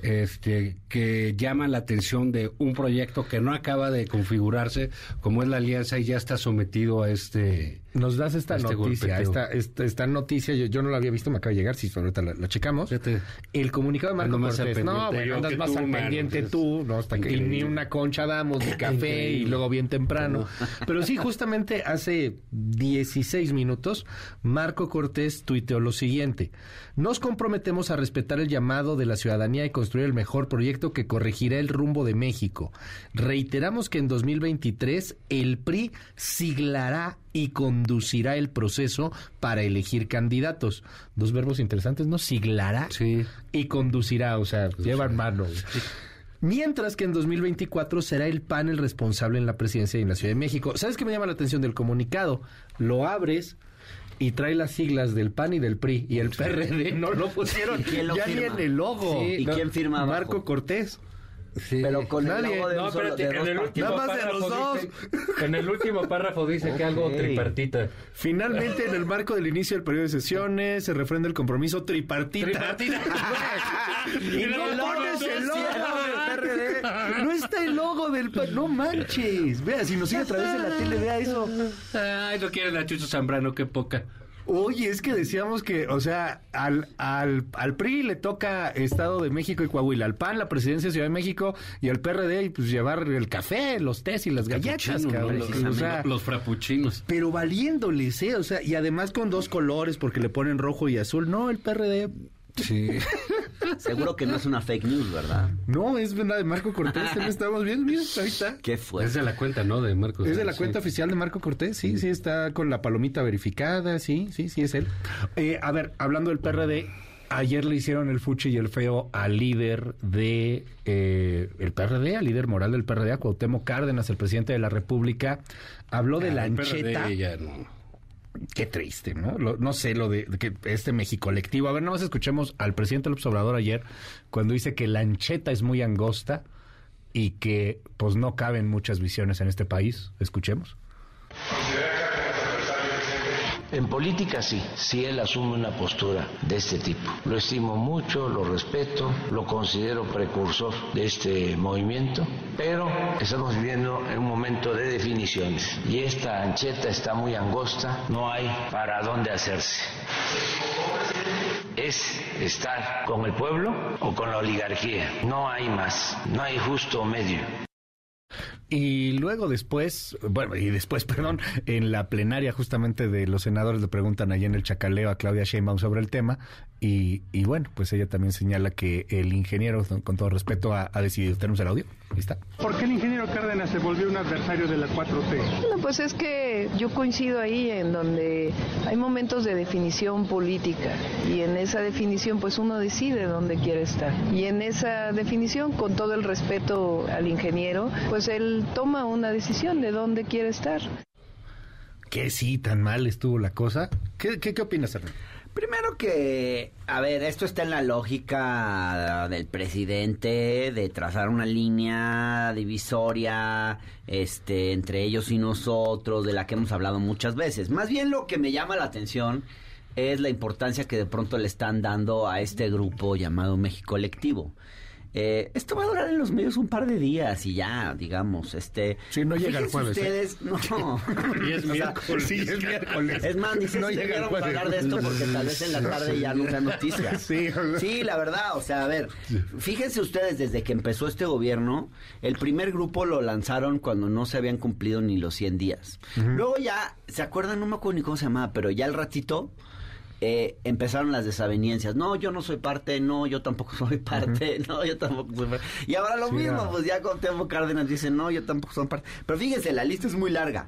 Este, que llama la atención de un proyecto que no acaba de configurarse, como es la alianza, y ya está sometido a este... Nos das esta este noticia, esta, esta, esta noticia, yo, yo no la había visto, me acaba de llegar, si ahorita la, la checamos. Fíjate. El comunicado de Marco Cortés. No, bueno, andas más al pendiente tú, no, hasta que ni una concha damos de café y luego bien temprano. Pero sí, justamente hace dieciséis minutos, Marco Cortés tuiteó lo siguiente: nos comprometemos a respetar el llamado de la ciudadanía y construir el mejor proyecto que corregirá el rumbo de México. Reiteramos que en dos mil veintitrés el P R I siglará y conducirá el proceso para elegir candidatos. Dos verbos interesantes, ¿no? Siglará sí. y conducirá, o sea, pues llevan mano. Mientras que en dos mil veinticuatro será el P A N el responsable en la presidencia y en la Ciudad de México. ¿Sabes qué me llama la atención del comunicado? Lo abres y trae las siglas del P A N y del P R I, y el P R D no lo pusieron lo ya firma? ni en el logo. Sí, ¿y no, quién firma abajo? Marco Cortés. Sí. Pero con Nadie. el logo de No, un solo, espérate, de en dos el último Nada más de párrafo los dos. dice- en el último párrafo dice que Ok. algo tripartita. Finalmente, en el marco del inicio del periodo de sesiones, se refrenda el compromiso tripartita. Tripartita. Y no el logo pones el logo social. del P R D. No está el logo del P R D. No manches. Vea, si nos sigue a través de la tele, vea eso. Ay, no quieren a Chucho Zambrano, qué poca. Oye, es que decíamos que, o sea, al, al, al P R I le toca Estado de México y Coahuila, al P A N la presidencia de Ciudad de México y al P R D pues llevar el café, los tés y las galletas, Capuchino, cabrón. ¿no? Los, O sea, los frappuccinos. pero valiéndoles, ¿eh? O sea, y además con dos colores porque le ponen rojo y azul. No, el P R D... Sí. Seguro que no es una fake news, ¿verdad? No, es la de Marco Cortés, también estamos viendo, mira, ahí está. ¿Qué fue? Es de la cuenta, ¿no? De Marcos. Es de la Sí. cuenta oficial de Marco Cortés, sí, sí, está con la palomita verificada, sí, sí, sí, es él. Eh, a ver, hablando del P R D, ayer le hicieron el fuchi y el feo al líder de eh, el P R D, al líder moral del P R D, a Cuauhtémoc Cárdenas, el presidente de la República, habló de Ah, la el P R D ancheta. ya no. Qué triste, ¿no? Lo- no sé, lo de, de que este México colectivo. A ver, nada más escuchemos al presidente López Obrador ayer cuando dice que la ancheta es muy angosta y que pues no caben muchas visiones en este país. Escuchemos. En política sí, sí él asume una postura de este tipo. Lo estimo mucho, lo respeto, lo considero precursor de este movimiento, pero estamos viviendo en un momento de definiciones y esta ancheta está muy angosta, no hay para dónde hacerse. Es estar con el pueblo o con la oligarquía, no hay más, no hay justo medio. Y luego después, bueno, y después, perdón, en la plenaria justamente de los senadores le preguntan allá en el chacaleo a Claudia Sheinbaum sobre el tema y, y bueno, pues ella también señala que el ingeniero, con todo respeto, ha, ha decidido. Tenemos el audio, ahí está. ¿Por qué el ingeniero Cárdenas se volvió un adversario de la cuatro T? Bueno, pues es que yo coincido ahí en donde hay momentos de definición política y en esa definición pues uno decide dónde quiere estar. Y en esa definición, con todo el respeto al ingeniero, pues él toma una decisión de dónde quiere estar. Que sí, tan mal estuvo la cosa. ¿Qué, qué, qué opinas, Hernán? Primero que, a ver, esto está en la lógica del presidente de trazar una línea divisoria este, entre ellos y nosotros, de la que hemos hablado muchas veces. Más bien lo que me llama la atención es la importancia que de pronto le están dando a este grupo llamado México Colectivo. Eh, esto va a durar en los medios un par de días y ya, digamos, este... Sí, no llega el fíjense jueves, ustedes, ¿eh? no. Y es O sea, miércoles. Sí, es miércoles. Es más, ni sé No si llega el debiéramos jueves. hablar de esto porque tal vez en la tarde ya no sea noticia. Sí, sí, la verdad, o sea, a ver, fíjense ustedes, desde que empezó este gobierno, el primer grupo lo lanzaron cuando no se habían cumplido ni los cien días. Ujú. Luego ya, ¿se acuerdan? No me acuerdo ni cómo se llamaba, pero ya al ratito... Eh, empezaron las desavenencias. No, yo no soy parte, no, yo tampoco soy parte, uh-huh. no, yo tampoco soy parte. Y ahora lo sí, mismo, no. pues ya Cuauhtémoc Cárdenas dice, no, yo tampoco soy parte. Pero fíjense, la lista es muy larga.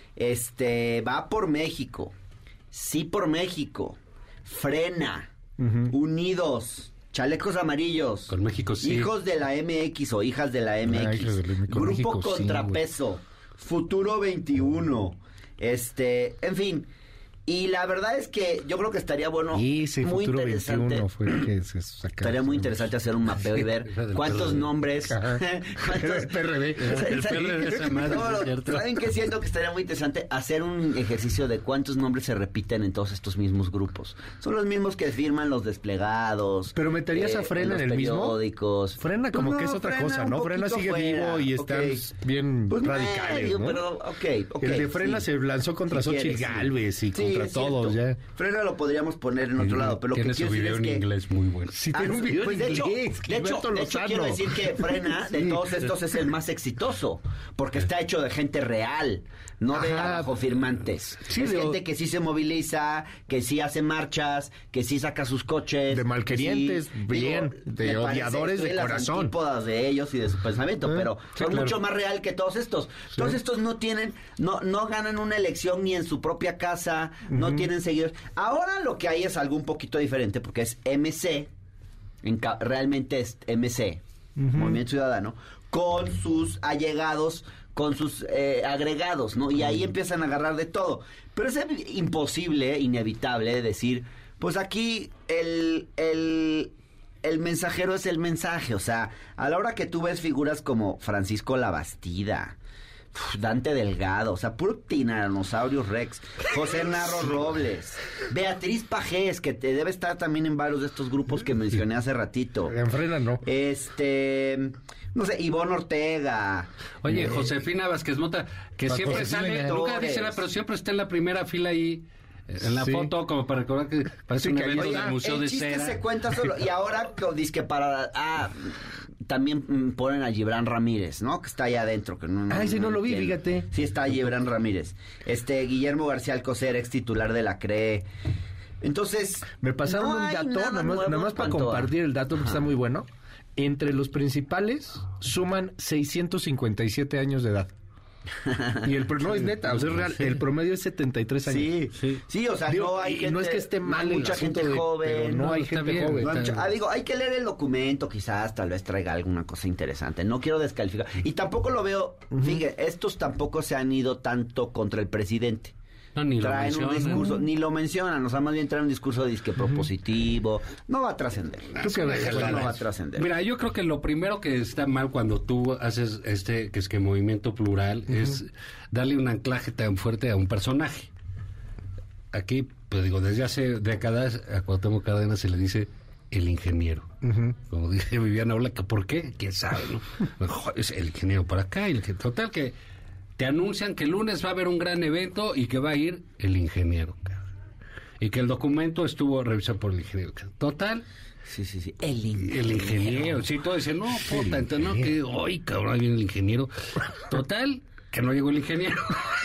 Este, va por México, sí por México, Frena, uh-huh. Unidos, Chalecos Amarillos, con México sí. Hijos de la M X o hijas de la M X, ah, de Grupo México, Contrapeso, sí, Futuro veintiuno, este, en fin. Y la verdad es que yo creo que estaría bueno, y sí, muy Futuro interesante. veintiuno fue el que se sacaron. Estaría muy interesante hacer un mapeo y ver cuántos nombres. ¿Cuántos el P R D? El P R D esa madre, no, no, ¿es ¿Saben qué siento que estaría muy interesante? Hacer un ejercicio de cuántos nombres se repiten en todos estos mismos grupos. Son los mismos que firman los desplegados. ¿Pero meterías eh, a Frena en, en el periódicos. mismo? Frena como no, que es otra Frena cosa, ¿no? Frena sigue fuera. vivo y están okay. bien pues radicales, medio, ¿no? Pero, okay, okay, el de Frena sí. se lanzó contra si Xochitl Gálvez y sí, contra todos, ya. Frena lo podríamos poner en otro lado, pero lo tiene que quiero su video decir en es que... inglés muy bueno. Sí, tiene ah, un video pues en de hecho, inglés. De hecho, de hecho quiero decir que Frena, de todos estos, es el más exitoso, porque está hecho de gente real, no de abajo firmantes. Sí, es de... gente que sí se moviliza, que sí hace marchas, que sí saca sus coches. De malquerientes, sí, bien, digo, de odiadores de corazón. Las de ellos y de su pensamiento, eh, pero sí, son claro. mucho más real que todos estos. Sí. Todos estos no tienen, no, no ganan una elección ni en su propia casa, uh-huh. no tienen seguidores. Ahora lo que hay es algo un poquito diferente, porque es M C, en ca- realmente es M C, uh-huh. Movimiento Ciudadano, con sus allegados, con sus eh, agregados, ¿no? Y ahí empiezan a agarrar de todo. Pero es imposible, inevitable decir, pues aquí el, el, el mensajero es el mensaje, o sea, a la hora que tú ves figuras como Francisco Labastida, Dante Delgado, o sea, puro Tiranosaurio Rex, José Narro Robles, Beatriz Pajés, que te debe estar también en varios de estos grupos que mencioné hace ratito. En frena, no. Este, no sé, Ivonne Ortega. Oye, eh, Josefina Vázquez Mota, que Paco siempre Josefina sale, Torres. nunca dice nada, pero siempre está en la primera fila ahí, en la Sí. foto, como para recordar que parece Sí, un que evento Oye, del Museo el de chiste Cera. se cuenta solo. Y ahora dice que para... Ah, también mm, ponen a Gibran Ramírez, ¿no? Que está allá adentro. Que no, Ay, sí, no lo vi, entiendo. fíjate. Sí, está Gibran Ramírez. Este, Guillermo García Alcocer, ex titular de la C R E. Entonces... Me pasaron no un hay dato, nada nada más, nuevo nada más en para cuanto a- compartir el dato, porque Ajá. está muy bueno. Entre los principales suman seiscientos cincuenta y siete años de edad. Y el pro- no es neta, o sea, es real. El promedio es setenta y tres años. Sí, sí, sí, o sea, Digo, no hay y gente... no es que esté mal no hay el mucha asunto gente de- joven. pero no hay está gente bien, joven. No hay está mucha- ah, digo, hay que leer el documento, quizás, tal vez traiga alguna cosa interesante. No quiero descalificar. Y tampoco lo veo, fíjate, estos tampoco se han ido tanto contra el presidente. No, ni lo Traen un mencionan. discurso, ni lo mencionan, o sea, más bien traen un discurso disque propositivo. No va a trascender. ¿Tú qué ves? Eso no va a trascender. Mira, yo creo que lo primero que está mal cuando tú haces este, que es que movimiento plural, es darle un anclaje tan fuerte a un personaje. Aquí, pues digo, desde hace décadas a Cuauhtémoc Cárdenas se le dice el ingeniero. Ujú. Como dice Viviana Ola, que ¿por qué? ¿Quién sabe, no? Joder, es el ingeniero por acá, y el que- total que te anuncian que el lunes va a haber un gran evento y que va a ir el ingeniero, cabrón. Y que el documento estuvo revisado por el ingeniero, cabrón. Total. Sí, sí, sí. El ingeniero. El ingeniero. Sí, todo dice, no, puta, entonces no, que hoy, cabrón, ahí viene el ingeniero. Total, que no llegó el ingeniero.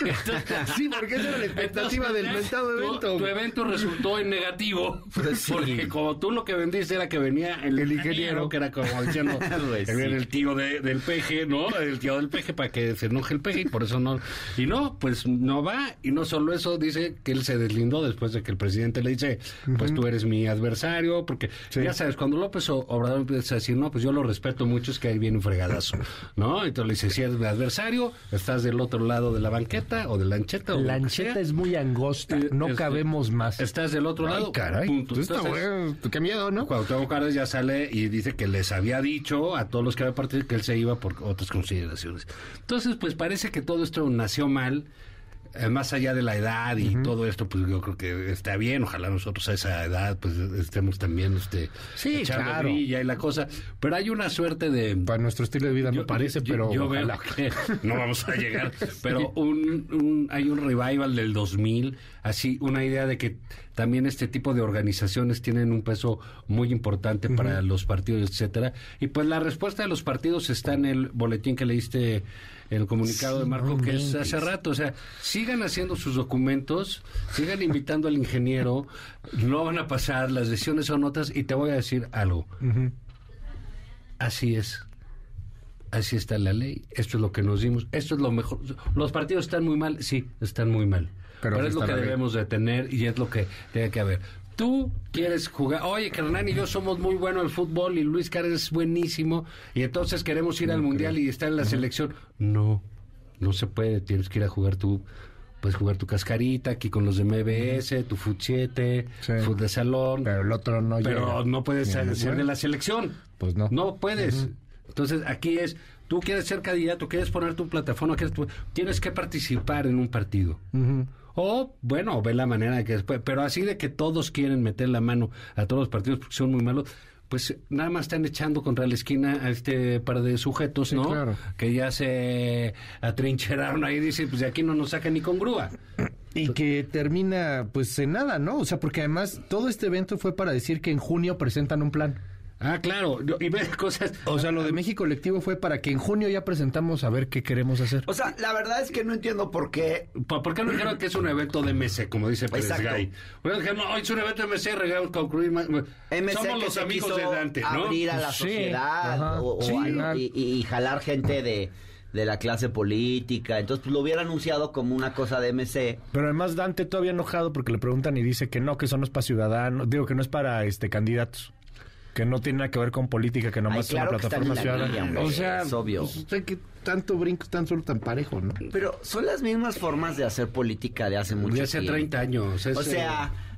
Sí, porque esa era la expectativa del mentado tu- evento. Tu, evento resultó en negativo. Pues sí. Porque como tú lo que vendiste era que venía el, El ingeniero, ingeniero. que era como diciendo, Pues que viene sí. el tío de- del peje, ¿no? El tío del peje para que se enoje el peje y por eso no. Y no, pues no va. Y no solo eso, dice que él se deslindó después de que el presidente le dice, pues tú eres mi adversario. Porque Sí. ya sabes, cuando López Obrador empieza a decir, no, pues yo lo respeto mucho, es que ahí viene un fregadazo, ¿no? Entonces le dice, si eres mi adversario, estás del otro lado de la banqueta o de la ancheta. O La lo que ancheta sea. es muy angosta, Eh, no este, cabemos más. Estás del otro Ay, lado. caray. Punto. Pues está Entonces, bueno, qué miedo, ¿no? Cuauhtémoc Cárdenas ya sale y dice que les había dicho a todos los que habían partido que él se iba por otras consideraciones. Entonces, pues parece que todo esto nació mal, eh, más allá de la edad y todo esto, pues yo creo que está bien. Ojalá nosotros a esa edad, pues estemos también este, Sí, echando claro. brilla y la cosa. Pero hay una suerte de... Para nuestro estilo de vida me parece, yo- pero yo veo ojalá. que no vamos a llegar, pero un, un- hay un revival del dos mil, así una idea de que también este tipo de organizaciones tienen un peso muy importante para los partidos, etcétera. Y pues la respuesta de los partidos está en el boletín que leíste, el comunicado Sí, de Marco, no que es inventes. hace rato. O sea, sigan haciendo sus documentos, sigan invitando al ingeniero, no van a pasar, las decisiones son otras, y te voy a decir algo. Ujú. Así es. Así está la ley. Esto es lo que nos dimos. Esto es lo mejor. Los partidos están muy mal. Sí, están muy mal. Pero Pero, así es lo está que la ley. debemos de tener y es lo que tiene que haber. Tú quieres jugar. Oye, que Hernán y yo somos muy buenos al fútbol y Luis Cárdenas es buenísimo y entonces queremos ir al mundial y estar en la selección. No, no se puede. Tienes que ir a jugar tú. Puedes jugar tu cascarita aquí con los de M B S, tu fut siete, Sí. fut de salón. Pero el otro no Pero llega. no puedes Ni ser, al ser de mundial. la selección. Pues no. No puedes. Entonces, aquí es, tú quieres ser candidato, quieres poner tu plataforma, quieres tu- tienes que participar en un partido. Ujú. O, bueno, ve la manera de que después, pero así de que todos quieren meter la mano a todos los partidos porque son muy malos, pues nada más están echando contra la esquina a este par de sujetos, Sí, ¿no? claro. Que ya se atrincheraron ahí y dicen, pues de aquí no nos sacan ni con grúa. Y que termina, pues, en nada, ¿no? O sea, porque además todo este evento fue para decir que en junio presentan un plan. Ah, claro, yo- y ves cosas... O sea, lo de México Colectivo fue para que en junio ya presentamos a ver qué queremos hacer. O sea, la verdad es que no entiendo por qué. ¿Por por qué no dijeron que es un evento de M C, como dice Pérez Exacto. Gay? Bueno, dijeron, no, es un evento de M C, regamos concluir más. M C Somos que los se amigos quiso de Dante, ¿no? abrir a la Sí, sociedad ajá. o, o Sí. algo, y, y- y jalar gente de, de la clase política. Entonces, pues, lo hubiera anunciado como una cosa de M C. Pero además Dante todavía enojado porque le preguntan y dice que no, que eso no es para ciudadanos, digo que no es para este candidatos, que no tiene nada que ver con política, que nomás Ay, claro es que una están en plataforma la ciudadana. línea, hombre, o sea, es obvio. pues, o sea, que tanto brinco, tan solo tan parejo, ¿no? Pero son las mismas formas de hacer política de hace mucho De hace tiempo. treinta años. es, O sea, eh,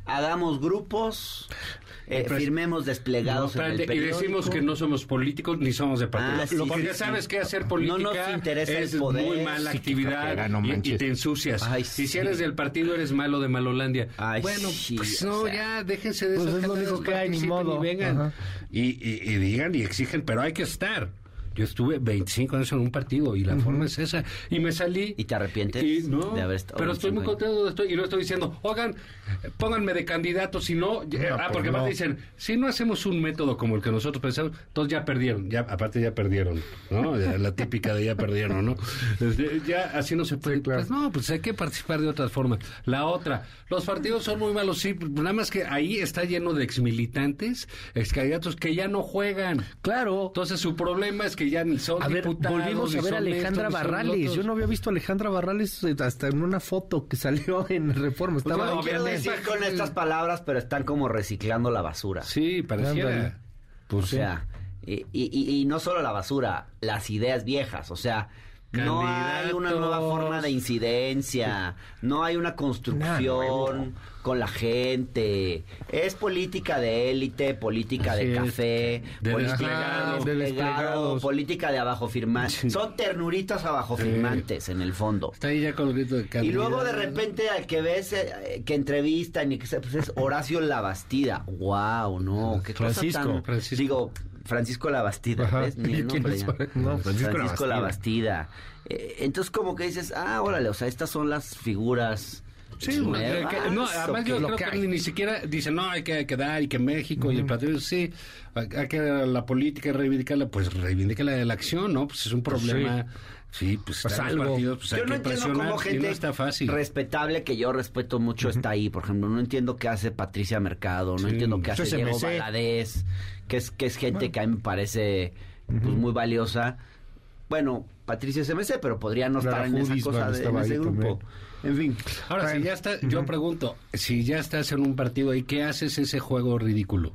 hagamos grupos, eh, pues, firmemos desplegados no, en el periódico. Y decimos que no somos políticos ni somos de partido. Ah, sí, porque sí, sabes sí. que hacer política no nos interesa es el poder, muy mala sí, actividad flojera, no y, manches. y te ensucias. Ay, y sí. si eres del partido eres malo de Malolandia. Ay, bueno, sí, pues o no, sea, ya déjense de pues esas es lo cosas, único que hay, ni participen modo. y vengan. Ajá. Y, y, y digan y exigen, pero hay que estar. Yo estuve veinticinco años en un partido y la uh-huh. forma es esa. Y me salí. ¿Y te arrepientes y, no, de haber estado? Pero estoy muy contento donde estoy. Y no estoy diciendo, oigan, pónganme de candidato, si no. no ah, pues porque no. más dicen, si no hacemos un método como el que nosotros pensamos, entonces ya perdieron. Ya, aparte ya perdieron, ¿no? Ya, la típica de ya perdieron, ¿no? Desde, ya así no se puede. Sí, claro. Pues no, pues hay que participar de otras formas. La otra, los partidos son muy malos, sí. Nada más que ahí está lleno de exmilitantes, excandidatos que ya no juegan. Claro. Entonces su problema es que ya ni son. A ver, volvimos a ver a Alejandra Barrales. Yo no había visto a Alejandra Barrales hasta en una foto que salió en Reforma. Estaba pues no quiero decir con estas palabras, pero están como reciclando la basura. Sí, pareciera. Pues o sea, y, y, y no solo la basura, las ideas viejas. O sea, no hay una nueva forma de incidencia, no hay una construcción con la gente. Es política de élite, política de café, de política desplegado, de de desplegado, política de abajo firmantes. Sí. Son ternuritas abajo firmantes sí. en el fondo. Está ahí ya con el grito de y luego de repente al que ves eh, que entrevistan y que se, pues es Horacio Labastida. Wow, no, qué Francisco, cosa tan, Francisco. Digo, Francisco Labastida, Ajá. ¿ves? Ni el nombre ya. No, Francisco, Francisco Labastida. Labastida. Eh, entonces como que dices, ah, órale, o sea, estas son las figuras. Sí, nuevas, que, no, además yo creo que, que ni siquiera dicen, no, hay que quedar y que México uh-huh. y el partido, sí, hay que la política reivindicarla, pues reivindica la, la acción, ¿no? Pues es un problema. Sí. Sí, pues, pues algo. Partidos, pues yo hay no que entiendo cómo gente no está fácil. respetable que yo respeto mucho uh-huh. está ahí. Por ejemplo, no entiendo qué hace Patricia Mercado, no sí. entiendo qué hace Diego Valadez, que es, que es gente bueno. que a mí me parece pues, uh-huh. muy valiosa. Bueno, Patricia es M C, pero podría no estar en esa cosa de, en ese grupo. También. En fin. Ahora, bueno, si ya está, uh-huh. yo pregunto, si ya estás en un partido ahí, ¿qué haces ese juego ridículo?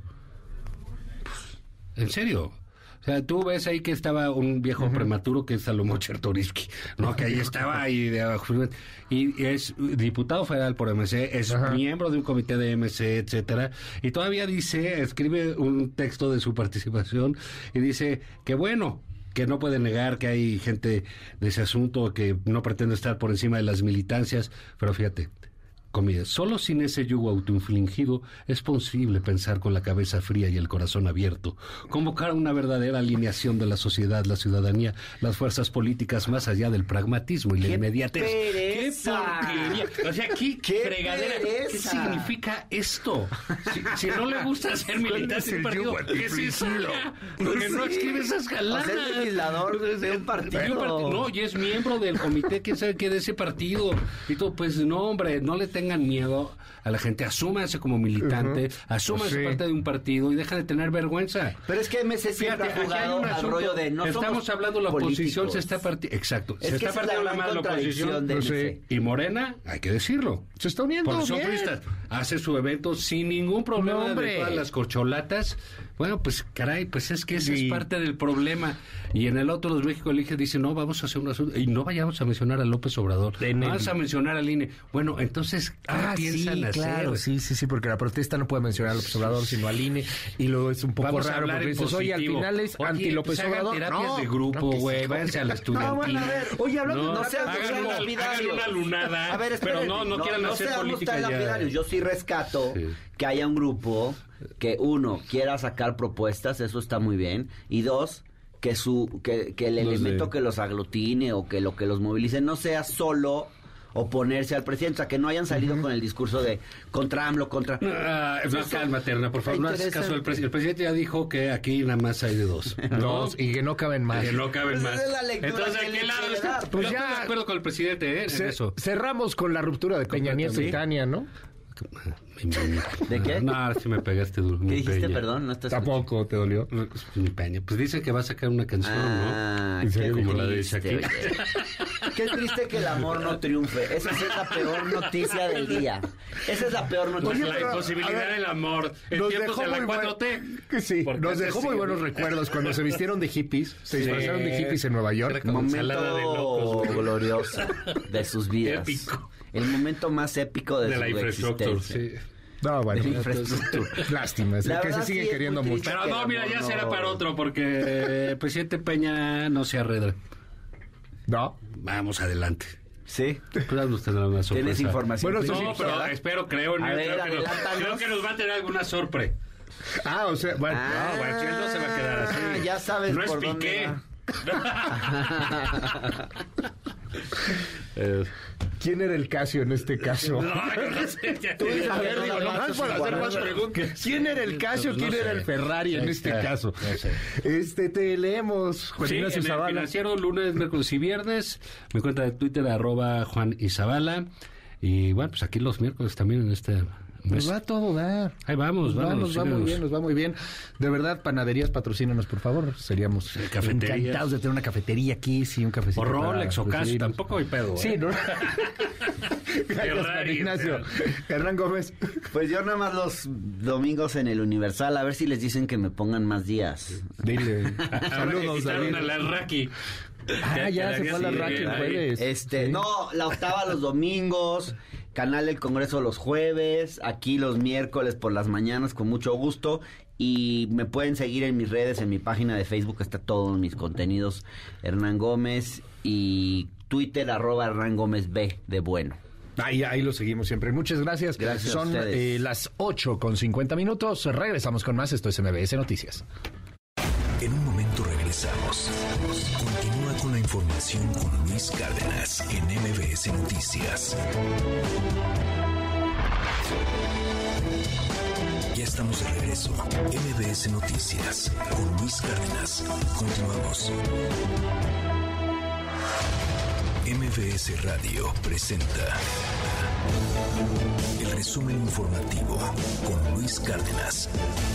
¿En serio? O sea, tú ves ahí que estaba un viejo uh-huh. prematuro que es Salomón Chertorivsky, ¿no? Que ahí estaba ahí de abajo. Y es diputado federal por M C, es uh-huh. miembro de un comité de M C, etcétera. Y todavía dice, escribe un texto de su participación y dice que bueno, que no puede negar que hay gente de ese asunto que no pretende estar por encima de las militancias, pero fíjate, comillas, solo sin ese yugo autoinfligido es posible pensar con la cabeza fría y el corazón abierto, convocar una verdadera alineación de la sociedad, la ciudadanía, las fuerzas políticas más allá del pragmatismo y la inmediatez. ¡Qué porquería! O sea, ¿qué, ¿Qué fregadera? pereza? ¿Qué significa esto? Si, si no le gusta ser militante del partido, que se salga, porque no escribe esas jaladas. O sea, es legislador de un partido. No, y es miembro del comité, quién sabe qué, de ese partido. Y todo, pues no, hombre, no le tengan miedo a la gente, asúmanse como militante, uh-huh. asúmanse sí. parte de un partido y deja de tener vergüenza. Pero es que M C siempre ha jugado al rollo de no estamos hablando de la políticos. Oposición se está partiendo, exacto, es se que está partiendo la mano la oposición de sí. y Morena, hay que decirlo, se está uniendo por bien. sopristas, hace su evento sin ningún problema no, de todas las corcholatas. Bueno, pues caray, pues es que ese sí. es parte del problema. Y en el otro, los México Elige dice, no, vamos a hacer un asunto, y no vayamos a mencionar a López Obrador, no vamos a mencionar al I N E. Bueno, entonces, ¿qué ah, piensan sí, hacer? Claro, sí, sí, sí, porque la protesta no puede mencionar a López Obrador, sino al I N E, y luego es un poco vamos raro, porque dices, oye, al final es oye, anti-López pues Obrador. terapias no, de grupo, güey, no, váyanse a la estudiantina. No, bueno, a ver, oye, hablando, no, no sean hagan, una, hagan una lunada, a ver, esperen, pero no, no, no quieran no hacer política ya. Yo sí rescato sí. que haya un grupo que, uno, quiera sacar propuestas, eso está muy bien, y dos, que su que, que el no elemento sé. que los aglutine o que lo que los movilice no sea solo oponerse al presidente, o sea, que no hayan salido uh-huh. con el discurso de contra AMLO, contra... Uh, no, calma, Terna, por favor, no hagas caso. El, pres- el presidente ya dijo que aquí nada más hay de dos. ¿no? Dos, y que no caben más. Que no caben pues más. Es la Entonces, ¿a qué lado está? Pues pues ya... estoy de acuerdo con el presidente, ¿eh? Ce- en eso. Cerramos con la ruptura de Peña Nieto y Tania, ¿no? ¿De qué? No, si me pegaste duro. ¿Qué dijiste, peña. Perdón? No estás Tampoco escuchando. Te dolió. No, mi Peña. Pues dicen que va a sacar una canción, ah, ¿no? Qué como triste, la de Shakira. Qué triste que el amor no triunfe. Esa es la peor noticia del día. Esa es la peor noticia. Oye, la imposibilidad del amor. Nos dejó de la cuatro T. Buen... Sí, nos dejó muy buenos recuerdos cuando se vistieron de hippies. Se sí. disfrazaron de hippies en Nueva York. Momento de locos, glorioso de sus vidas. Épico. El momento más épico de, de su la infraestructura, existencia. Sí. No, bueno, lástima, es que se sigue sí queriendo mucho. Pero no, mira, ya no, será para otro, porque el presidente Peña no se arredra. No. Vamos adelante. Sí. Pues usted una sorpresa. ¿Tienes información? Bueno, no, pero espero, creo, a ver, creo, que nos, creo que nos va a tener alguna sorpresa. Ah, o sea, bueno, ah, no, bueno, él no se va a quedar así. Ya sabes no es por Piqué. eh, ¿Quién era el Casio en este caso? No, no sé. Tú dices, a ver, digo, nomás para hacer más preguntas. ¿Quién era el Casio? No, ¿Quién no era sé. el Ferrari en este caso? No sé. Este, te leemos, Juan sí, Ignacio en Zavala. El Financiero, lunes, miércoles y viernes. Mi cuenta de Twitter, arroba Juan Izabala. Y bueno, pues aquí los miércoles también en este... Nos va a todo dar. Ahí vamos, nos vamos. Va, nos va muy bien, nos va muy bien. De verdad, panaderías, patrocínanos, por favor. Seríamos encantados de tener una cafetería aquí, sí, un cafecito. O Rolex o Casio, tampoco hay pedo. Sí, ¿eh? ¿no? Gracias, Juan Ignacio. Hernán Gómez. Pues yo nada más los domingos en el Universal, a ver si les dicen que me pongan más días. Dile. Saludos, David. A la Raki. Ah, ya se fue a la Raki el jueves. Este, sí. No, la octava los domingos, Canal del Congreso los jueves, aquí los miércoles por las mañanas con mucho gusto. Y me pueden seguir en mis redes, en mi página de Facebook está todos mis contenidos, Hernán Gómez, y Twitter, arroba Hernán Gómez B, de bueno. Ahí, ahí lo seguimos siempre. Muchas gracias. Gracias. Son eh, las ocho con cincuenta minutos. Regresamos con más. Esto es M B S Noticias. En un momento regresamos. Continúa con la información con Luis Cárdenas en M B S Noticias. Ya estamos de regreso. M B S Noticias con Luis Cárdenas. Continuamos. M B S Radio presenta el resumen informativo con Luis Cárdenas.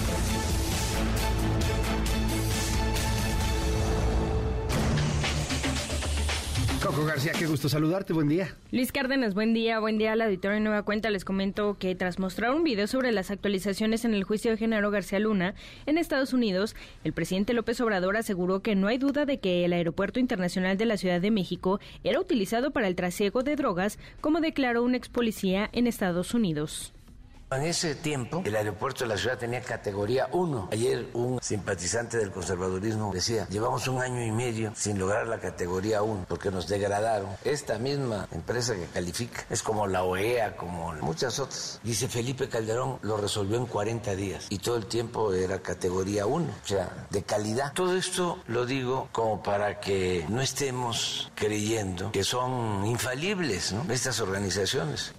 Coco García, qué gusto saludarte, buen día. Luis Cárdenas, buen día, buen día al auditorio de Nueva Cuenta. Les comento que tras mostrar un video sobre las actualizaciones en el juicio de Genaro García Luna en Estados Unidos, el presidente López Obrador aseguró que no hay duda de que el Aeropuerto Internacional de la Ciudad de México era utilizado para el trasiego de drogas, como declaró un ex policía en Estados Unidos. En ese tiempo, el aeropuerto de la ciudad tenía categoría uno. Ayer un simpatizante del conservadurismo decía, llevamos un año y medio sin lograr la categoría uno porque nos degradaron. Esta misma empresa que califica es como la O E A, como muchas otras. Dice Felipe Calderón, lo resolvió en cuarenta días y todo el tiempo era categoría uno, o sea, de calidad. Todo esto lo digo como para que no estemos creyendo que son infalibles, ¿no?, estas organizaciones.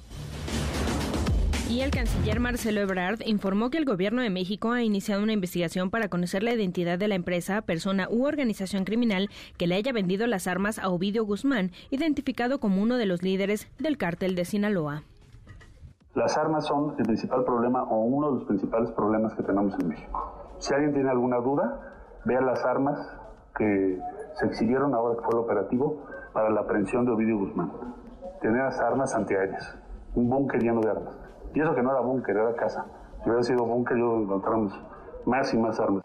Y el canciller Marcelo Ebrard informó que el gobierno de México ha iniciado una investigación para conocer la identidad de la empresa, persona u organización criminal que le haya vendido las armas a Ovidio Guzmán, identificado como uno de los líderes del cártel de Sinaloa. Las armas son el principal problema o uno de los principales problemas que tenemos en México. Si alguien tiene alguna duda, vea las armas que se exhibieron ahora que fue el operativo para la aprehensión de Ovidio Guzmán. Tenía las armas antiaéreas, un búnker lleno de armas. Y eso que no era búnker, era casa. Si hubiera sido búnker, yo encontramos más y más armas.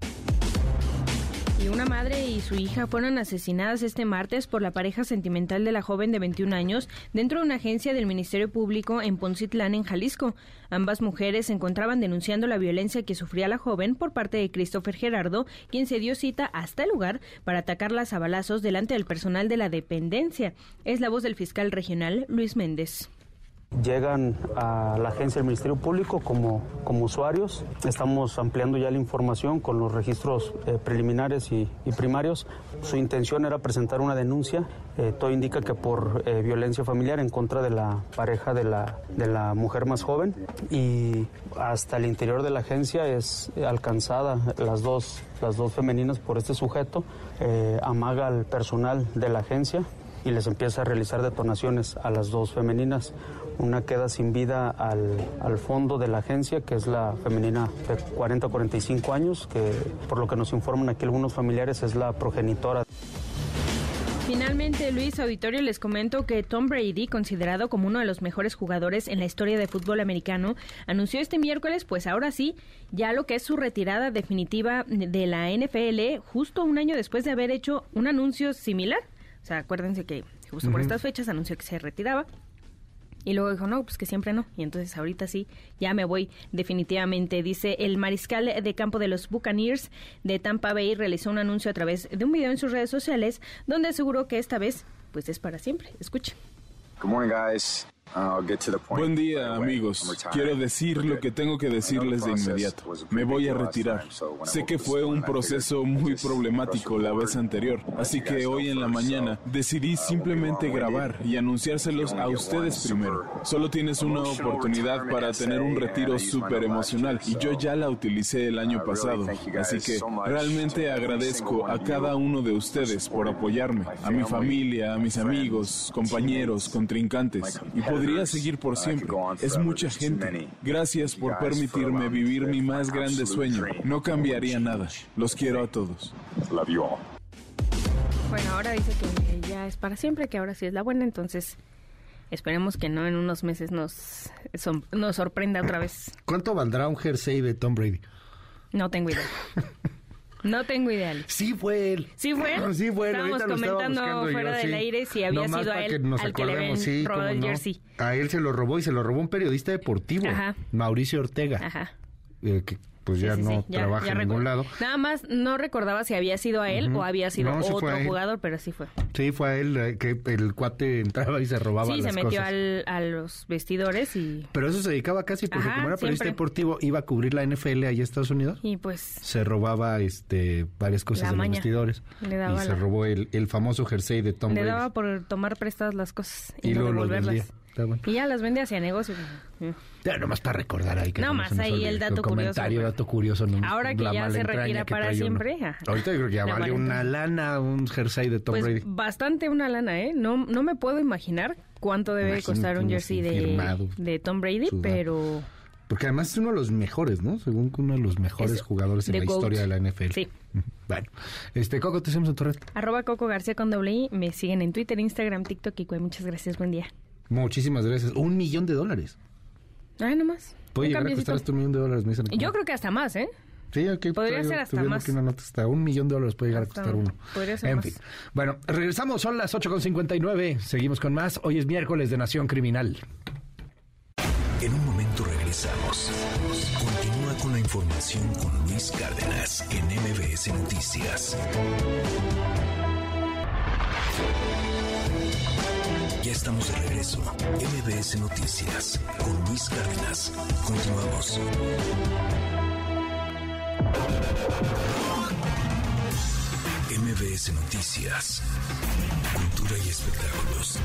Y una madre y su hija fueron asesinadas este martes por la pareja sentimental de la joven de veintiún años dentro de una agencia del Ministerio Público en Poncitlán, en Jalisco. Ambas mujeres se encontraban denunciando la violencia que sufría la joven por parte de Christopher Gerardo, quien se dio cita hasta el lugar para atacarlas a balazos delante del personal de la dependencia. Es la voz del fiscal regional, Luis Méndez. Llegan a la agencia del Ministerio Público como, como usuarios. Estamos ampliando ya la información con los registros eh, preliminares y, y primarios. Su intención era presentar una denuncia. Eh, todo indica que por eh, violencia familiar en contra de la pareja de la, de la mujer más joven. Y hasta el interior de la agencia es alcanzada las dos, las dos femeninas por este sujeto. Eh, amaga al personal de la agencia y les empieza a realizar detonaciones a las dos femeninas. Una queda sin vida al, al fondo de la agencia, que es la femenina de cuarenta a cuarenta y cinco años, que por lo que nos informan aquí algunos familiares es la progenitora. Finalmente, Luis Auditorio, les comento que Tom Brady, considerado como uno de los mejores jugadores en la historia de fútbol americano, anunció este miércoles, pues ahora sí, ya lo que es su retirada definitiva de la N F L, justo un año después de haber hecho un anuncio similar. O sea, acuérdense que justo uh-huh. por estas fechas anunció que se retiraba. Y luego dijo, no, pues que siempre no. Y entonces ahorita sí, ya me voy definitivamente. Dice, el mariscal de campo de los Buccaneers de Tampa Bay realizó un anuncio a través de un video en sus redes sociales donde aseguró que esta vez, pues es para siempre. Escuchen. Good morning, guys. Buen día, amigos. Quiero decir lo que tengo que decirles de inmediato. Me voy a retirar. Sé que fue un proceso muy problemático la vez anterior, así que hoy en la mañana decidí simplemente grabar y anunciárselos a ustedes primero. Solo tienes una oportunidad para tener un retiro súper emocional y yo ya la utilicé el año pasado, así que realmente agradezco a cada uno de ustedes por apoyarme, a mi familia, a mis amigos, compañeros, contrincantes y por Podría seguir por siempre. Es mucha gente. Gracias por permitirme vivir mi más grande sueño. No cambiaría nada. Los quiero a todos. Bueno, ahora dice que ya es para siempre, que ahora sí es la buena, entonces esperemos que no en unos meses nos, nos sorprenda otra vez. ¿Cuánto valdrá un jersey de Tom Brady? No tengo idea. No tengo idea. Sí fue él. ¿Sí fue él? Sí fue él. Estábamos comentando fuera del sí. aire si había no sido a él al que le habían sí, robado el no. jersey. A él se lo robó y se lo robó un periodista deportivo, Ajá. Mauricio Ortega. Ajá. Eh, que pues ya sí, sí, no sí. trabaja ya, ya en ningún lado. Nada más no recordaba si había sido a él uh-huh. o había sido no, otro jugador, pero sí fue. Sí, fue a él eh, que el cuate entraba y se robaba sí, las cosas. Sí, se metió al, a los vestidores y... Pero eso se dedicaba casi porque Ajá, como era periodista siempre. deportivo, iba a cubrir la N F L allá en Estados Unidos. Y pues... Se robaba este varias cosas en los vestidores. Le daba y la... se robó el, el famoso jersey de Tom Le Brady. daba por tomar prestadas las cosas y, y no luego devolverlas. Bueno. Y ya las vende hacia negocio. Ya, nomás para recordar ahí. Que no más ahí el dato curioso. Comentario, dato curioso. No, ahora que ya se retira para siempre. Ahorita yo creo que ya vale una lana un jersey de Tom pues Brady. Bastante una lana, ¿eh? No, no me puedo imaginar cuánto debe Imagínate costar un jersey de, de Tom Brady, sudado. pero... Porque además es uno de los mejores, ¿no? Según uno de los mejores es jugadores en la GOAT. Historia de la N F L. Sí. Bueno, este Coco, te hacemos en tu red. Arroba Coco García con doble I. Me siguen en Twitter, Instagram, TikTok y Cue. Muchas gracias, buen día. Muchísimas gracias. Un millón de dólares. Ah, nomás. Puede llegar a costar hasta un millón de dólares, me dicen. Yo creo que hasta más, ¿eh? Sí, ok. Podría ser hasta más. Una nota, hasta un millón de dólares puede llegar hasta a costar uno. Podría ser en más. fin. Bueno, regresamos, son las ocho con cincuenta y nueve. Seguimos con más. Hoy es miércoles de Nación Criminal. En un momento regresamos. Continúa con la información con Luis Cárdenas en M B S Noticias. Ya estamos de regreso. M B S Noticias con Luis Cárdenas. Continuamos. M B S Noticias. Cultura y espectáculos.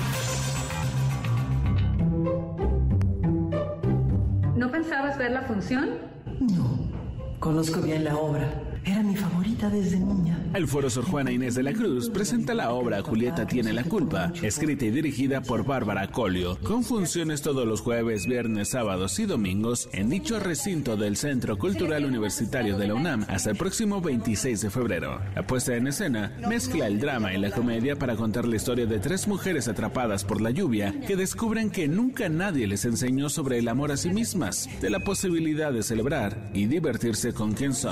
¿No pensabas ver la función? No. Conozco bien la obra. Era mi favorita desde niña. El Foro Sor Juana Inés de la Cruz presenta la obra Julieta tiene la culpa, escrita y dirigida por Bárbara Colio, con funciones todos los jueves, viernes, sábados y domingos en dicho recinto del Centro Cultural Universitario de la UNAM hasta el próximo veintiséis de febrero. La puesta en escena mezcla el drama y la comedia para contar la historia de tres mujeres atrapadas por la lluvia que descubren que nunca nadie les enseñó sobre el amor a sí mismas, de la posibilidad de celebrar y divertirse con quien son.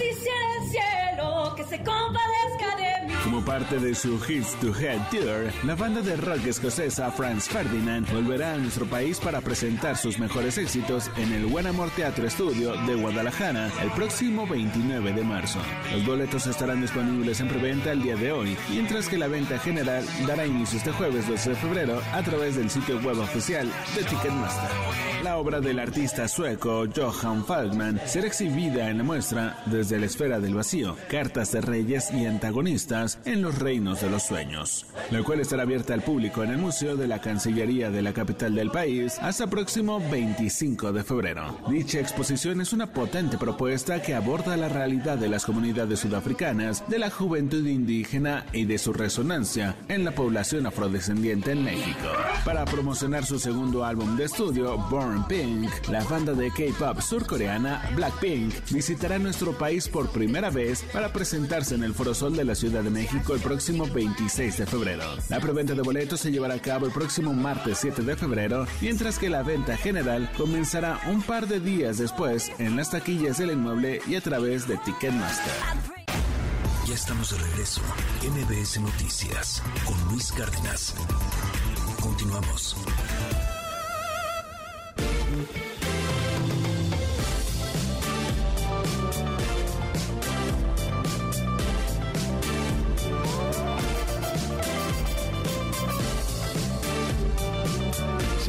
Cielo, que se compadezca de mí. Como parte de su Hits to Head Tour, la banda de rock escocesa Franz Ferdinand volverá a nuestro país para presentar sus mejores éxitos en el Buen Amor Teatro Estudio de Guadalajara el próximo veintinueve de marzo. Los boletos estarán disponibles en preventa el día de hoy, mientras que la venta general dará inicio este jueves doce de febrero a través del sitio web oficial de Ticketmaster. La obra del artista sueco Johan Falkman será exhibida en la muestra Desde la esfera del vacío, cartas de reyes y antagonistas en los reinos de los sueños, la cual estará abierta al público en el Museo de la Cancillería de la capital del país hasta el próximo veinticinco de febrero. Dicha exposición es una potente propuesta que aborda la realidad de las comunidades sudafricanas, de la juventud indígena y de su resonancia en la población afrodescendiente en México. Para promocionar su segundo álbum de estudio, Born Pink, la banda de K-pop surcoreana Blackpink visitará nuestro país por primera vez para presentarse en el Foro Sol de la Ciudad de México el próximo veintiséis de febrero. La preventa de boletos se llevará a cabo el próximo martes siete de febrero, mientras que la venta general comenzará un par de días después en las taquillas del inmueble y a través de Ticketmaster. Ya estamos de regreso. M B S Noticias con Luis Cárdenas. Continuamos.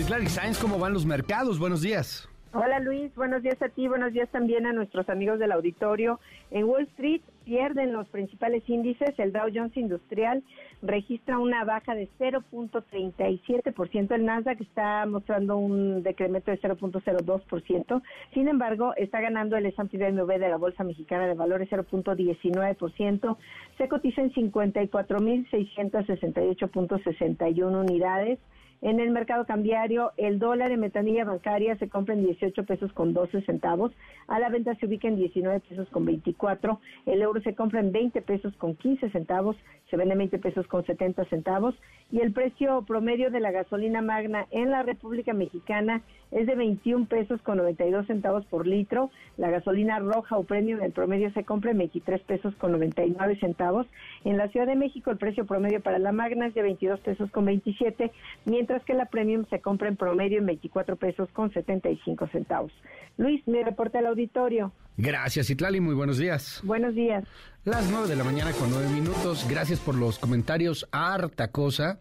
Citlali Sáenz, ¿cómo van los mercados? Buenos días. Hola Luis, buenos días a ti, buenos días también a nuestros amigos del auditorio. En Wall Street pierden los principales índices. El Dow Jones Industrial registra una baja de cero punto treinta y siete por ciento. El Nasdaq está mostrando un decremento de cero punto cero dos por ciento. Sin embargo, está ganando el S and P B M W de la Bolsa Mexicana de Valores cero punto diecinueve por ciento. Se cotiza en cincuenta y cuatro mil seiscientos sesenta y ocho punto sesenta y uno unidades. En el mercado cambiario, el dólar en ventanilla bancaria se compra en dieciocho pesos con doce centavos, a la venta se ubica en diecinueve pesos con veinticuatro, el euro se compra en veinte pesos con quince centavos, se vende en veinte pesos con setenta centavos, y el precio promedio de la gasolina magna en la República Mexicana es de veintiún pesos con noventa y dos centavos por litro. La gasolina roja o premium en el promedio se compra en veintitrés pesos con noventa y nueve centavos. En la Ciudad de México el precio promedio para la magna es de veintidós pesos con veintisiete, mientras que la premium se compra en promedio en veinticuatro pesos con setenta y cinco centavos. Luis, mi reporte al auditorio. Gracias, Citlali, muy buenos días. Buenos días. Las nueve de la mañana con nueve minutos. Gracias por los comentarios. Harta cosa.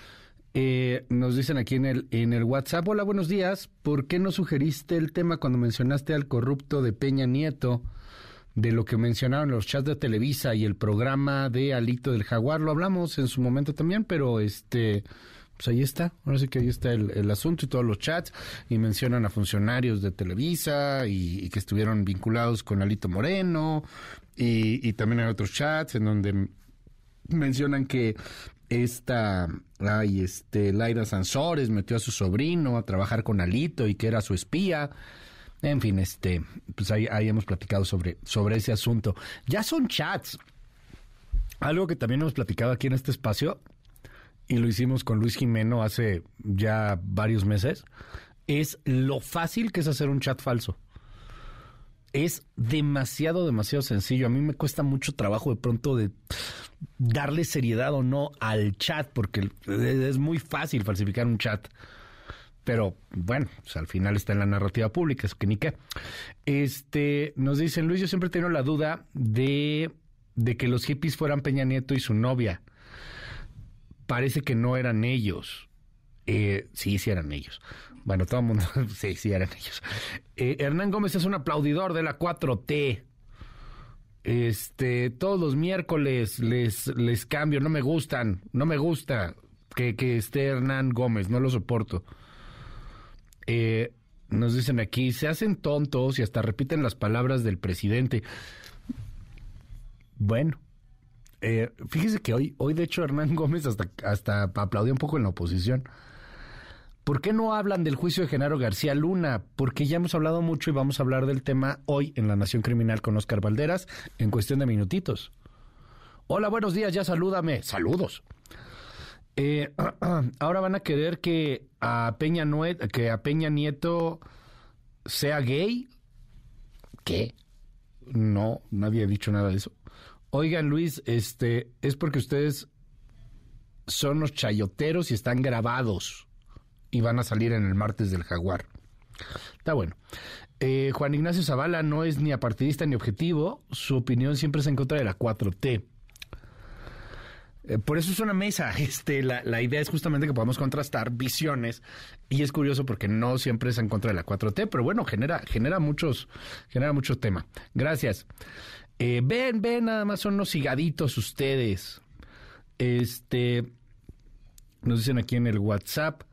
Eh, nos dicen aquí en el en el WhatsApp, hola, buenos días, ¿por qué no sugeriste el tema cuando mencionaste al corrupto de Peña Nieto, de lo que mencionaron los chats de Televisa y el programa de Alito del Jaguar? Lo hablamos en su momento también, pero este pues ahí está, ahora sí que ahí está el, el asunto y todos los chats, y mencionan a funcionarios de Televisa y, y que estuvieron vinculados con Alito Moreno, y, y también hay otros chats en donde mencionan que esta, ay, este, Laira Sansores metió a su sobrino a trabajar con Alito y que era su espía. En fin, este, pues ahí, ahí hemos platicado sobre, sobre ese asunto. Ya son chats. Algo que también hemos platicado aquí en este espacio, y lo hicimos con Luis Jimeno hace ya varios meses, es lo fácil que es hacer un chat falso. Es demasiado, demasiado sencillo. A mí me cuesta mucho trabajo de pronto de darle seriedad o no al chat, porque es muy fácil falsificar un chat. Pero, bueno, pues al final está en la narrativa pública, es que ni qué. Este, nos dicen, Luis, yo siempre tengo la duda de, de que los hippies fueran Peña Nieto y su novia. Parece que no eran ellos. Eh, sí, sí eran ellos. Bueno, todo el mundo, sí, sí eran ellos. Eh, Hernán Gómez es un aplaudidor de la cuatro T. Este, todos los miércoles les, les cambio, no me gustan, no me gusta que, que esté Hernán Gómez, no lo soporto. Eh, nos dicen aquí, se hacen tontos y hasta repiten las palabras del presidente. Bueno, eh, fíjese que hoy, hoy de hecho Hernán Gómez hasta, hasta aplaudió un poco en la oposición. ¿Por qué no hablan del juicio de Genaro García Luna? Porque ya hemos hablado mucho y vamos a hablar del tema hoy en La Nación Criminal con Óscar Valderas en cuestión de minutitos. Hola, buenos días, ya salúdame. Saludos. Eh, ahora van a querer que a Peña Nue- que a Peña Nieto sea gay. ¿Qué? No, nadie ha dicho nada de eso. Oigan, Luis, este, es porque ustedes son los chayoteros y están grabados y van a salir en el martes del Jaguar. Está bueno. Eh, Juan Ignacio Zavala no es ni apartidista ni objetivo. Su opinión siempre es en contra de la cuatro T. Eh, por eso es una mesa. Este, la, la idea es justamente que podamos contrastar visiones. Y es curioso porque no siempre es en contra de la cuatro T. Pero bueno, genera, genera muchos, genera mucho tema. Gracias. Eh, ven, ven, nada más son unos higaditos ustedes. Este, nos dicen aquí en el WhatsApp.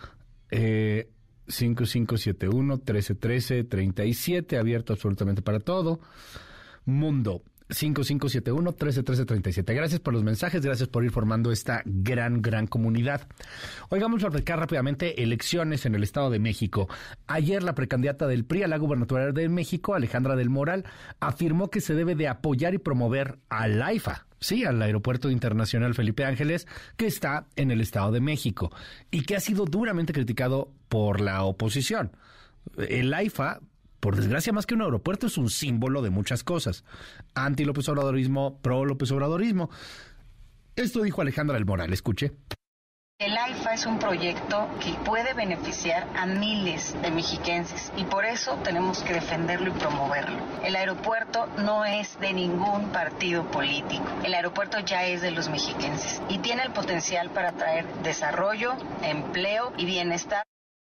Eh, cinco cinco siete uno, uno tres uno tres, tres siete, abierto absolutamente para todo. Mundo, cinco cinco siete uno, uno tres uno tres, tres siete. Gracias por los mensajes, gracias por ir formando esta gran, gran comunidad. Hoy vamos a platicar rápidamente elecciones en el Estado de México. Ayer la precandidata del P R I a la gubernatura de México, Alejandra del Moral, afirmó que se debe de apoyar y promover al AIFA. Sí, al Aeropuerto Internacional Felipe Ángeles, que está en el Estado de México y que ha sido duramente criticado por la oposición. El AIFA, por desgracia, más que un aeropuerto, es un símbolo de muchas cosas. Anti-López Obradorismo, pro-López Obradorismo. Esto dijo Alejandra del Moral, escuche. El AIFA es un proyecto que puede beneficiar a miles de mexiquenses y por eso tenemos que defenderlo y promoverlo. El aeropuerto no es de ningún partido político. El aeropuerto ya es de los mexiquenses y tiene el potencial para traer desarrollo, empleo y bienestar.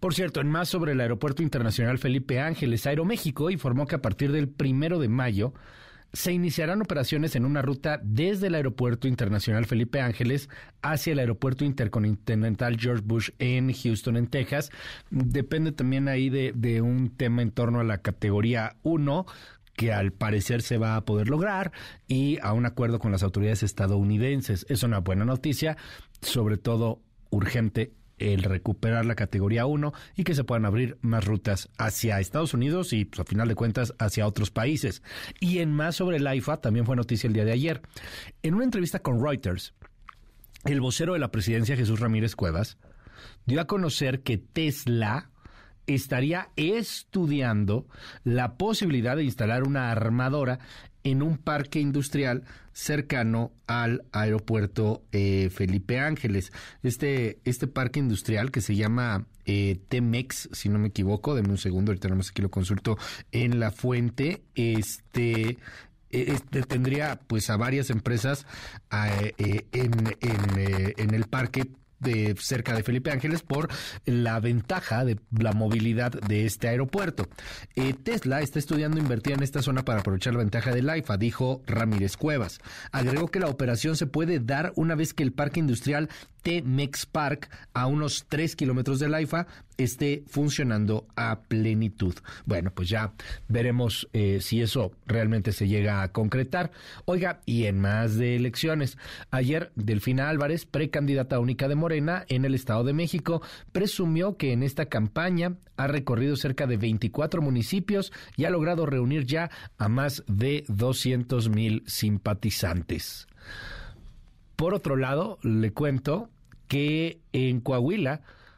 Por cierto, en más sobre el Aeropuerto Internacional Felipe Ángeles, Aeroméxico informó que a partir del primero de mayo se iniciarán operaciones en una ruta desde el Aeropuerto Internacional Felipe Ángeles hacia el Aeropuerto Intercontinental George Bush en Houston, en Texas. Depende también ahí de, de un tema en torno a la categoría uno, que al parecer se va a poder lograr, y a un acuerdo con las autoridades estadounidenses. Es una buena noticia, sobre todo urgente el recuperar la categoría uno y que se puedan abrir más rutas hacia Estados Unidos y, pues, a final de cuentas, hacia otros países. Y en más sobre el AIFA, también fue noticia el día de ayer. En una entrevista con Reuters, el vocero de la presidencia, Jesús Ramírez Cuevas, dio a conocer que Tesla estaría estudiando la posibilidad de instalar una armadora en un parque industrial cercano al aeropuerto eh, Felipe Ángeles. Este, este parque industrial que se llama eh, Temex, si no me equivoco, denme un segundo, ahorita nada más aquí lo consulto en la fuente, este... Este tendría pues a varias empresas eh, eh, en, en, eh, en el parque de cerca de Felipe Ángeles por la ventaja de la movilidad de este aeropuerto. Eh, Tesla está estudiando invertir en esta zona para aprovechar la ventaja del AIFA, dijo Ramírez Cuevas. Agregó que la operación se puede dar una vez que el parque industrial T-Mex Park, a unos tres kilómetros del AIFA, esté funcionando a plenitud. Bueno, pues ya veremos eh, si eso realmente se llega a concretar. Oiga, y en más de elecciones, ayer Delfina Álvarez, precandidata única de Morena en el Estado de México, presumió que en esta campaña ha recorrido cerca de veinticuatro municipios y ha logrado reunir ya a más de doscientos mil simpatizantes. Por otro lado, le cuento que en Coahuila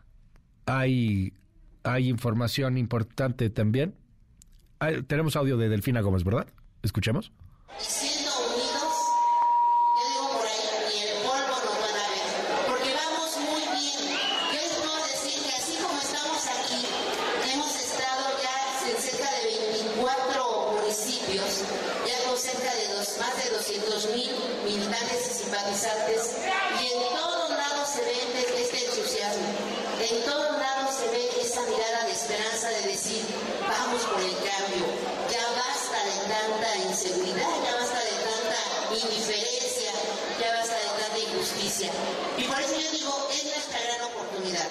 hay, hay información importante también. Hay, tenemos audio de Delfina Gómez, ¿verdad? Escuchemos. Siendo unidos, yo digo por ahí, ni el polvo nos van a ver, porque vamos muy bien. Yo les puedo decir que así como estamos aquí, hemos estado ya en cerca de veinticuatro municipios, ya con cerca de dos, más de doscientos mil militantes y simpatizantes, y en todos lados se ve este entusiasmo, en todos lados se ve esa mirada de esperanza de decir, vamos por el cambio, ya basta de tanta inseguridad, ya basta de tanta indiferencia, ya basta de tanta injusticia. Y por eso yo digo, es nuestra gran oportunidad.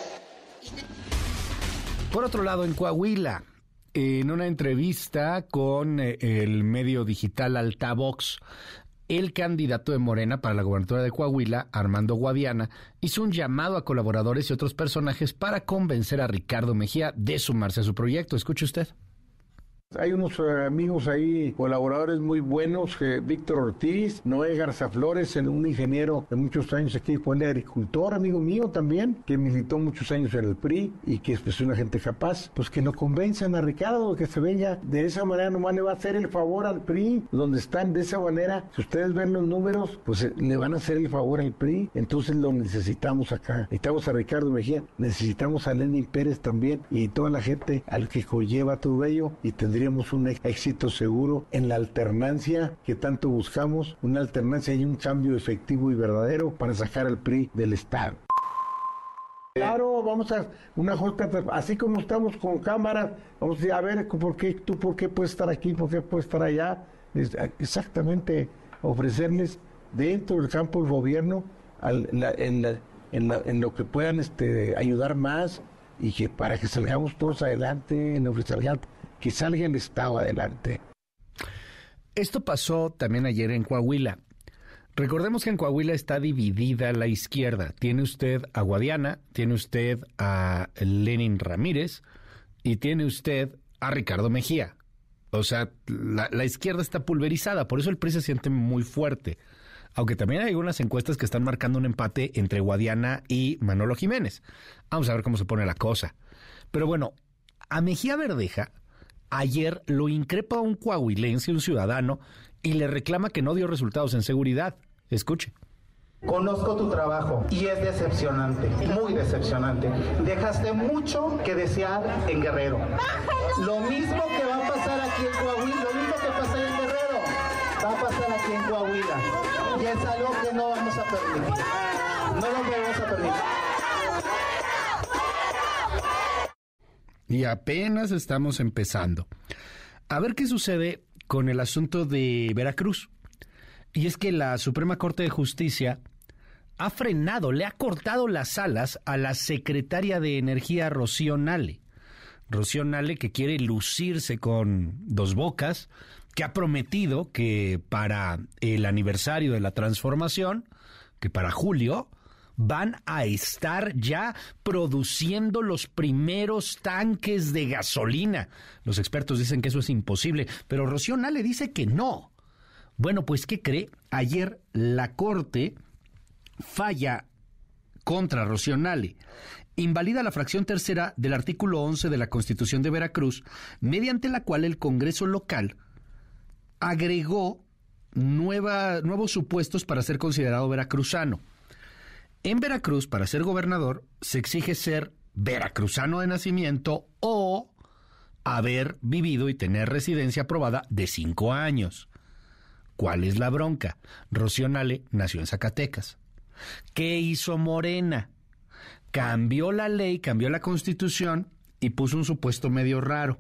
Por otro lado, en Coahuila, en una entrevista con el medio digital Altavox, el candidato de Morena para la gobernatura de Coahuila, Armando Guadiana, hizo un llamado a colaboradores y otros personajes para convencer a Ricardo Mejía de sumarse a su proyecto. Escuche usted. Hay unos eh, amigos ahí, colaboradores muy buenos, eh, Víctor Ortiz, Noé Garza Flores, un ingeniero de muchos años aquí, fue un agricultor, amigo mío también, que militó muchos años en el P R I y que es una gente capaz, pues que no convenzan a Ricardo, que se venga. De esa manera nomás le va a hacer el favor al P R I, donde están de esa manera. Si ustedes ven los números, pues eh, le van a hacer el favor al P R I, entonces lo necesitamos acá. Necesitamos a Ricardo Mejía, necesitamos a Lenín Pérez también y toda la gente al que conlleva todo ello, y tendría un éxito seguro en la alternancia que tanto buscamos, una alternancia y un cambio efectivo y verdadero para sacar al P R I del Estado. Claro, vamos a una jota, así como estamos con cámaras, vamos a ver por qué tú, por qué puedes estar aquí, por qué puedes estar allá, exactamente ofrecerles dentro del campo del gobierno al, la, en, la, en, la, en lo que puedan este, ayudar más y que para que salgamos todos adelante, en ofrecer que salga el Estado adelante. Esto pasó también ayer en Coahuila. Recordemos que en Coahuila está dividida la izquierda. Tiene usted a Guadiana, tiene usted a Lenín Ramírez y tiene usted a Ricardo Mejía. O sea, la, la izquierda está pulverizada, por eso el P R I se siente muy fuerte. Aunque también hay algunas encuestas que están marcando un empate entre Guadiana y Manolo Jiménez. Vamos a ver cómo se pone la cosa. Pero bueno, a Mejía Verdeja ayer lo increpa un coahuilense, un ciudadano, y le reclama que no dio resultados en seguridad. Escuche. Conozco tu trabajo y es decepcionante, muy decepcionante. Dejaste mucho que desear en Guerrero. Lo mismo que va a pasar aquí en Coahuila, lo mismo que pasa en Guerrero, va a pasar aquí en Coahuila. Y es algo que no vamos a permitir. No lo vamos a permitir. y apenas estamos empezando. A ver qué sucede con el asunto de Veracruz. Y es que la Suprema Corte de Justicia ha frenado, le ha cortado las alas a la secretaria de Energía, Rocío Nale. Rocío Nale, que quiere lucirse con Dos Bocas, que ha prometido que para el aniversario de la transformación, que para julio, van a estar ya produciendo los primeros tanques de gasolina. Los expertos dicen que eso es imposible, pero Rocío Nale dice que no. Bueno, pues, ¿qué cree? Ayer la Corte falla contra Rocío Nale. Invalida la fracción tercera del artículo once de la Constitución de Veracruz, mediante la cual el Congreso local agregó nueva, nuevos supuestos para ser considerado veracruzano. En Veracruz, para ser gobernador, se exige ser veracruzano de nacimiento o haber vivido y tener residencia aprobada de cinco años. ¿Cuál es la bronca? Rocío Nale nació en Zacatecas. ¿Qué hizo Morena? Cambió la ley, cambió la Constitución y puso un supuesto medio raro.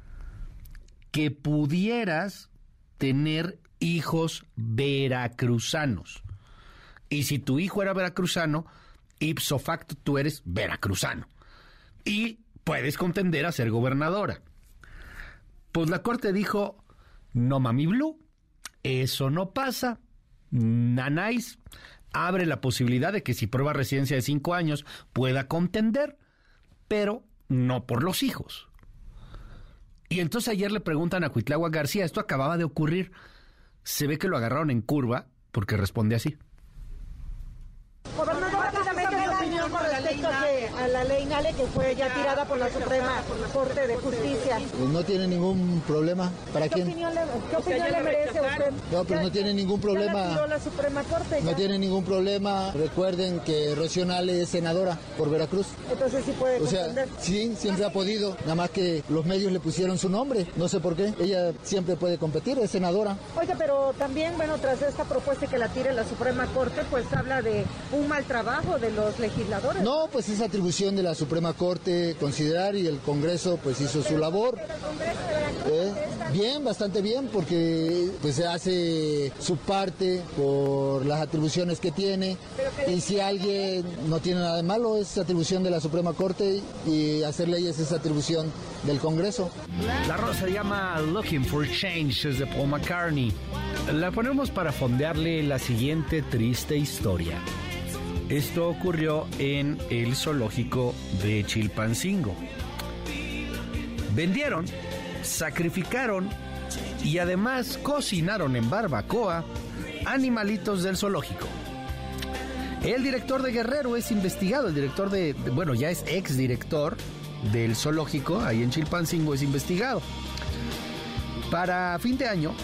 Que pudieras tener hijos veracruzanos. Y si tu hijo era veracruzano, ipso facto tú eres veracruzano. Y puedes contender a ser gobernadora. Pues la Corte dijo, no mami blue, eso no pasa. Nanáis, abre la posibilidad de que si prueba residencia de cinco años pueda contender, pero no por los hijos. Y entonces ayer le preguntan a Cuitláhuac García, esto acababa de ocurrir, se ve que lo agarraron en curva porque responde así. Gobernador, rápidamente su opinión con respecto a, que, a la ley Nale que fue ya tirada por la Suprema Corte de Justicia. Pues no tiene ningún problema. ¿Para ¿Qué quién? Opinión le, ¿Qué opinión le merece a usted? No, pero no tiene ningún problema. Ya la tiró la Suprema Corte. No ya. tiene ningún problema. Recuerden que Rocío Nale es senadora por Veracruz. Entonces sí puede O sea, contender. sí, siempre ha podido. Nada más que los medios le pusieron su nombre. No sé por qué. Ella siempre puede competir, es senadora. Oiga, pero también, bueno, tras esta propuesta que la tire la Suprema Corte, pues habla de un mal trabajo de los legisladores. No, pues es atribución de la Suprema Corte considerar y el Congreso pues hizo su labor. Eh, bien, bastante bien, porque pues se hace su parte por las atribuciones que tiene y si alguien no tiene nada de malo es atribución de la Suprema Corte y hacer leyes es atribución del Congreso. La rola se llama Looking for Change, es de Paul McCartney. La ponemos para fondearle la siguiente triste historia. Esto ocurrió en el zoológico de Chilpancingo. Vendieron, sacrificaron y además cocinaron en barbacoa animalitos del zoológico. El director de Guerrero es investigado, el director de, de bueno, ya es exdirector del zoológico, ahí en Chilpancingo es investigado. Para fin de año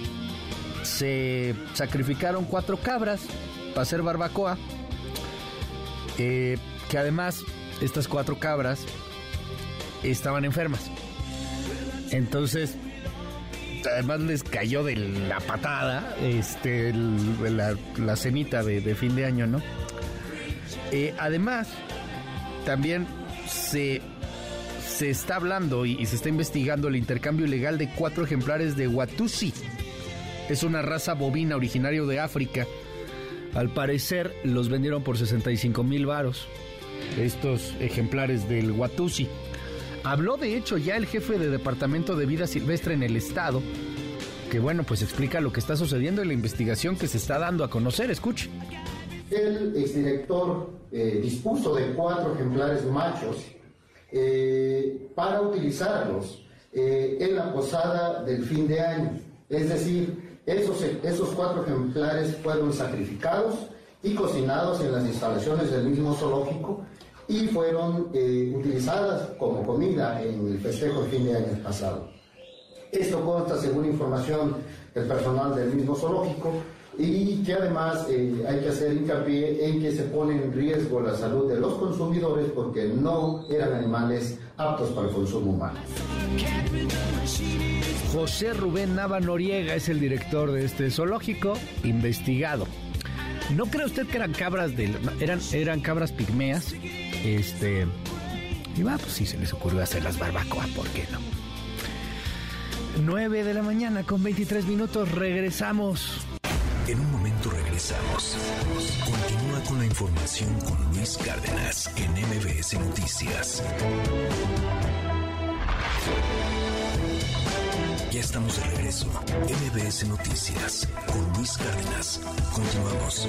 se sacrificaron cuatro cabras para hacer barbacoa. Eh, que además estas cuatro cabras estaban enfermas. Entonces, además les cayó de la patada este, el, la, la cenita de, de fin de año, ¿no? Eh, además, también se, se está hablando y, y se está investigando el intercambio ilegal de cuatro ejemplares de Watusi. Es una raza bovina originario de África. Al parecer los vendieron por sesenta y cinco mil varos, estos ejemplares del Watusi. Habló de hecho ya el jefe de Departamento de Vida Silvestre en el estado, que bueno, pues explica lo que está sucediendo en la investigación que se está dando a conocer. Escuche. El exdirector eh, dispuso de cuatro ejemplares machos eh, para utilizarlos eh, en la posada del fin de año, es decir, Esos, esos cuatro ejemplares fueron sacrificados y cocinados en las instalaciones del mismo zoológico y fueron eh, utilizadas como comida en el festejo de fin de año pasado. Esto consta según información del personal del mismo zoológico y que además eh, hay que hacer hincapié en que se pone en riesgo la salud de los consumidores porque no eran animales aptos para el consumo humano. José Rubén Nava Noriega es el director de este zoológico, investigado. ¿No cree usted que eran cabras de, eran, eran cabras pigmeas? Este, Y va, pues sí, se les ocurrió hacer las barbacoas, ¿por qué no? nueve de la mañana con veintitrés minutos, regresamos. En un momento regresamos. Continúa con la información con Luis Cárdenas en M B S Noticias. Ya estamos de regreso. M B S Noticias con Luis Cárdenas. Continuamos.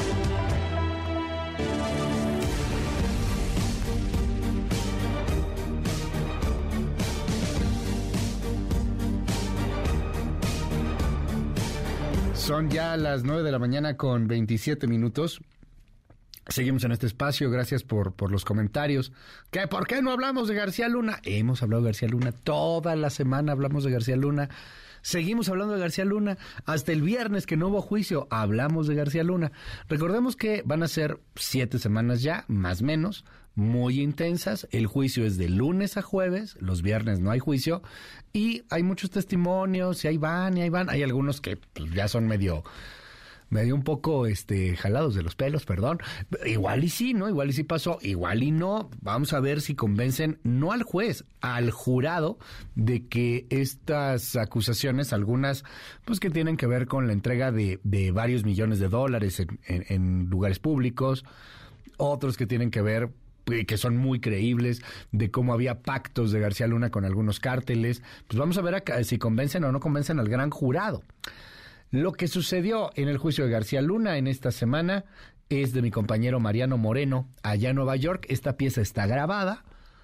Son ya las nueve de la mañana con veintisiete minutos. Seguimos en este espacio, gracias por, por los comentarios. ¿Qué, ¿Por qué no hablamos de García Luna? Hemos hablado de García Luna, toda la semana hablamos de García Luna. Seguimos hablando de García Luna. Hasta el viernes que no hubo juicio, hablamos de García Luna. Recordemos que van a ser siete semanas ya, más o menos, muy intensas. El juicio es de lunes a jueves, los viernes no hay juicio. Y hay muchos testimonios, y ahí van, y ahí van. Hay algunos que pues, ya son medio... medio un poco este jalados de los pelos, perdón. Igual y sí, ¿no? Igual y sí pasó, igual y no. Vamos a ver si convencen, no al juez, al jurado, de que estas acusaciones, algunas, pues que tienen que ver con la entrega de, de varios millones de dólares en, en, en lugares públicos, otros que tienen que ver, que son muy creíbles, de cómo había pactos de García Luna con algunos cárteles. Pues vamos a ver acá, si convencen o no convencen al gran jurado. Lo que sucedió en el juicio de García Luna en esta semana es de mi compañero Mariano Moreno, allá en Nueva York. Esta pieza está grabada,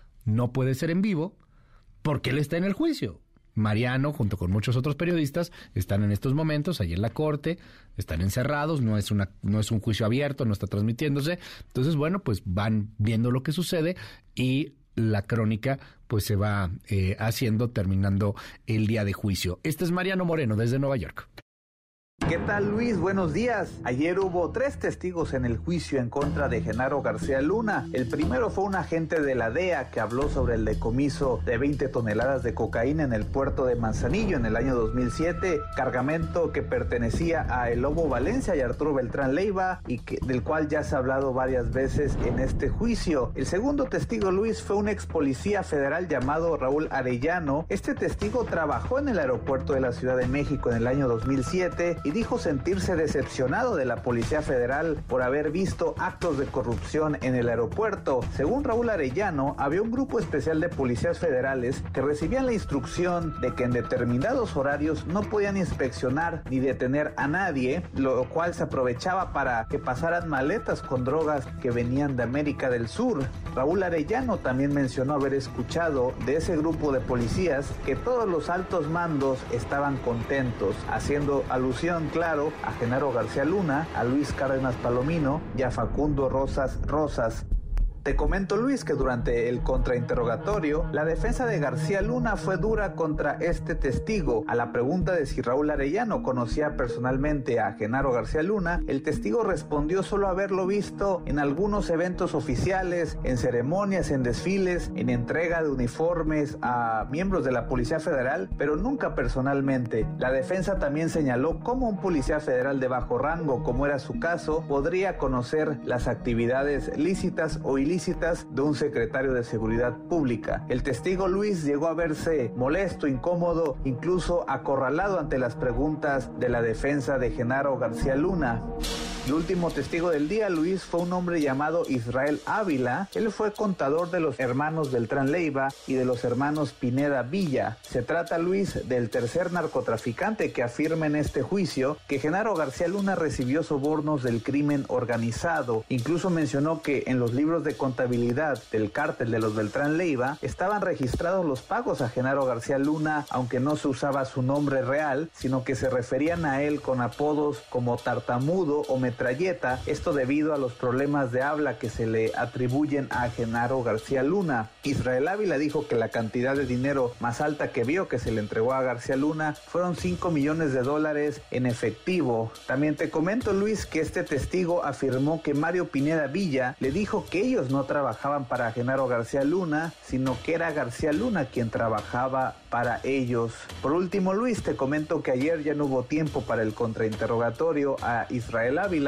no puede ser en vivo, porque él está en el juicio. Mariano, junto con muchos otros periodistas, están en estos momentos ahí en la corte, están encerrados, no es una, no es un juicio abierto, no está transmitiéndose. Entonces, bueno, pues van viendo lo que sucede y la crónica pues se va eh, haciendo terminando el día de juicio. Este es Mariano Moreno desde Nueva York. ¿Qué tal, Luis? Buenos días. Ayer hubo tres testigos en el juicio en contra de Genaro García Luna. El primero fue un agente de la D E A que habló sobre el decomiso de veinte toneladas de cocaína en el puerto de Manzanillo en el año dos mil siete, cargamento que pertenecía a El Lobo Valencia y Arturo Beltrán Leiva y que, del cual ya se ha hablado varias veces en este juicio. El segundo testigo, Luis, fue un ex policía federal llamado Raúl Arellano. Este testigo trabajó en el aeropuerto de la Ciudad de México en el año dos mil siete y dijo sentirse decepcionado de la Policía Federal por haber visto actos de corrupción en el aeropuerto. Según Raúl Arellano, había un grupo especial de policías federales que recibían la instrucción de que en determinados horarios no podían inspeccionar ni detener a nadie, lo cual se aprovechaba para que pasaran maletas con drogas que venían de América del Sur. Raúl Arellano también mencionó haber escuchado de ese grupo de policías que todos los altos mandos estaban contentos, haciendo alusión claro a Genaro García Luna, a Luis Cárdenas Palomino y a Facundo Rosas Rosas. Te comento, Luis, que durante el contrainterrogatorio, la defensa de García Luna fue dura contra este testigo. A la pregunta de si Raúl Arellano conocía personalmente a Genaro García Luna, el testigo respondió solo haberlo visto en algunos eventos oficiales, en ceremonias, en desfiles, en entrega de uniformes a miembros de la Policía Federal, pero nunca personalmente. La defensa también señaló cómo un policía federal de bajo rango, como era su caso, podría conocer las actividades lícitas o ilícitas de un secretario de Seguridad Pública. El testigo Luis llegó a verse molesto, incómodo, incluso acorralado ante las preguntas de la defensa de Genaro García Luna. El último testigo del día, Luis, fue un hombre llamado Israel Ávila. Él fue contador de los hermanos Beltrán Leiva y de los hermanos Pineda Villa. Se trata, Luis, del tercer narcotraficante que afirma en este juicio que Genaro García Luna recibió sobornos del crimen organizado. Incluso mencionó que en los libros de contabilidad del cártel de los Beltrán Leiva estaban registrados los pagos a Genaro García Luna, aunque no se usaba su nombre real, sino que se referían a él con apodos como Tartamudo o Metralleta, esto debido a los problemas de habla que se le atribuyen a Genaro García Luna. Israel Ávila dijo que la cantidad de dinero más alta que vio que se le entregó a García Luna fueron cinco millones de dólares en efectivo. También te comento, Luis, que este testigo afirmó que Mario Pineda Villa le dijo que ellos no trabajaban para Genaro García Luna, sino que era García Luna quien trabajaba para ellos. Por último, Luis, te comento que ayer ya no hubo tiempo para el contrainterrogatorio a Israel Ávila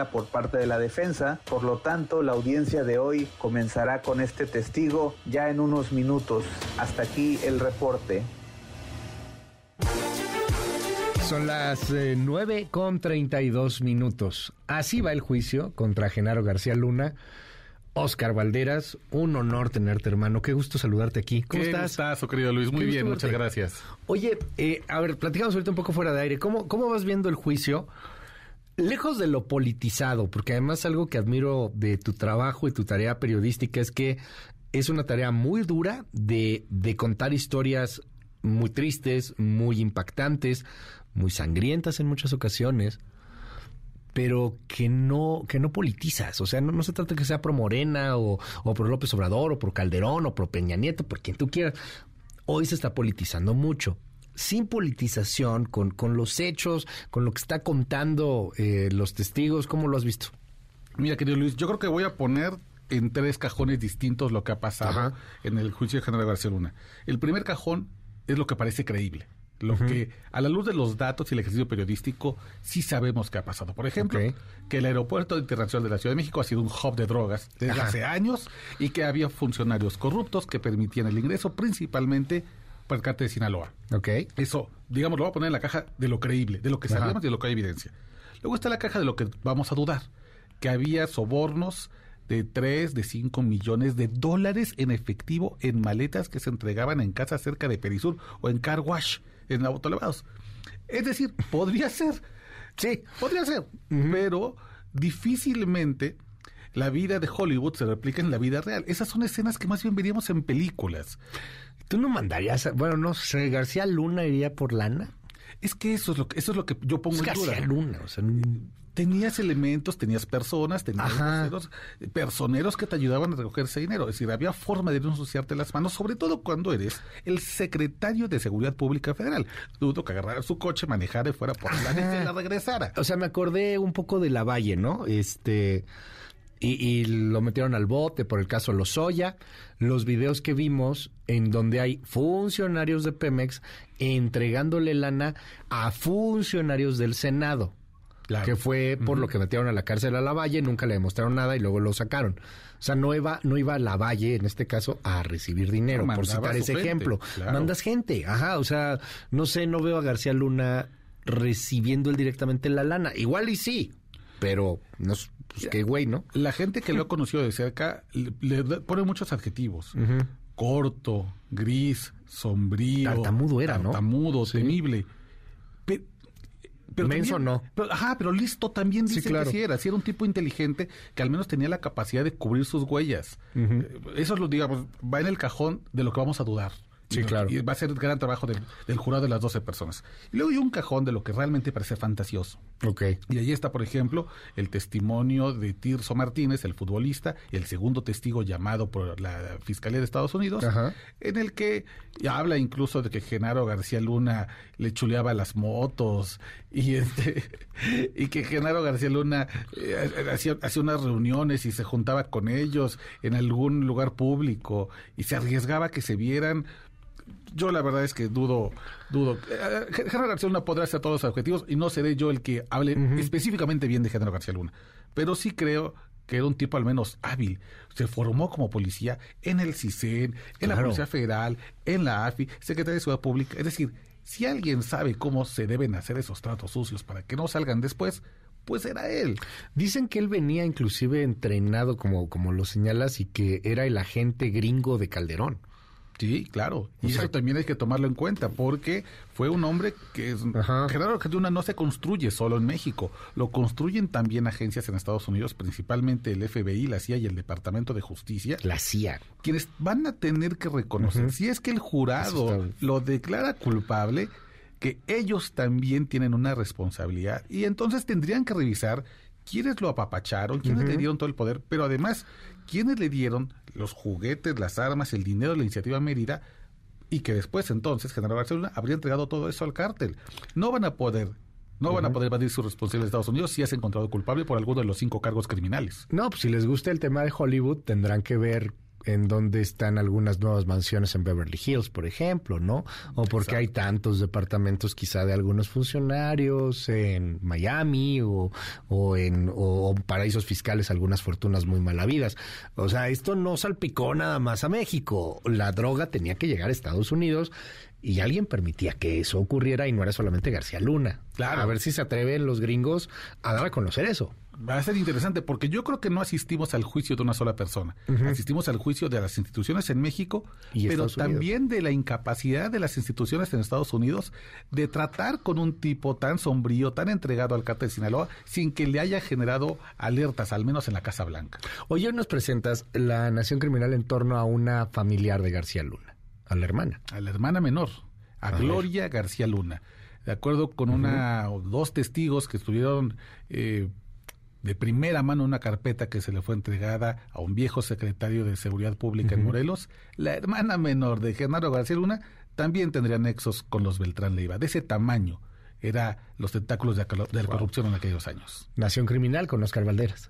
defenderla por parte de la defensa. Por lo tanto, la audiencia de hoy comenzará con este testigo ya en unos minutos. Hasta aquí el reporte. Son las eh, nueve con treinta y dos minutos. Así va el juicio contra Genaro García Luna. Óscar Valderas, un honor tenerte, hermano. Qué gusto saludarte aquí. ¿Cómo Qué estás? gustazo, querido Luis. Muy bien, muchas gracias. Oye, eh, a ver, platicamos ahorita un poco fuera de aire. ¿Cómo, cómo vas viendo el juicio? Lejos de lo politizado, porque además algo que admiro de tu trabajo y tu tarea periodística es que es una tarea muy dura de, de contar historias muy tristes, muy impactantes, muy sangrientas en muchas ocasiones, pero que no que no politizas. O sea, no, no se trata de que sea pro Morena o, o pro López Obrador o pro Calderón o pro Peña Nieto, por quien tú quieras. Hoy se está politizando mucho. Sin politización, con, con los hechos, con lo que está contando eh, los testigos. ¿Cómo lo has visto? Mira, querido Luis, yo creo que voy a poner en tres cajones distintos lo que ha pasado Ajá. en el juicio de Genaro García Luna. El primer cajón es lo que parece creíble. Lo uh-huh. que, a la luz de los datos y el ejercicio periodístico, sí sabemos que ha pasado. Por ejemplo, okay. que el aeropuerto internacional de la Ciudad de México ha sido un hub de drogas desde Ajá. hace años y que había funcionarios corruptos que permitían el ingreso principalmente por el cártel de Sinaloa. Okay. Eso, digamos, lo voy a poner en la caja de lo creíble, de lo que sabemos Ajá. y de lo que hay evidencia. Luego está la caja de lo que vamos a dudar, que había sobornos de tres, de cinco millones de dólares en efectivo en maletas que se entregaban en casas cerca de Perisur o en car wash, en autolavados. Es decir, podría ser, sí, podría ser, uh-huh. pero difícilmente la vida de Hollywood se replica en la vida real. Esas son escenas que más bien veríamos en películas. ¿Tú no mandarías, a, bueno, no sé, García Luna iría por lana? Es que eso es lo que, eso es lo que yo pongo es en duda. García Luna, o sea... Tenías elementos, tenías personas, tenías personeros, personeros que te ayudaban a recoger ese dinero. Es decir, había forma de no ensuciarte las manos, sobre todo cuando eres el secretario de Seguridad Pública Federal. Dudo que agarrara su coche, manejara y fuera por la y la regresara. O sea, me acordé un poco de Lavalle, ¿no? Este... Y, y lo metieron al bote por el caso Lozoya. Los videos que vimos en donde hay funcionarios de Pemex entregándole lana a funcionarios del Senado. Claro. Que fue por uh-huh. lo que metieron a la cárcel a Lavalle, nunca le demostraron nada y luego lo sacaron. O sea, no iba, no iba Lavalle, en este caso, a recibir dinero, no, por citar ese gente, ejemplo. Claro. Mandas gente, ajá, o sea, no sé, no veo a García Luna recibiendo él directamente la lana. Igual y sí, pero no, pues qué güey, ¿no? La gente que lo ha conocido de cerca le, le pone muchos adjetivos. Uh-huh. Corto, gris, sombrío. Tartamudo era, ¿no? Tartamudo, sí. temible. Pero, pero menso también, no. Pero, ajá, pero listo también dice sí, claro. que sí era. Sí era un tipo inteligente que al menos tenía la capacidad de cubrir sus huellas. Uh-huh. Eso es lo, digamos, va en el cajón de lo que vamos a dudar. Sí, ¿no? Claro. Y va a ser el gran trabajo del, del jurado de las doce personas. Y luego hay un cajón de lo que realmente parece fantasioso. Ok. Y ahí está, por ejemplo, el testimonio de Tirso Martínez, el futbolista, el segundo testigo llamado por la Fiscalía de Estados Unidos, Ajá. en el que habla incluso de que Genaro García Luna le chuleaba las motos y este y que Genaro García Luna eh, hacía, hacía unas reuniones y se juntaba con ellos en algún lugar público y se arriesgaba que se vieran. Yo la verdad es que dudo, dudo. Eh, Genaro García Luna podrá hacer todos los objetivos y no seré yo el que hable uh-huh. específicamente bien de Genaro García Luna. Pero sí creo que era un tipo al menos hábil. Se formó como policía en el CISEN, en claro. la Policía Federal, en la A F I, Secretaría de Seguridad Pública. Es decir, si alguien sabe cómo se deben hacer esos tratos sucios para que no salgan después, pues era él. Dicen que él venía inclusive entrenado, como, como lo señalas, y que era el agente gringo de Calderón. Sí, claro. Y o sea, eso también hay que tomarlo en cuenta, porque fue un hombre que es... Ajá. Genaro García Luna no se construye solo en México, lo construyen también agencias en Estados Unidos, principalmente el F B I, la C I A y el Departamento de Justicia. La C I A. Quienes van a tener que reconocer, uh-huh. si es que el jurado lo declara culpable, que ellos también tienen una responsabilidad, y entonces tendrían que revisar quiénes lo apapacharon, quiénes uh-huh. le dieron todo el poder, pero además, quiénes le dieron los juguetes, las armas, el dinero de la iniciativa Mérida, y que después entonces Genaro García Luna habría entregado todo eso al cártel. No van a poder, no uh-huh. van a poder evadir su responsabilidad de Estados Unidos si es encontrado culpable por alguno de los cinco cargos criminales. No, pues si les gusta el tema de Hollywood, tendrán que ver en dónde están algunas nuevas mansiones en Beverly Hills, por ejemplo, ¿no? O porque hay tantos departamentos quizá de algunos funcionarios en Miami o, o en o, o paraísos fiscales, algunas fortunas muy mal habidas. O sea, esto no salpicó nada más a México. La droga tenía que llegar a Estados Unidos y alguien permitía que eso ocurriera y no era solamente García Luna. Claro. A ver si se atreven los gringos a dar a conocer eso. Va a ser interesante porque yo creo que no asistimos al juicio de una sola persona. Uh-huh. Asistimos al juicio de las instituciones en México, y pero también de la incapacidad de las instituciones en Estados Unidos de tratar con un tipo tan sombrío, tan entregado al cártel de Sinaloa, sin que le haya generado alertas, al menos en la Casa Blanca. Hoy nos presentas La Nación Criminal en torno a una familiar de García Luna, a la hermana. A la hermana menor, a, a Gloria ver. García Luna. De acuerdo con uh-huh. una o dos testigos que estuvieron eh, de primera mano en una carpeta que se le fue entregada a un viejo secretario de Seguridad Pública uh-huh. en Morelos, la hermana menor de Genaro García Luna también tendría nexos con los Beltrán Leiva. De ese tamaño eran los tentáculos de la, de la wow. corrupción en aquellos años. Nación Criminal con Oscar Valderas.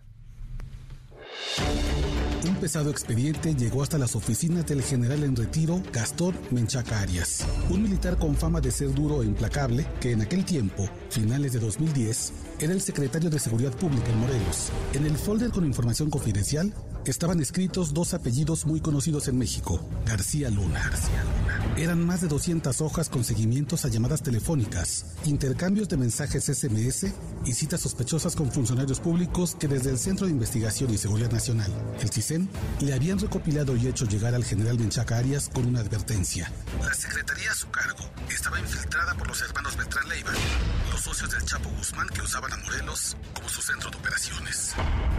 Un pesado expediente llegó hasta las oficinas del general en retiro Gastón Menchaca Arias, un militar con fama de ser duro e implacable que en aquel tiempo, finales de dos mil diez, era el secretario de Seguridad Pública en Morelos. En el folder con información confidencial estaban escritos dos apellidos muy conocidos en México, García Luna. García Luna. Eran más de doscientas hojas con seguimientos a llamadas telefónicas, intercambios de mensajes ese eme ese y citas sospechosas con funcionarios públicos que desde el Centro de Investigación y Seguridad Nacional, el CISEN, le habían recopilado y hecho llegar al general Menchaca Arias con una advertencia. La secretaría a su cargo estaba infiltrada por los hermanos Beltrán Leiva, los socios del Chapo Guzmán que usaban a Morelos como su centro de operaciones.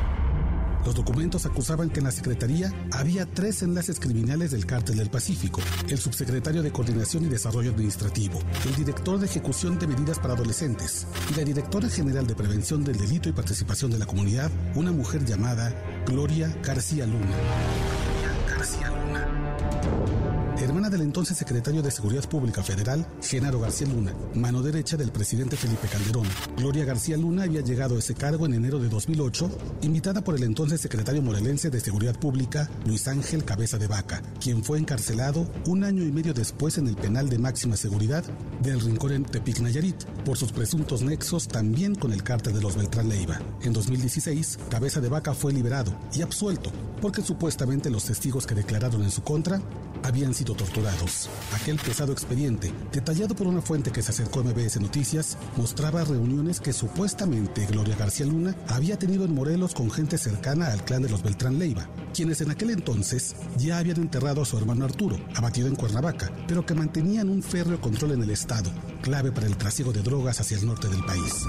Los documentos acusaban que en la Secretaría había tres enlaces criminales del Cártel del Pacífico, el subsecretario de Coordinación y Desarrollo Administrativo, el director de Ejecución de Medidas para Adolescentes y la directora general de Prevención del Delito y Participación de la Comunidad, una mujer llamada Gloria García Luna. Gloria García Luna. Hermana del entonces secretario de Seguridad Pública Federal, Genaro García Luna, mano derecha del presidente Felipe Calderón. Gloria García Luna había llegado a ese cargo en enero de dos mil ocho, invitada por el entonces secretario morelense de Seguridad Pública, Luis Ángel Cabeza de Vaca, quien fue encarcelado un año y medio después en el penal de máxima seguridad del Rincón en Tepic, Nayarit, por sus presuntos nexos también con el cártel de los Beltrán Leiva. En dos mil dieciséis, Cabeza de Vaca fue liberado y absuelto porque supuestamente los testigos que declararon en su contra habían sido torturados. Aquel pesado expediente, detallado por una fuente que se acercó a eme be ese Noticias, mostraba reuniones que supuestamente Gloria García Luna había tenido en Morelos con gente cercana al clan de los Beltrán Leiva, quienes en aquel entonces ya habían enterrado a su hermano Arturo, abatido en Cuernavaca, pero que mantenían un férreo control en el estado, clave para el trasiego de drogas hacia el norte del país.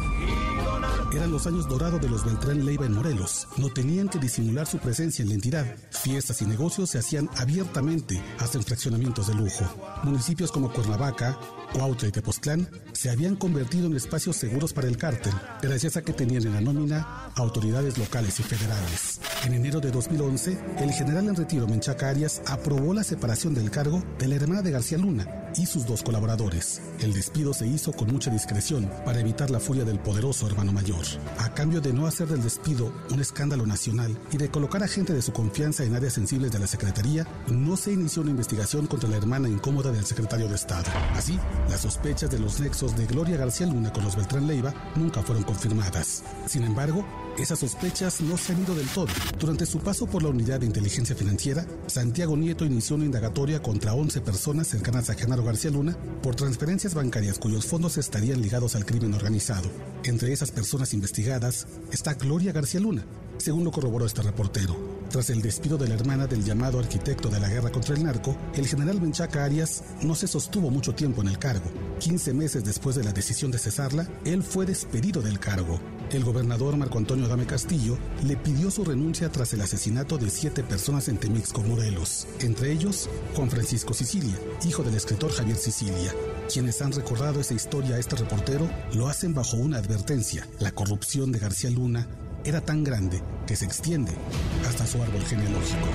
Eran los años dorados de los Beltrán Leiva en Morelos. No tenían que disimular su presencia en la entidad. Fiestas y negocios se hacían abiertamente, hasta en fraccionamientos de lujo. Municipios como Cuernavaca, Cuautla y Tepoztlán se habían convertido en espacios seguros para el cártel, gracias a que tenían en la nómina autoridades locales y federales. En enero de dos mil once, el general en retiro Menchaca Arias aprobó la separación del cargo de la hermana de García Luna y sus dos colaboradores. El despido se hizo con mucha discreción para evitar la furia del poderoso hermano mayor. A cambio de no hacer del despido un escándalo nacional y de colocar a gente de su confianza en áreas sensibles de la Secretaría, no se inició una investigación contra la hermana incómoda del secretario de Estado. Así, las sospechas de los nexos de Gloria García Luna con los Beltrán Leiva nunca fueron confirmadas. Sin embargo, esas sospechas no se han ido del todo. Durante su paso por la Unidad de Inteligencia Financiera, Santiago Nieto inició una indagatoria contra once personas cercanas a Genaro García Luna por transferencias bancarias cuyos fondos estarían ligados al crimen organizado. Entre esas personas investigadas está Gloria García Luna, según lo corroboró este reportero. Tras el despido de la hermana del llamado arquitecto de la guerra contra el narco, el general Menchaca Arias no se sostuvo mucho tiempo en el cargo. quince meses después de la decisión de cesarla, él fue despedido del cargo. El gobernador Marco Antonio Adame Castillo le pidió su renuncia tras el asesinato de siete personas en Temixco, Morelos, entre ellos Juan Francisco Sicilia, hijo del escritor Javier Sicilia. Quienes han recordado esa historia a este reportero lo hacen bajo una advertencia: la corrupción de García Luna era tan grande que se extiende hasta su árbol genealógico.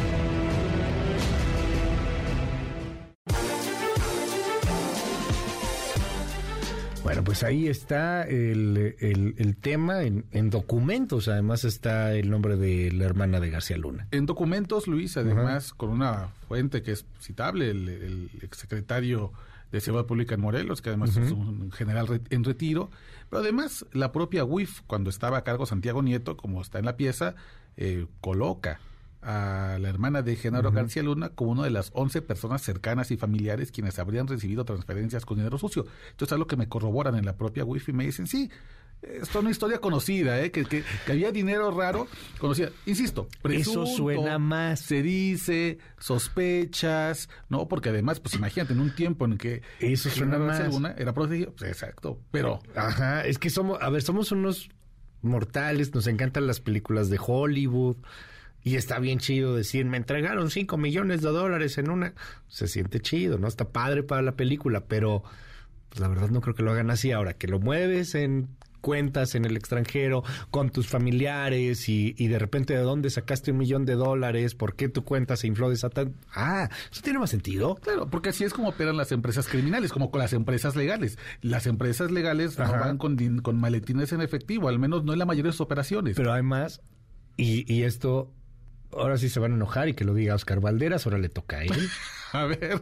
Bueno, Bueno, pues ahí está el, el, el tema, en, en documentos además está el nombre de la hermana de García Luna. En documentos, Luis, además, uh-huh. con una fuente que es citable, el, el exsecretario de Seguridad Pública en Morelos, que además uh-huh. es un general re- en retiro, pero además la propia U I F, cuando estaba a cargo Santiago Nieto, como está en la pieza, eh, coloca a la hermana de Genaro uh-huh. García Luna como una de las once personas cercanas y familiares quienes habrían recibido transferencias con dinero sucio. Entonces, es lo que me corroboran en la propia U I F y me dicen, sí, es una historia conocida, ¿eh? que, que, que había dinero raro conocida. Insisto, presunto, eso suena más. Se dice, sospechas, ¿no? Porque además, pues imagínate, en un tiempo en que eso suena Genaro más. García Luna era protegido, pues exacto, pero... Ajá, es que somos, a ver, somos unos mortales, nos encantan las películas de Hollywood, y está bien chido decir, me entregaron cinco millones de dólares en una... Se siente chido, ¿no? Está padre para la película, pero pues, la verdad no creo que lo hagan así. Ahora, que lo mueves en cuentas en el extranjero, con tus familiares, y, y de repente, ¿de dónde sacaste un millón de dólares? ¿Por qué tu cuenta se infló de esa tan... Ah, ¿eso tiene más sentido? Claro, porque así es como operan las empresas criminales, como con las empresas legales. Las empresas legales Ajá. no van con, din- con maletines en efectivo, al menos no en la mayoría de sus operaciones. Pero además, y, y esto... Ahora sí se van a enojar y que lo diga Oscar Valderas, ahora le toca a él. A ver.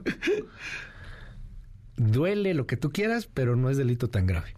Duele lo que tú quieras, pero no es delito tan grave.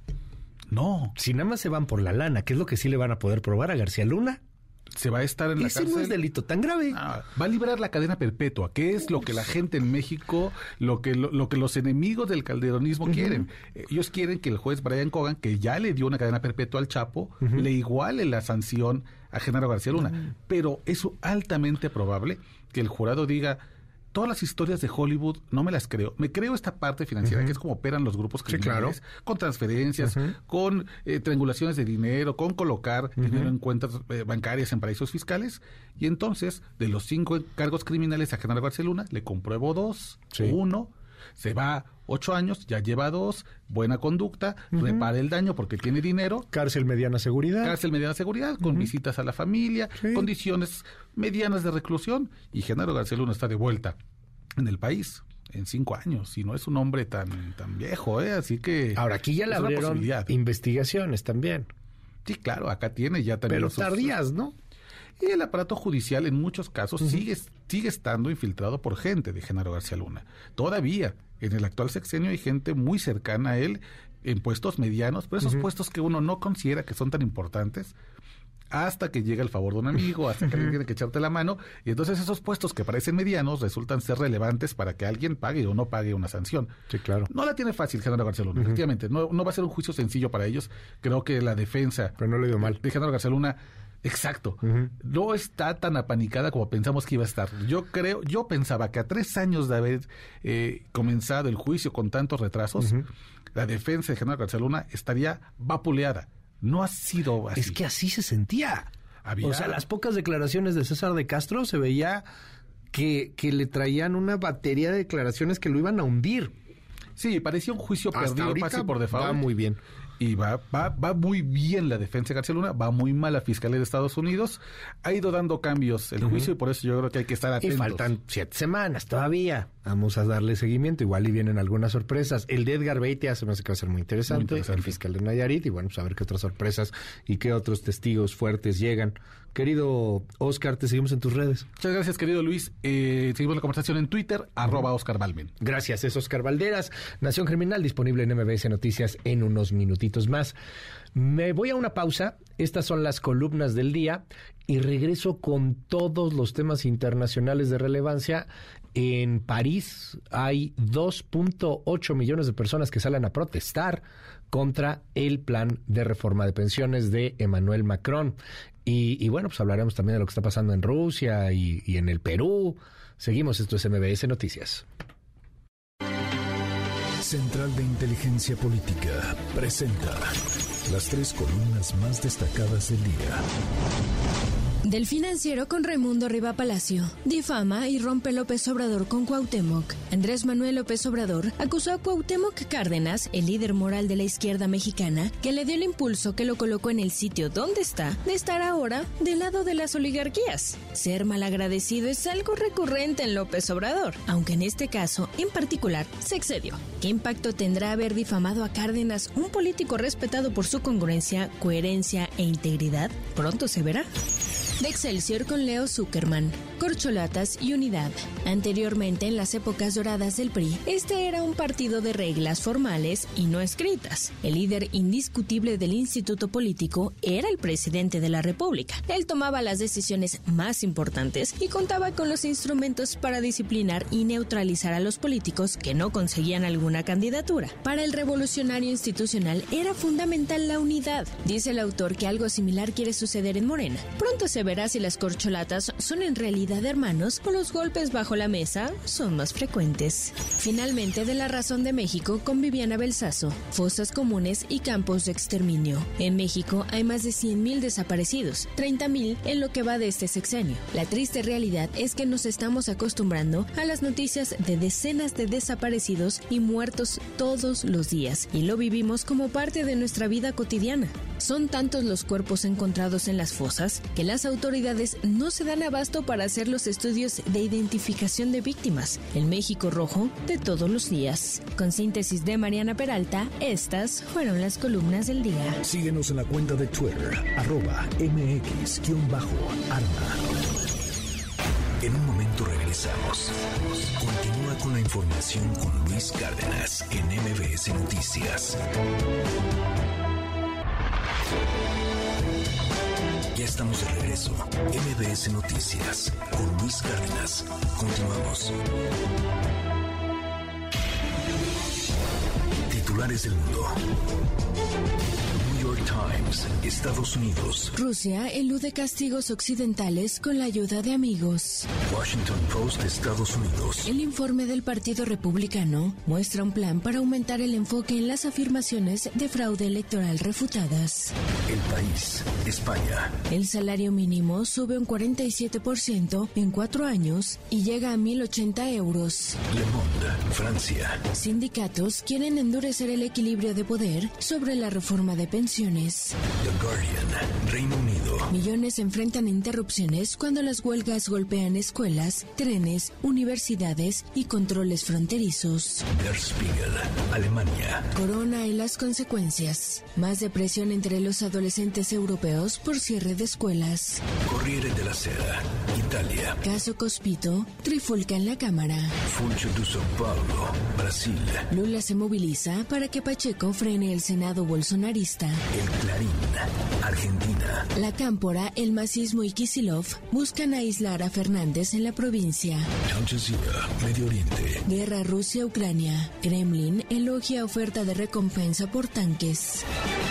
No. Si nada más se van por la lana, ¿qué es lo que sí le van a poder probar a García Luna? Se va a estar en la Ese cárcel. no es delito tan grave. Ah, va a librar la cadena perpetua, que es lo que la gente en México, lo que lo, lo que los enemigos del calderonismo uh-huh. quieren. Ellos quieren que el juez Brian Cogan, que ya le dio una cadena perpetua al Chapo, uh-huh. le iguale la sanción a Genaro García Luna. Uh-huh. Pero es altamente probable que el jurado diga, todas las historias de Hollywood no me las creo. Me creo esta parte financiera, uh-huh. que es como operan los grupos criminales, sí, claro. con transferencias, uh-huh. con eh, triangulaciones de dinero, con colocar uh-huh. dinero en cuentas eh, bancarias en paraísos fiscales. Y entonces, de los cinco cargos criminales a Genaro García Luna, le compruebo dos, sí. uno, se va ocho años, ya lleva dos, buena conducta, uh-huh. repara el daño porque tiene dinero. Cárcel mediana seguridad. Cárcel mediana seguridad, con uh-huh. visitas a la familia, sí. condiciones medianas de reclusión, y Genaro García Luna está de vuelta en el país en cinco años, y no es un hombre tan, tan viejo, ¿eh? Así que... Ahora, aquí ya le abrieron investigaciones también. Sí, claro, acá tiene ya también... Pero sus... tardías, ¿no? Y el aparato judicial en muchos casos uh-huh. sigue, sigue estando infiltrado por gente de Genaro García Luna. Todavía, en el actual sexenio hay gente muy cercana a él en puestos medianos, pero esos uh-huh. puestos que uno no considera que son tan importantes, hasta que llega el favor de un amigo, hasta que alguien tiene que echarte la mano, y entonces esos puestos que parecen medianos resultan ser relevantes para que alguien pague o no pague una sanción. Sí, claro. No la tiene fácil Genaro García Luna, uh-huh. efectivamente, no, no va a ser un juicio sencillo para ellos. Creo que la defensa... Pero no le dio mal. De Genaro García Luna... Exacto. Uh-huh. No está tan apanicada como pensamos que iba a estar. Yo creo, yo pensaba que a tres años de haber eh, comenzado el juicio con tantos retrasos, uh-huh. la defensa de Genaro García Luna estaría vapuleada. No ha sido así. Es que así se sentía. Había... O sea, las pocas declaraciones de César de Castro se veía que, que le traían una batería de declaraciones que lo iban a hundir. Sí, parecía un juicio Hasta perdido, ahorita pase por default. Va muy bien. Y va, va, va muy bien la defensa de García Luna, va muy mal la Fiscalía de Estados Unidos. Ha ido dando cambios el uh-huh. juicio, y por eso yo creo que hay que estar atentos. Y faltan siete semanas todavía. Vamos a darle seguimiento. Igual y vienen algunas sorpresas. El de Edgar Beitia se me hace que va a ser muy interesante. muy interesante. El fiscal de Nayarit. Y bueno, pues a ver qué otras sorpresas y qué otros testigos fuertes llegan. Querido Oscar, te seguimos en tus redes. Muchas gracias, querido Luis. Eh, seguimos la conversación en Twitter, uh-huh. arroba Oscar Balmen. Gracias, es Oscar Valderas. Nación Criminal, disponible en M B S Noticias en unos minutitos más. Me voy a una pausa. Estas son las columnas del día y regreso con todos los temas internacionales de relevancia. En París hay dos punto ocho millones de personas que salen a protestar contra el plan de reforma de pensiones de Emmanuel Macron. Y, y bueno, pues hablaremos también de lo que está pasando en Rusia y, y en el Perú. Seguimos, esto es M B S Noticias. Central de Inteligencia Política presenta las tres columnas más destacadas del día. Del Financiero con Raimundo Riva Palacio. Difama y rompe López Obrador con Cuauhtémoc. Andrés Manuel López Obrador acusó a Cuauhtémoc Cárdenas, el líder moral de la izquierda mexicana, que le dio el impulso que lo colocó en el sitio donde está, de estar ahora del lado de las oligarquías. Ser malagradecido es algo recurrente en López Obrador, aunque en este caso, en particular, se excedió. ¿Qué impacto tendrá haber difamado a Cárdenas, un político respetado por su congruencia, coherencia e integridad? Pronto se verá. De Excelsior con Leo Zuckerman, corcholatas y unidad. Anteriormente, en las épocas doradas del P R I, este era un partido de reglas formales y no escritas. El líder indiscutible del instituto político era el presidente de la República. Él tomaba las decisiones más importantes y contaba con los instrumentos para disciplinar y neutralizar a los políticos que no conseguían alguna candidatura. Para el revolucionario institucional era fundamental la unidad. Dice el autor que algo similar quiere suceder en Morena. Pronto se verá si las corcholatas son en realidad hermanos o los golpes bajo la mesa son más frecuentes. Finalmente, de La Razón de México con Viviana Belsazo, fosas comunes y campos de exterminio. En México hay más de cien mil desaparecidos, treinta mil en lo que va de este sexenio. La triste realidad es que nos estamos acostumbrando a las noticias de decenas de desaparecidos y muertos todos los días y lo vivimos como parte de nuestra vida cotidiana. Son tantos los cuerpos encontrados en las fosas que las autoridades no se dan abasto para hacer los estudios de identificación de víctimas. El México rojo de todos los días. Con síntesis de Mariana Peralta, estas fueron las columnas del día. Síguenos en la cuenta de Twitter, arroba mx guión bajo arma. En un momento regresamos. Continúa con la información con Luis Cárdenas en M B S Noticias. Ya estamos de regreso. M B S Noticias con Luis Cárdenas. Continuamos. Titulares del mundo. New York Times, Estados Unidos. Rusia elude castigos occidentales con la ayuda de amigos. Washington Post, Estados Unidos. El informe del Partido Republicano muestra un plan para aumentar el enfoque en las afirmaciones de fraude electoral refutadas. El País, España. El salario mínimo sube un cuarenta y siete por ciento en cuatro años y llega a mil ochenta euros. Le Monde, Francia. Sindicatos quieren endurecer el equilibrio de poder sobre la reforma de pensiones. The Guardian, Reino Unido. Millones enfrentan interrupciones cuando las huelgas golpean escuelas, trenes, universidades y controles fronterizos. Der Spiegel, Alemania. Corona y las consecuencias. Más depresión entre los adolescentes europeos por cierre de escuelas. Corriere della Sera, Italia. Caso Cospito, trifulca en la Cámara. Funcho de São Paulo, Brasil. Lula se moviliza para que Pacheco frene el Senado bolsonarista. El Clarín, Argentina. La Cámpora, el Masismo y Kicillof buscan aislar a Fernández en la provincia. Al Jazeera, Medio Oriente. Guerra Rusia-Ucrania. Kremlin elogia oferta de recompensa por tanques.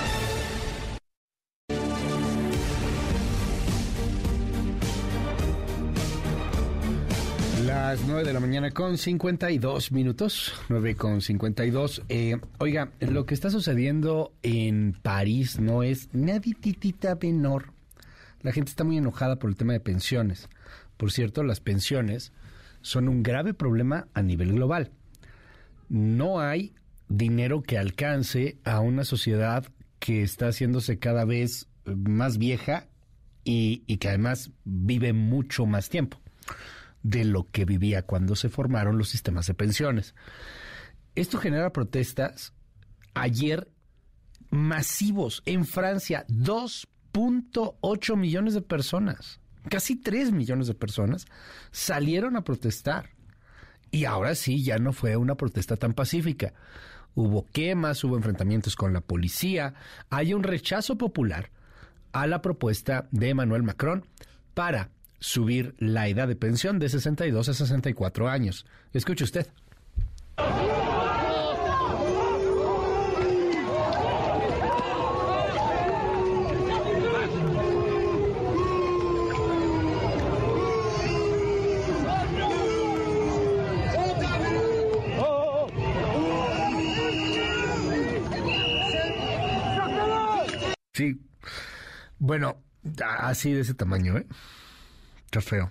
Las nueve de la mañana con cincuenta y dos minutos, nueve con cincuenta y dos. Eh, oiga, lo que está sucediendo en París no es nadititita menor. La gente está muy enojada por el tema de pensiones. Por cierto, las pensiones son un grave problema a nivel global. No hay dinero que alcance a una sociedad que está haciéndose cada vez más vieja y, y que además vive mucho más tiempo de lo que vivía cuando se formaron los sistemas de pensiones. Esto genera protestas ayer masivos en Francia, dos punto ocho millones de personas, casi tres millones de personas salieron a protestar. Y ahora sí, ya no fue una protesta tan pacífica. Hubo quemas, hubo enfrentamientos con la policía, hay un rechazo popular a la propuesta de Emmanuel Macron para subir la edad de pensión de sesenta y dos a sesenta y cuatro años. Escuche usted. Sí, bueno, Así de ese tamaño, ¿eh? Está feo.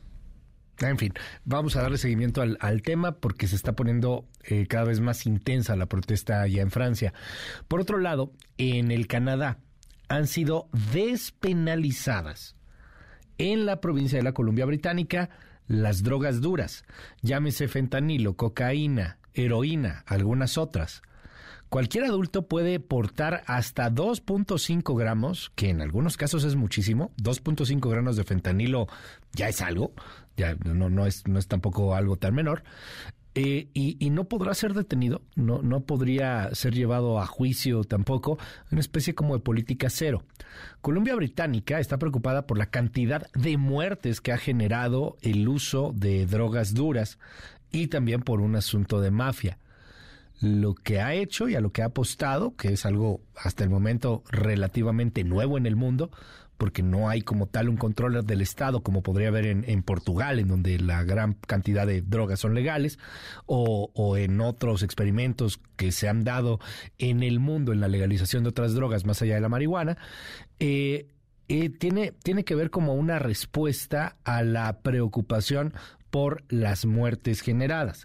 En fin, vamos a darle seguimiento al, al tema porque se está poniendo eh, cada vez más intensa la protesta allá en Francia. Por otro lado, en el Canadá han sido despenalizadas en la provincia de la Columbia Británica las drogas duras, llámese fentanilo, cocaína, heroína, algunas otras. Cualquier adulto puede portar hasta dos punto cinco gramos, que en algunos casos es muchísimo. dos punto cinco gramos de fentanilo ya es algo, ya no, no, es, no es tampoco algo tan menor. Eh, y, y no podrá ser detenido, no, no podría ser llevado a juicio tampoco, una especie como de política cero. Columbia Británica está preocupada por la cantidad de muertes que ha generado el uso de drogas duras y también por un asunto de mafia. Lo que ha hecho y a lo que ha apostado, que es algo hasta el momento relativamente nuevo en el mundo, porque no hay como tal un control del Estado como podría haber en, en Portugal, en donde la gran cantidad de drogas son legales, o, o en otros experimentos que se han dado en el mundo en la legalización de otras drogas más allá de la marihuana, eh, eh, tiene, tiene que ver como una respuesta a la preocupación por las muertes generadas.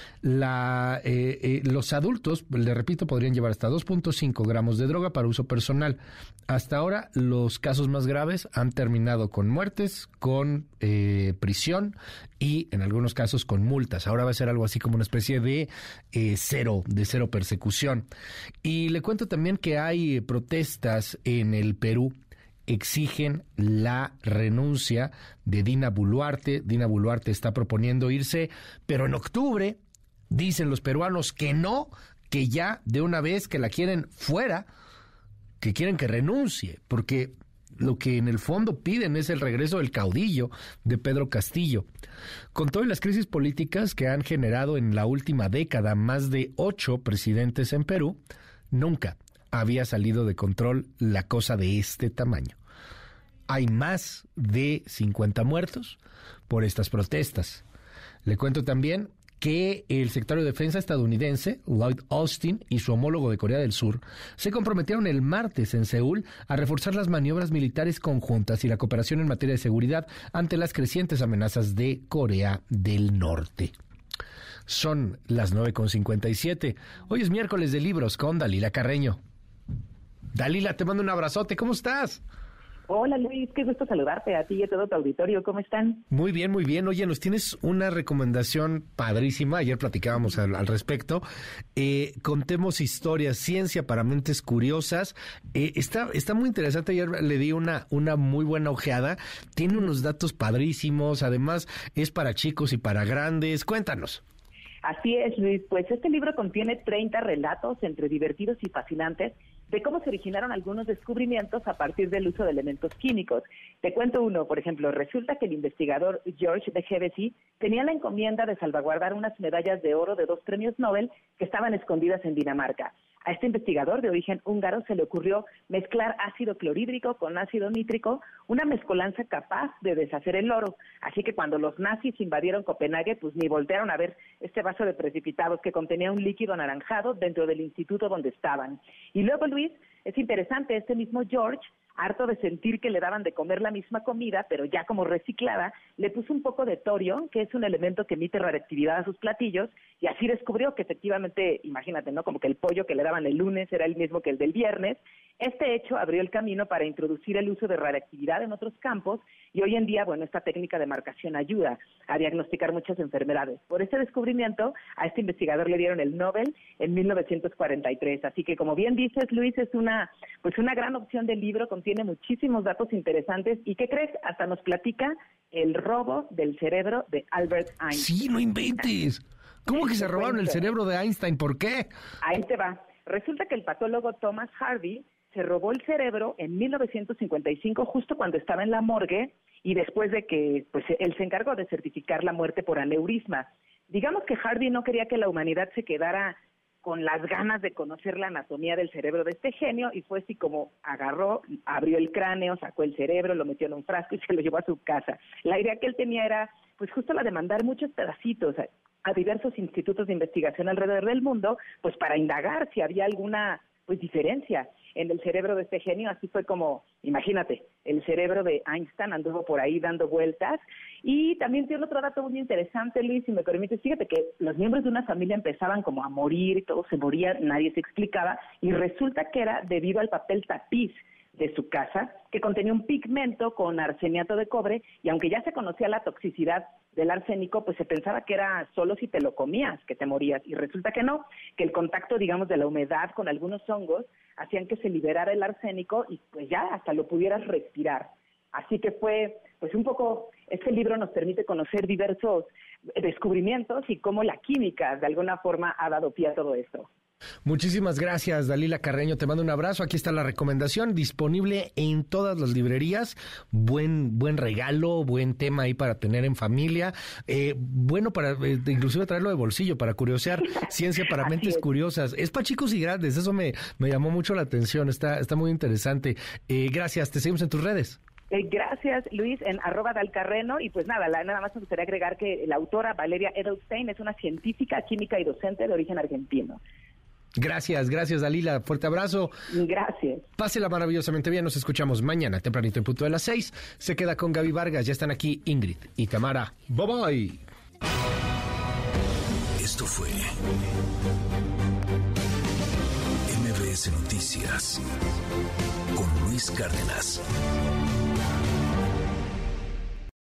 La, eh, eh, los adultos, le repito, podrían llevar hasta dos punto cinco gramos de droga para uso personal. Hasta ahora, los casos más graves han terminado con muertes, con eh, prisión y, en algunos casos, con multas. Ahora va a ser algo así como una especie de eh, cero, de cero persecución. Y le cuento también que hay protestas en el Perú. Exigen la renuncia de Dina Boluarte. Dina Boluarte está proponiendo irse, pero en octubre dicen los peruanos que no, que ya de una vez que la quieren fuera, que quieren que renuncie, porque lo que en el fondo piden es el regreso del caudillo de Pedro Castillo. Con todas las crisis políticas que han generado en la última década más de ocho presidentes en Perú, nunca había salido de control la cosa de este tamaño. Hay más de cincuenta muertos por estas protestas. Le cuento también que el secretario de Defensa estadounidense, Lloyd Austin, y su homólogo de Corea del Sur se comprometieron el martes en Seúl a reforzar las maniobras militares conjuntas y la cooperación en materia de seguridad ante las crecientes amenazas de Corea del Norte. Son las nueve con cincuenta y siete. Hoy es miércoles de libros con Dalila Carreño. Dalila, te mando un abrazote. ¿Cómo estás? Hola Luis, qué gusto saludarte a ti y a todo tu auditorio. ¿Cómo están? Muy bien, muy bien. Oye, nos tienes una recomendación padrísima. Ayer platicábamos al, al respecto. Eh, contemos historias, ciencia para mentes curiosas. Eh, está, está muy interesante. Ayer le di una, una muy buena ojeada. Tiene unos datos padrísimos. Además, es para chicos y para grandes. Cuéntanos. Así es, Luis. Pues este libro contiene treinta relatos entre divertidos y fascinantes de cómo se originaron algunos descubrimientos a partir del uso de elementos químicos. Te cuento uno, por ejemplo, resulta que el investigador George de Hevesy tenía la encomienda de salvaguardar unas medallas de oro de dos premios Nobel que estaban escondidas en Dinamarca. A este investigador de origen húngaro se le ocurrió mezclar ácido clorhídrico con ácido nítrico, una mezcolanza capaz de deshacer el oro. Así que cuando los nazis invadieron Copenhague, pues ni voltearon a ver este vaso de precipitados que contenía un líquido anaranjado dentro del instituto donde estaban. Y luego, Luis, es interesante, este mismo George, harto de sentir que le daban de comer la misma comida, pero ya como reciclada, le puso un poco de torio, que es un elemento que emite radiactividad a sus platillos, y así descubrió que efectivamente, imagínate, ¿no? Como que el pollo que le daban el lunes era el mismo que el del viernes. Este hecho abrió el camino para introducir el uso de radiactividad en otros campos, y hoy en día, bueno, esta técnica de marcación ayuda a diagnosticar muchas enfermedades. Por este descubrimiento, a este investigador le dieron el Nobel en mil novecientos cuarenta y tres. Así que, como bien dices, Luis, es una, pues una gran opción de libro, contiene muchísimos datos interesantes. ¿Y qué crees? Hasta nos platica el robo del cerebro de Albert Einstein. Sí, no inventes. ¿Cómo que se robaron el cerebro de Einstein? ¿Por qué? Ahí te va. Resulta que el patólogo Thomas Harvey se robó el cerebro en mil novecientos cincuenta y cinco, justo cuando estaba en la morgue, y después de que pues él se encargó de certificar la muerte por aneurisma. Digamos que Harvey no quería que la humanidad se quedara con las ganas de conocer la anatomía del cerebro de este genio, y fue así como agarró, abrió el cráneo, sacó el cerebro, lo metió en un frasco y se lo llevó a su casa. La idea que él tenía era, pues justo la de mandar muchos pedacitos a, a diversos institutos de investigación alrededor del mundo, pues para indagar si había alguna pues diferencia. en el cerebro de este genio. Así fue como, imagínate, el cerebro de Einstein anduvo por ahí dando vueltas. Y también tiene otro dato muy interesante, Luis, si me permites. Fíjate que los miembros de una familia empezaban como a morir, todos se morían, nadie se explicaba, y resulta que era debido al papel tapiz de su casa, que contenía un pigmento con arseniato de cobre, y aunque ya se conocía la toxicidad del arsénico, pues se pensaba que era solo si te lo comías que te morías, y resulta que no, que el contacto, digamos, de la humedad con algunos hongos hacían que se liberara el arsénico y pues ya hasta lo pudieras respirar. Así que fue, pues un poco, este libro nos permite conocer diversos descubrimientos y cómo la química de alguna forma ha dado pie a todo esto. Muchísimas gracias, Dalila Carreño, te mando un abrazo. Aquí está la recomendación, disponible en todas las librerías. Buen buen regalo, buen tema ahí para tener en familia. Eh, bueno, para eh, inclusive traerlo de bolsillo para curiosear. Ciencia para mentes curiosas. Es para chicos y grandes, eso me, me llamó mucho la atención, está, está muy interesante. Eh, gracias, te seguimos en tus redes. Eh, gracias, Luis, en arroba dalcarreno. Y pues nada, la, nada más me gustaría agregar que la autora Valeria Edelstein es una científica, química y docente de origen argentino. Gracias, gracias, Dalila. Fuerte abrazo. Gracias. Pásela maravillosamente bien. Nos escuchamos mañana, tempranito, en punto de las seis. Se queda con Gaby Vargas. Ya están aquí Ingrid y Tamara. Bye bye. Esto fue M B S Noticias con Luis Cárdenas.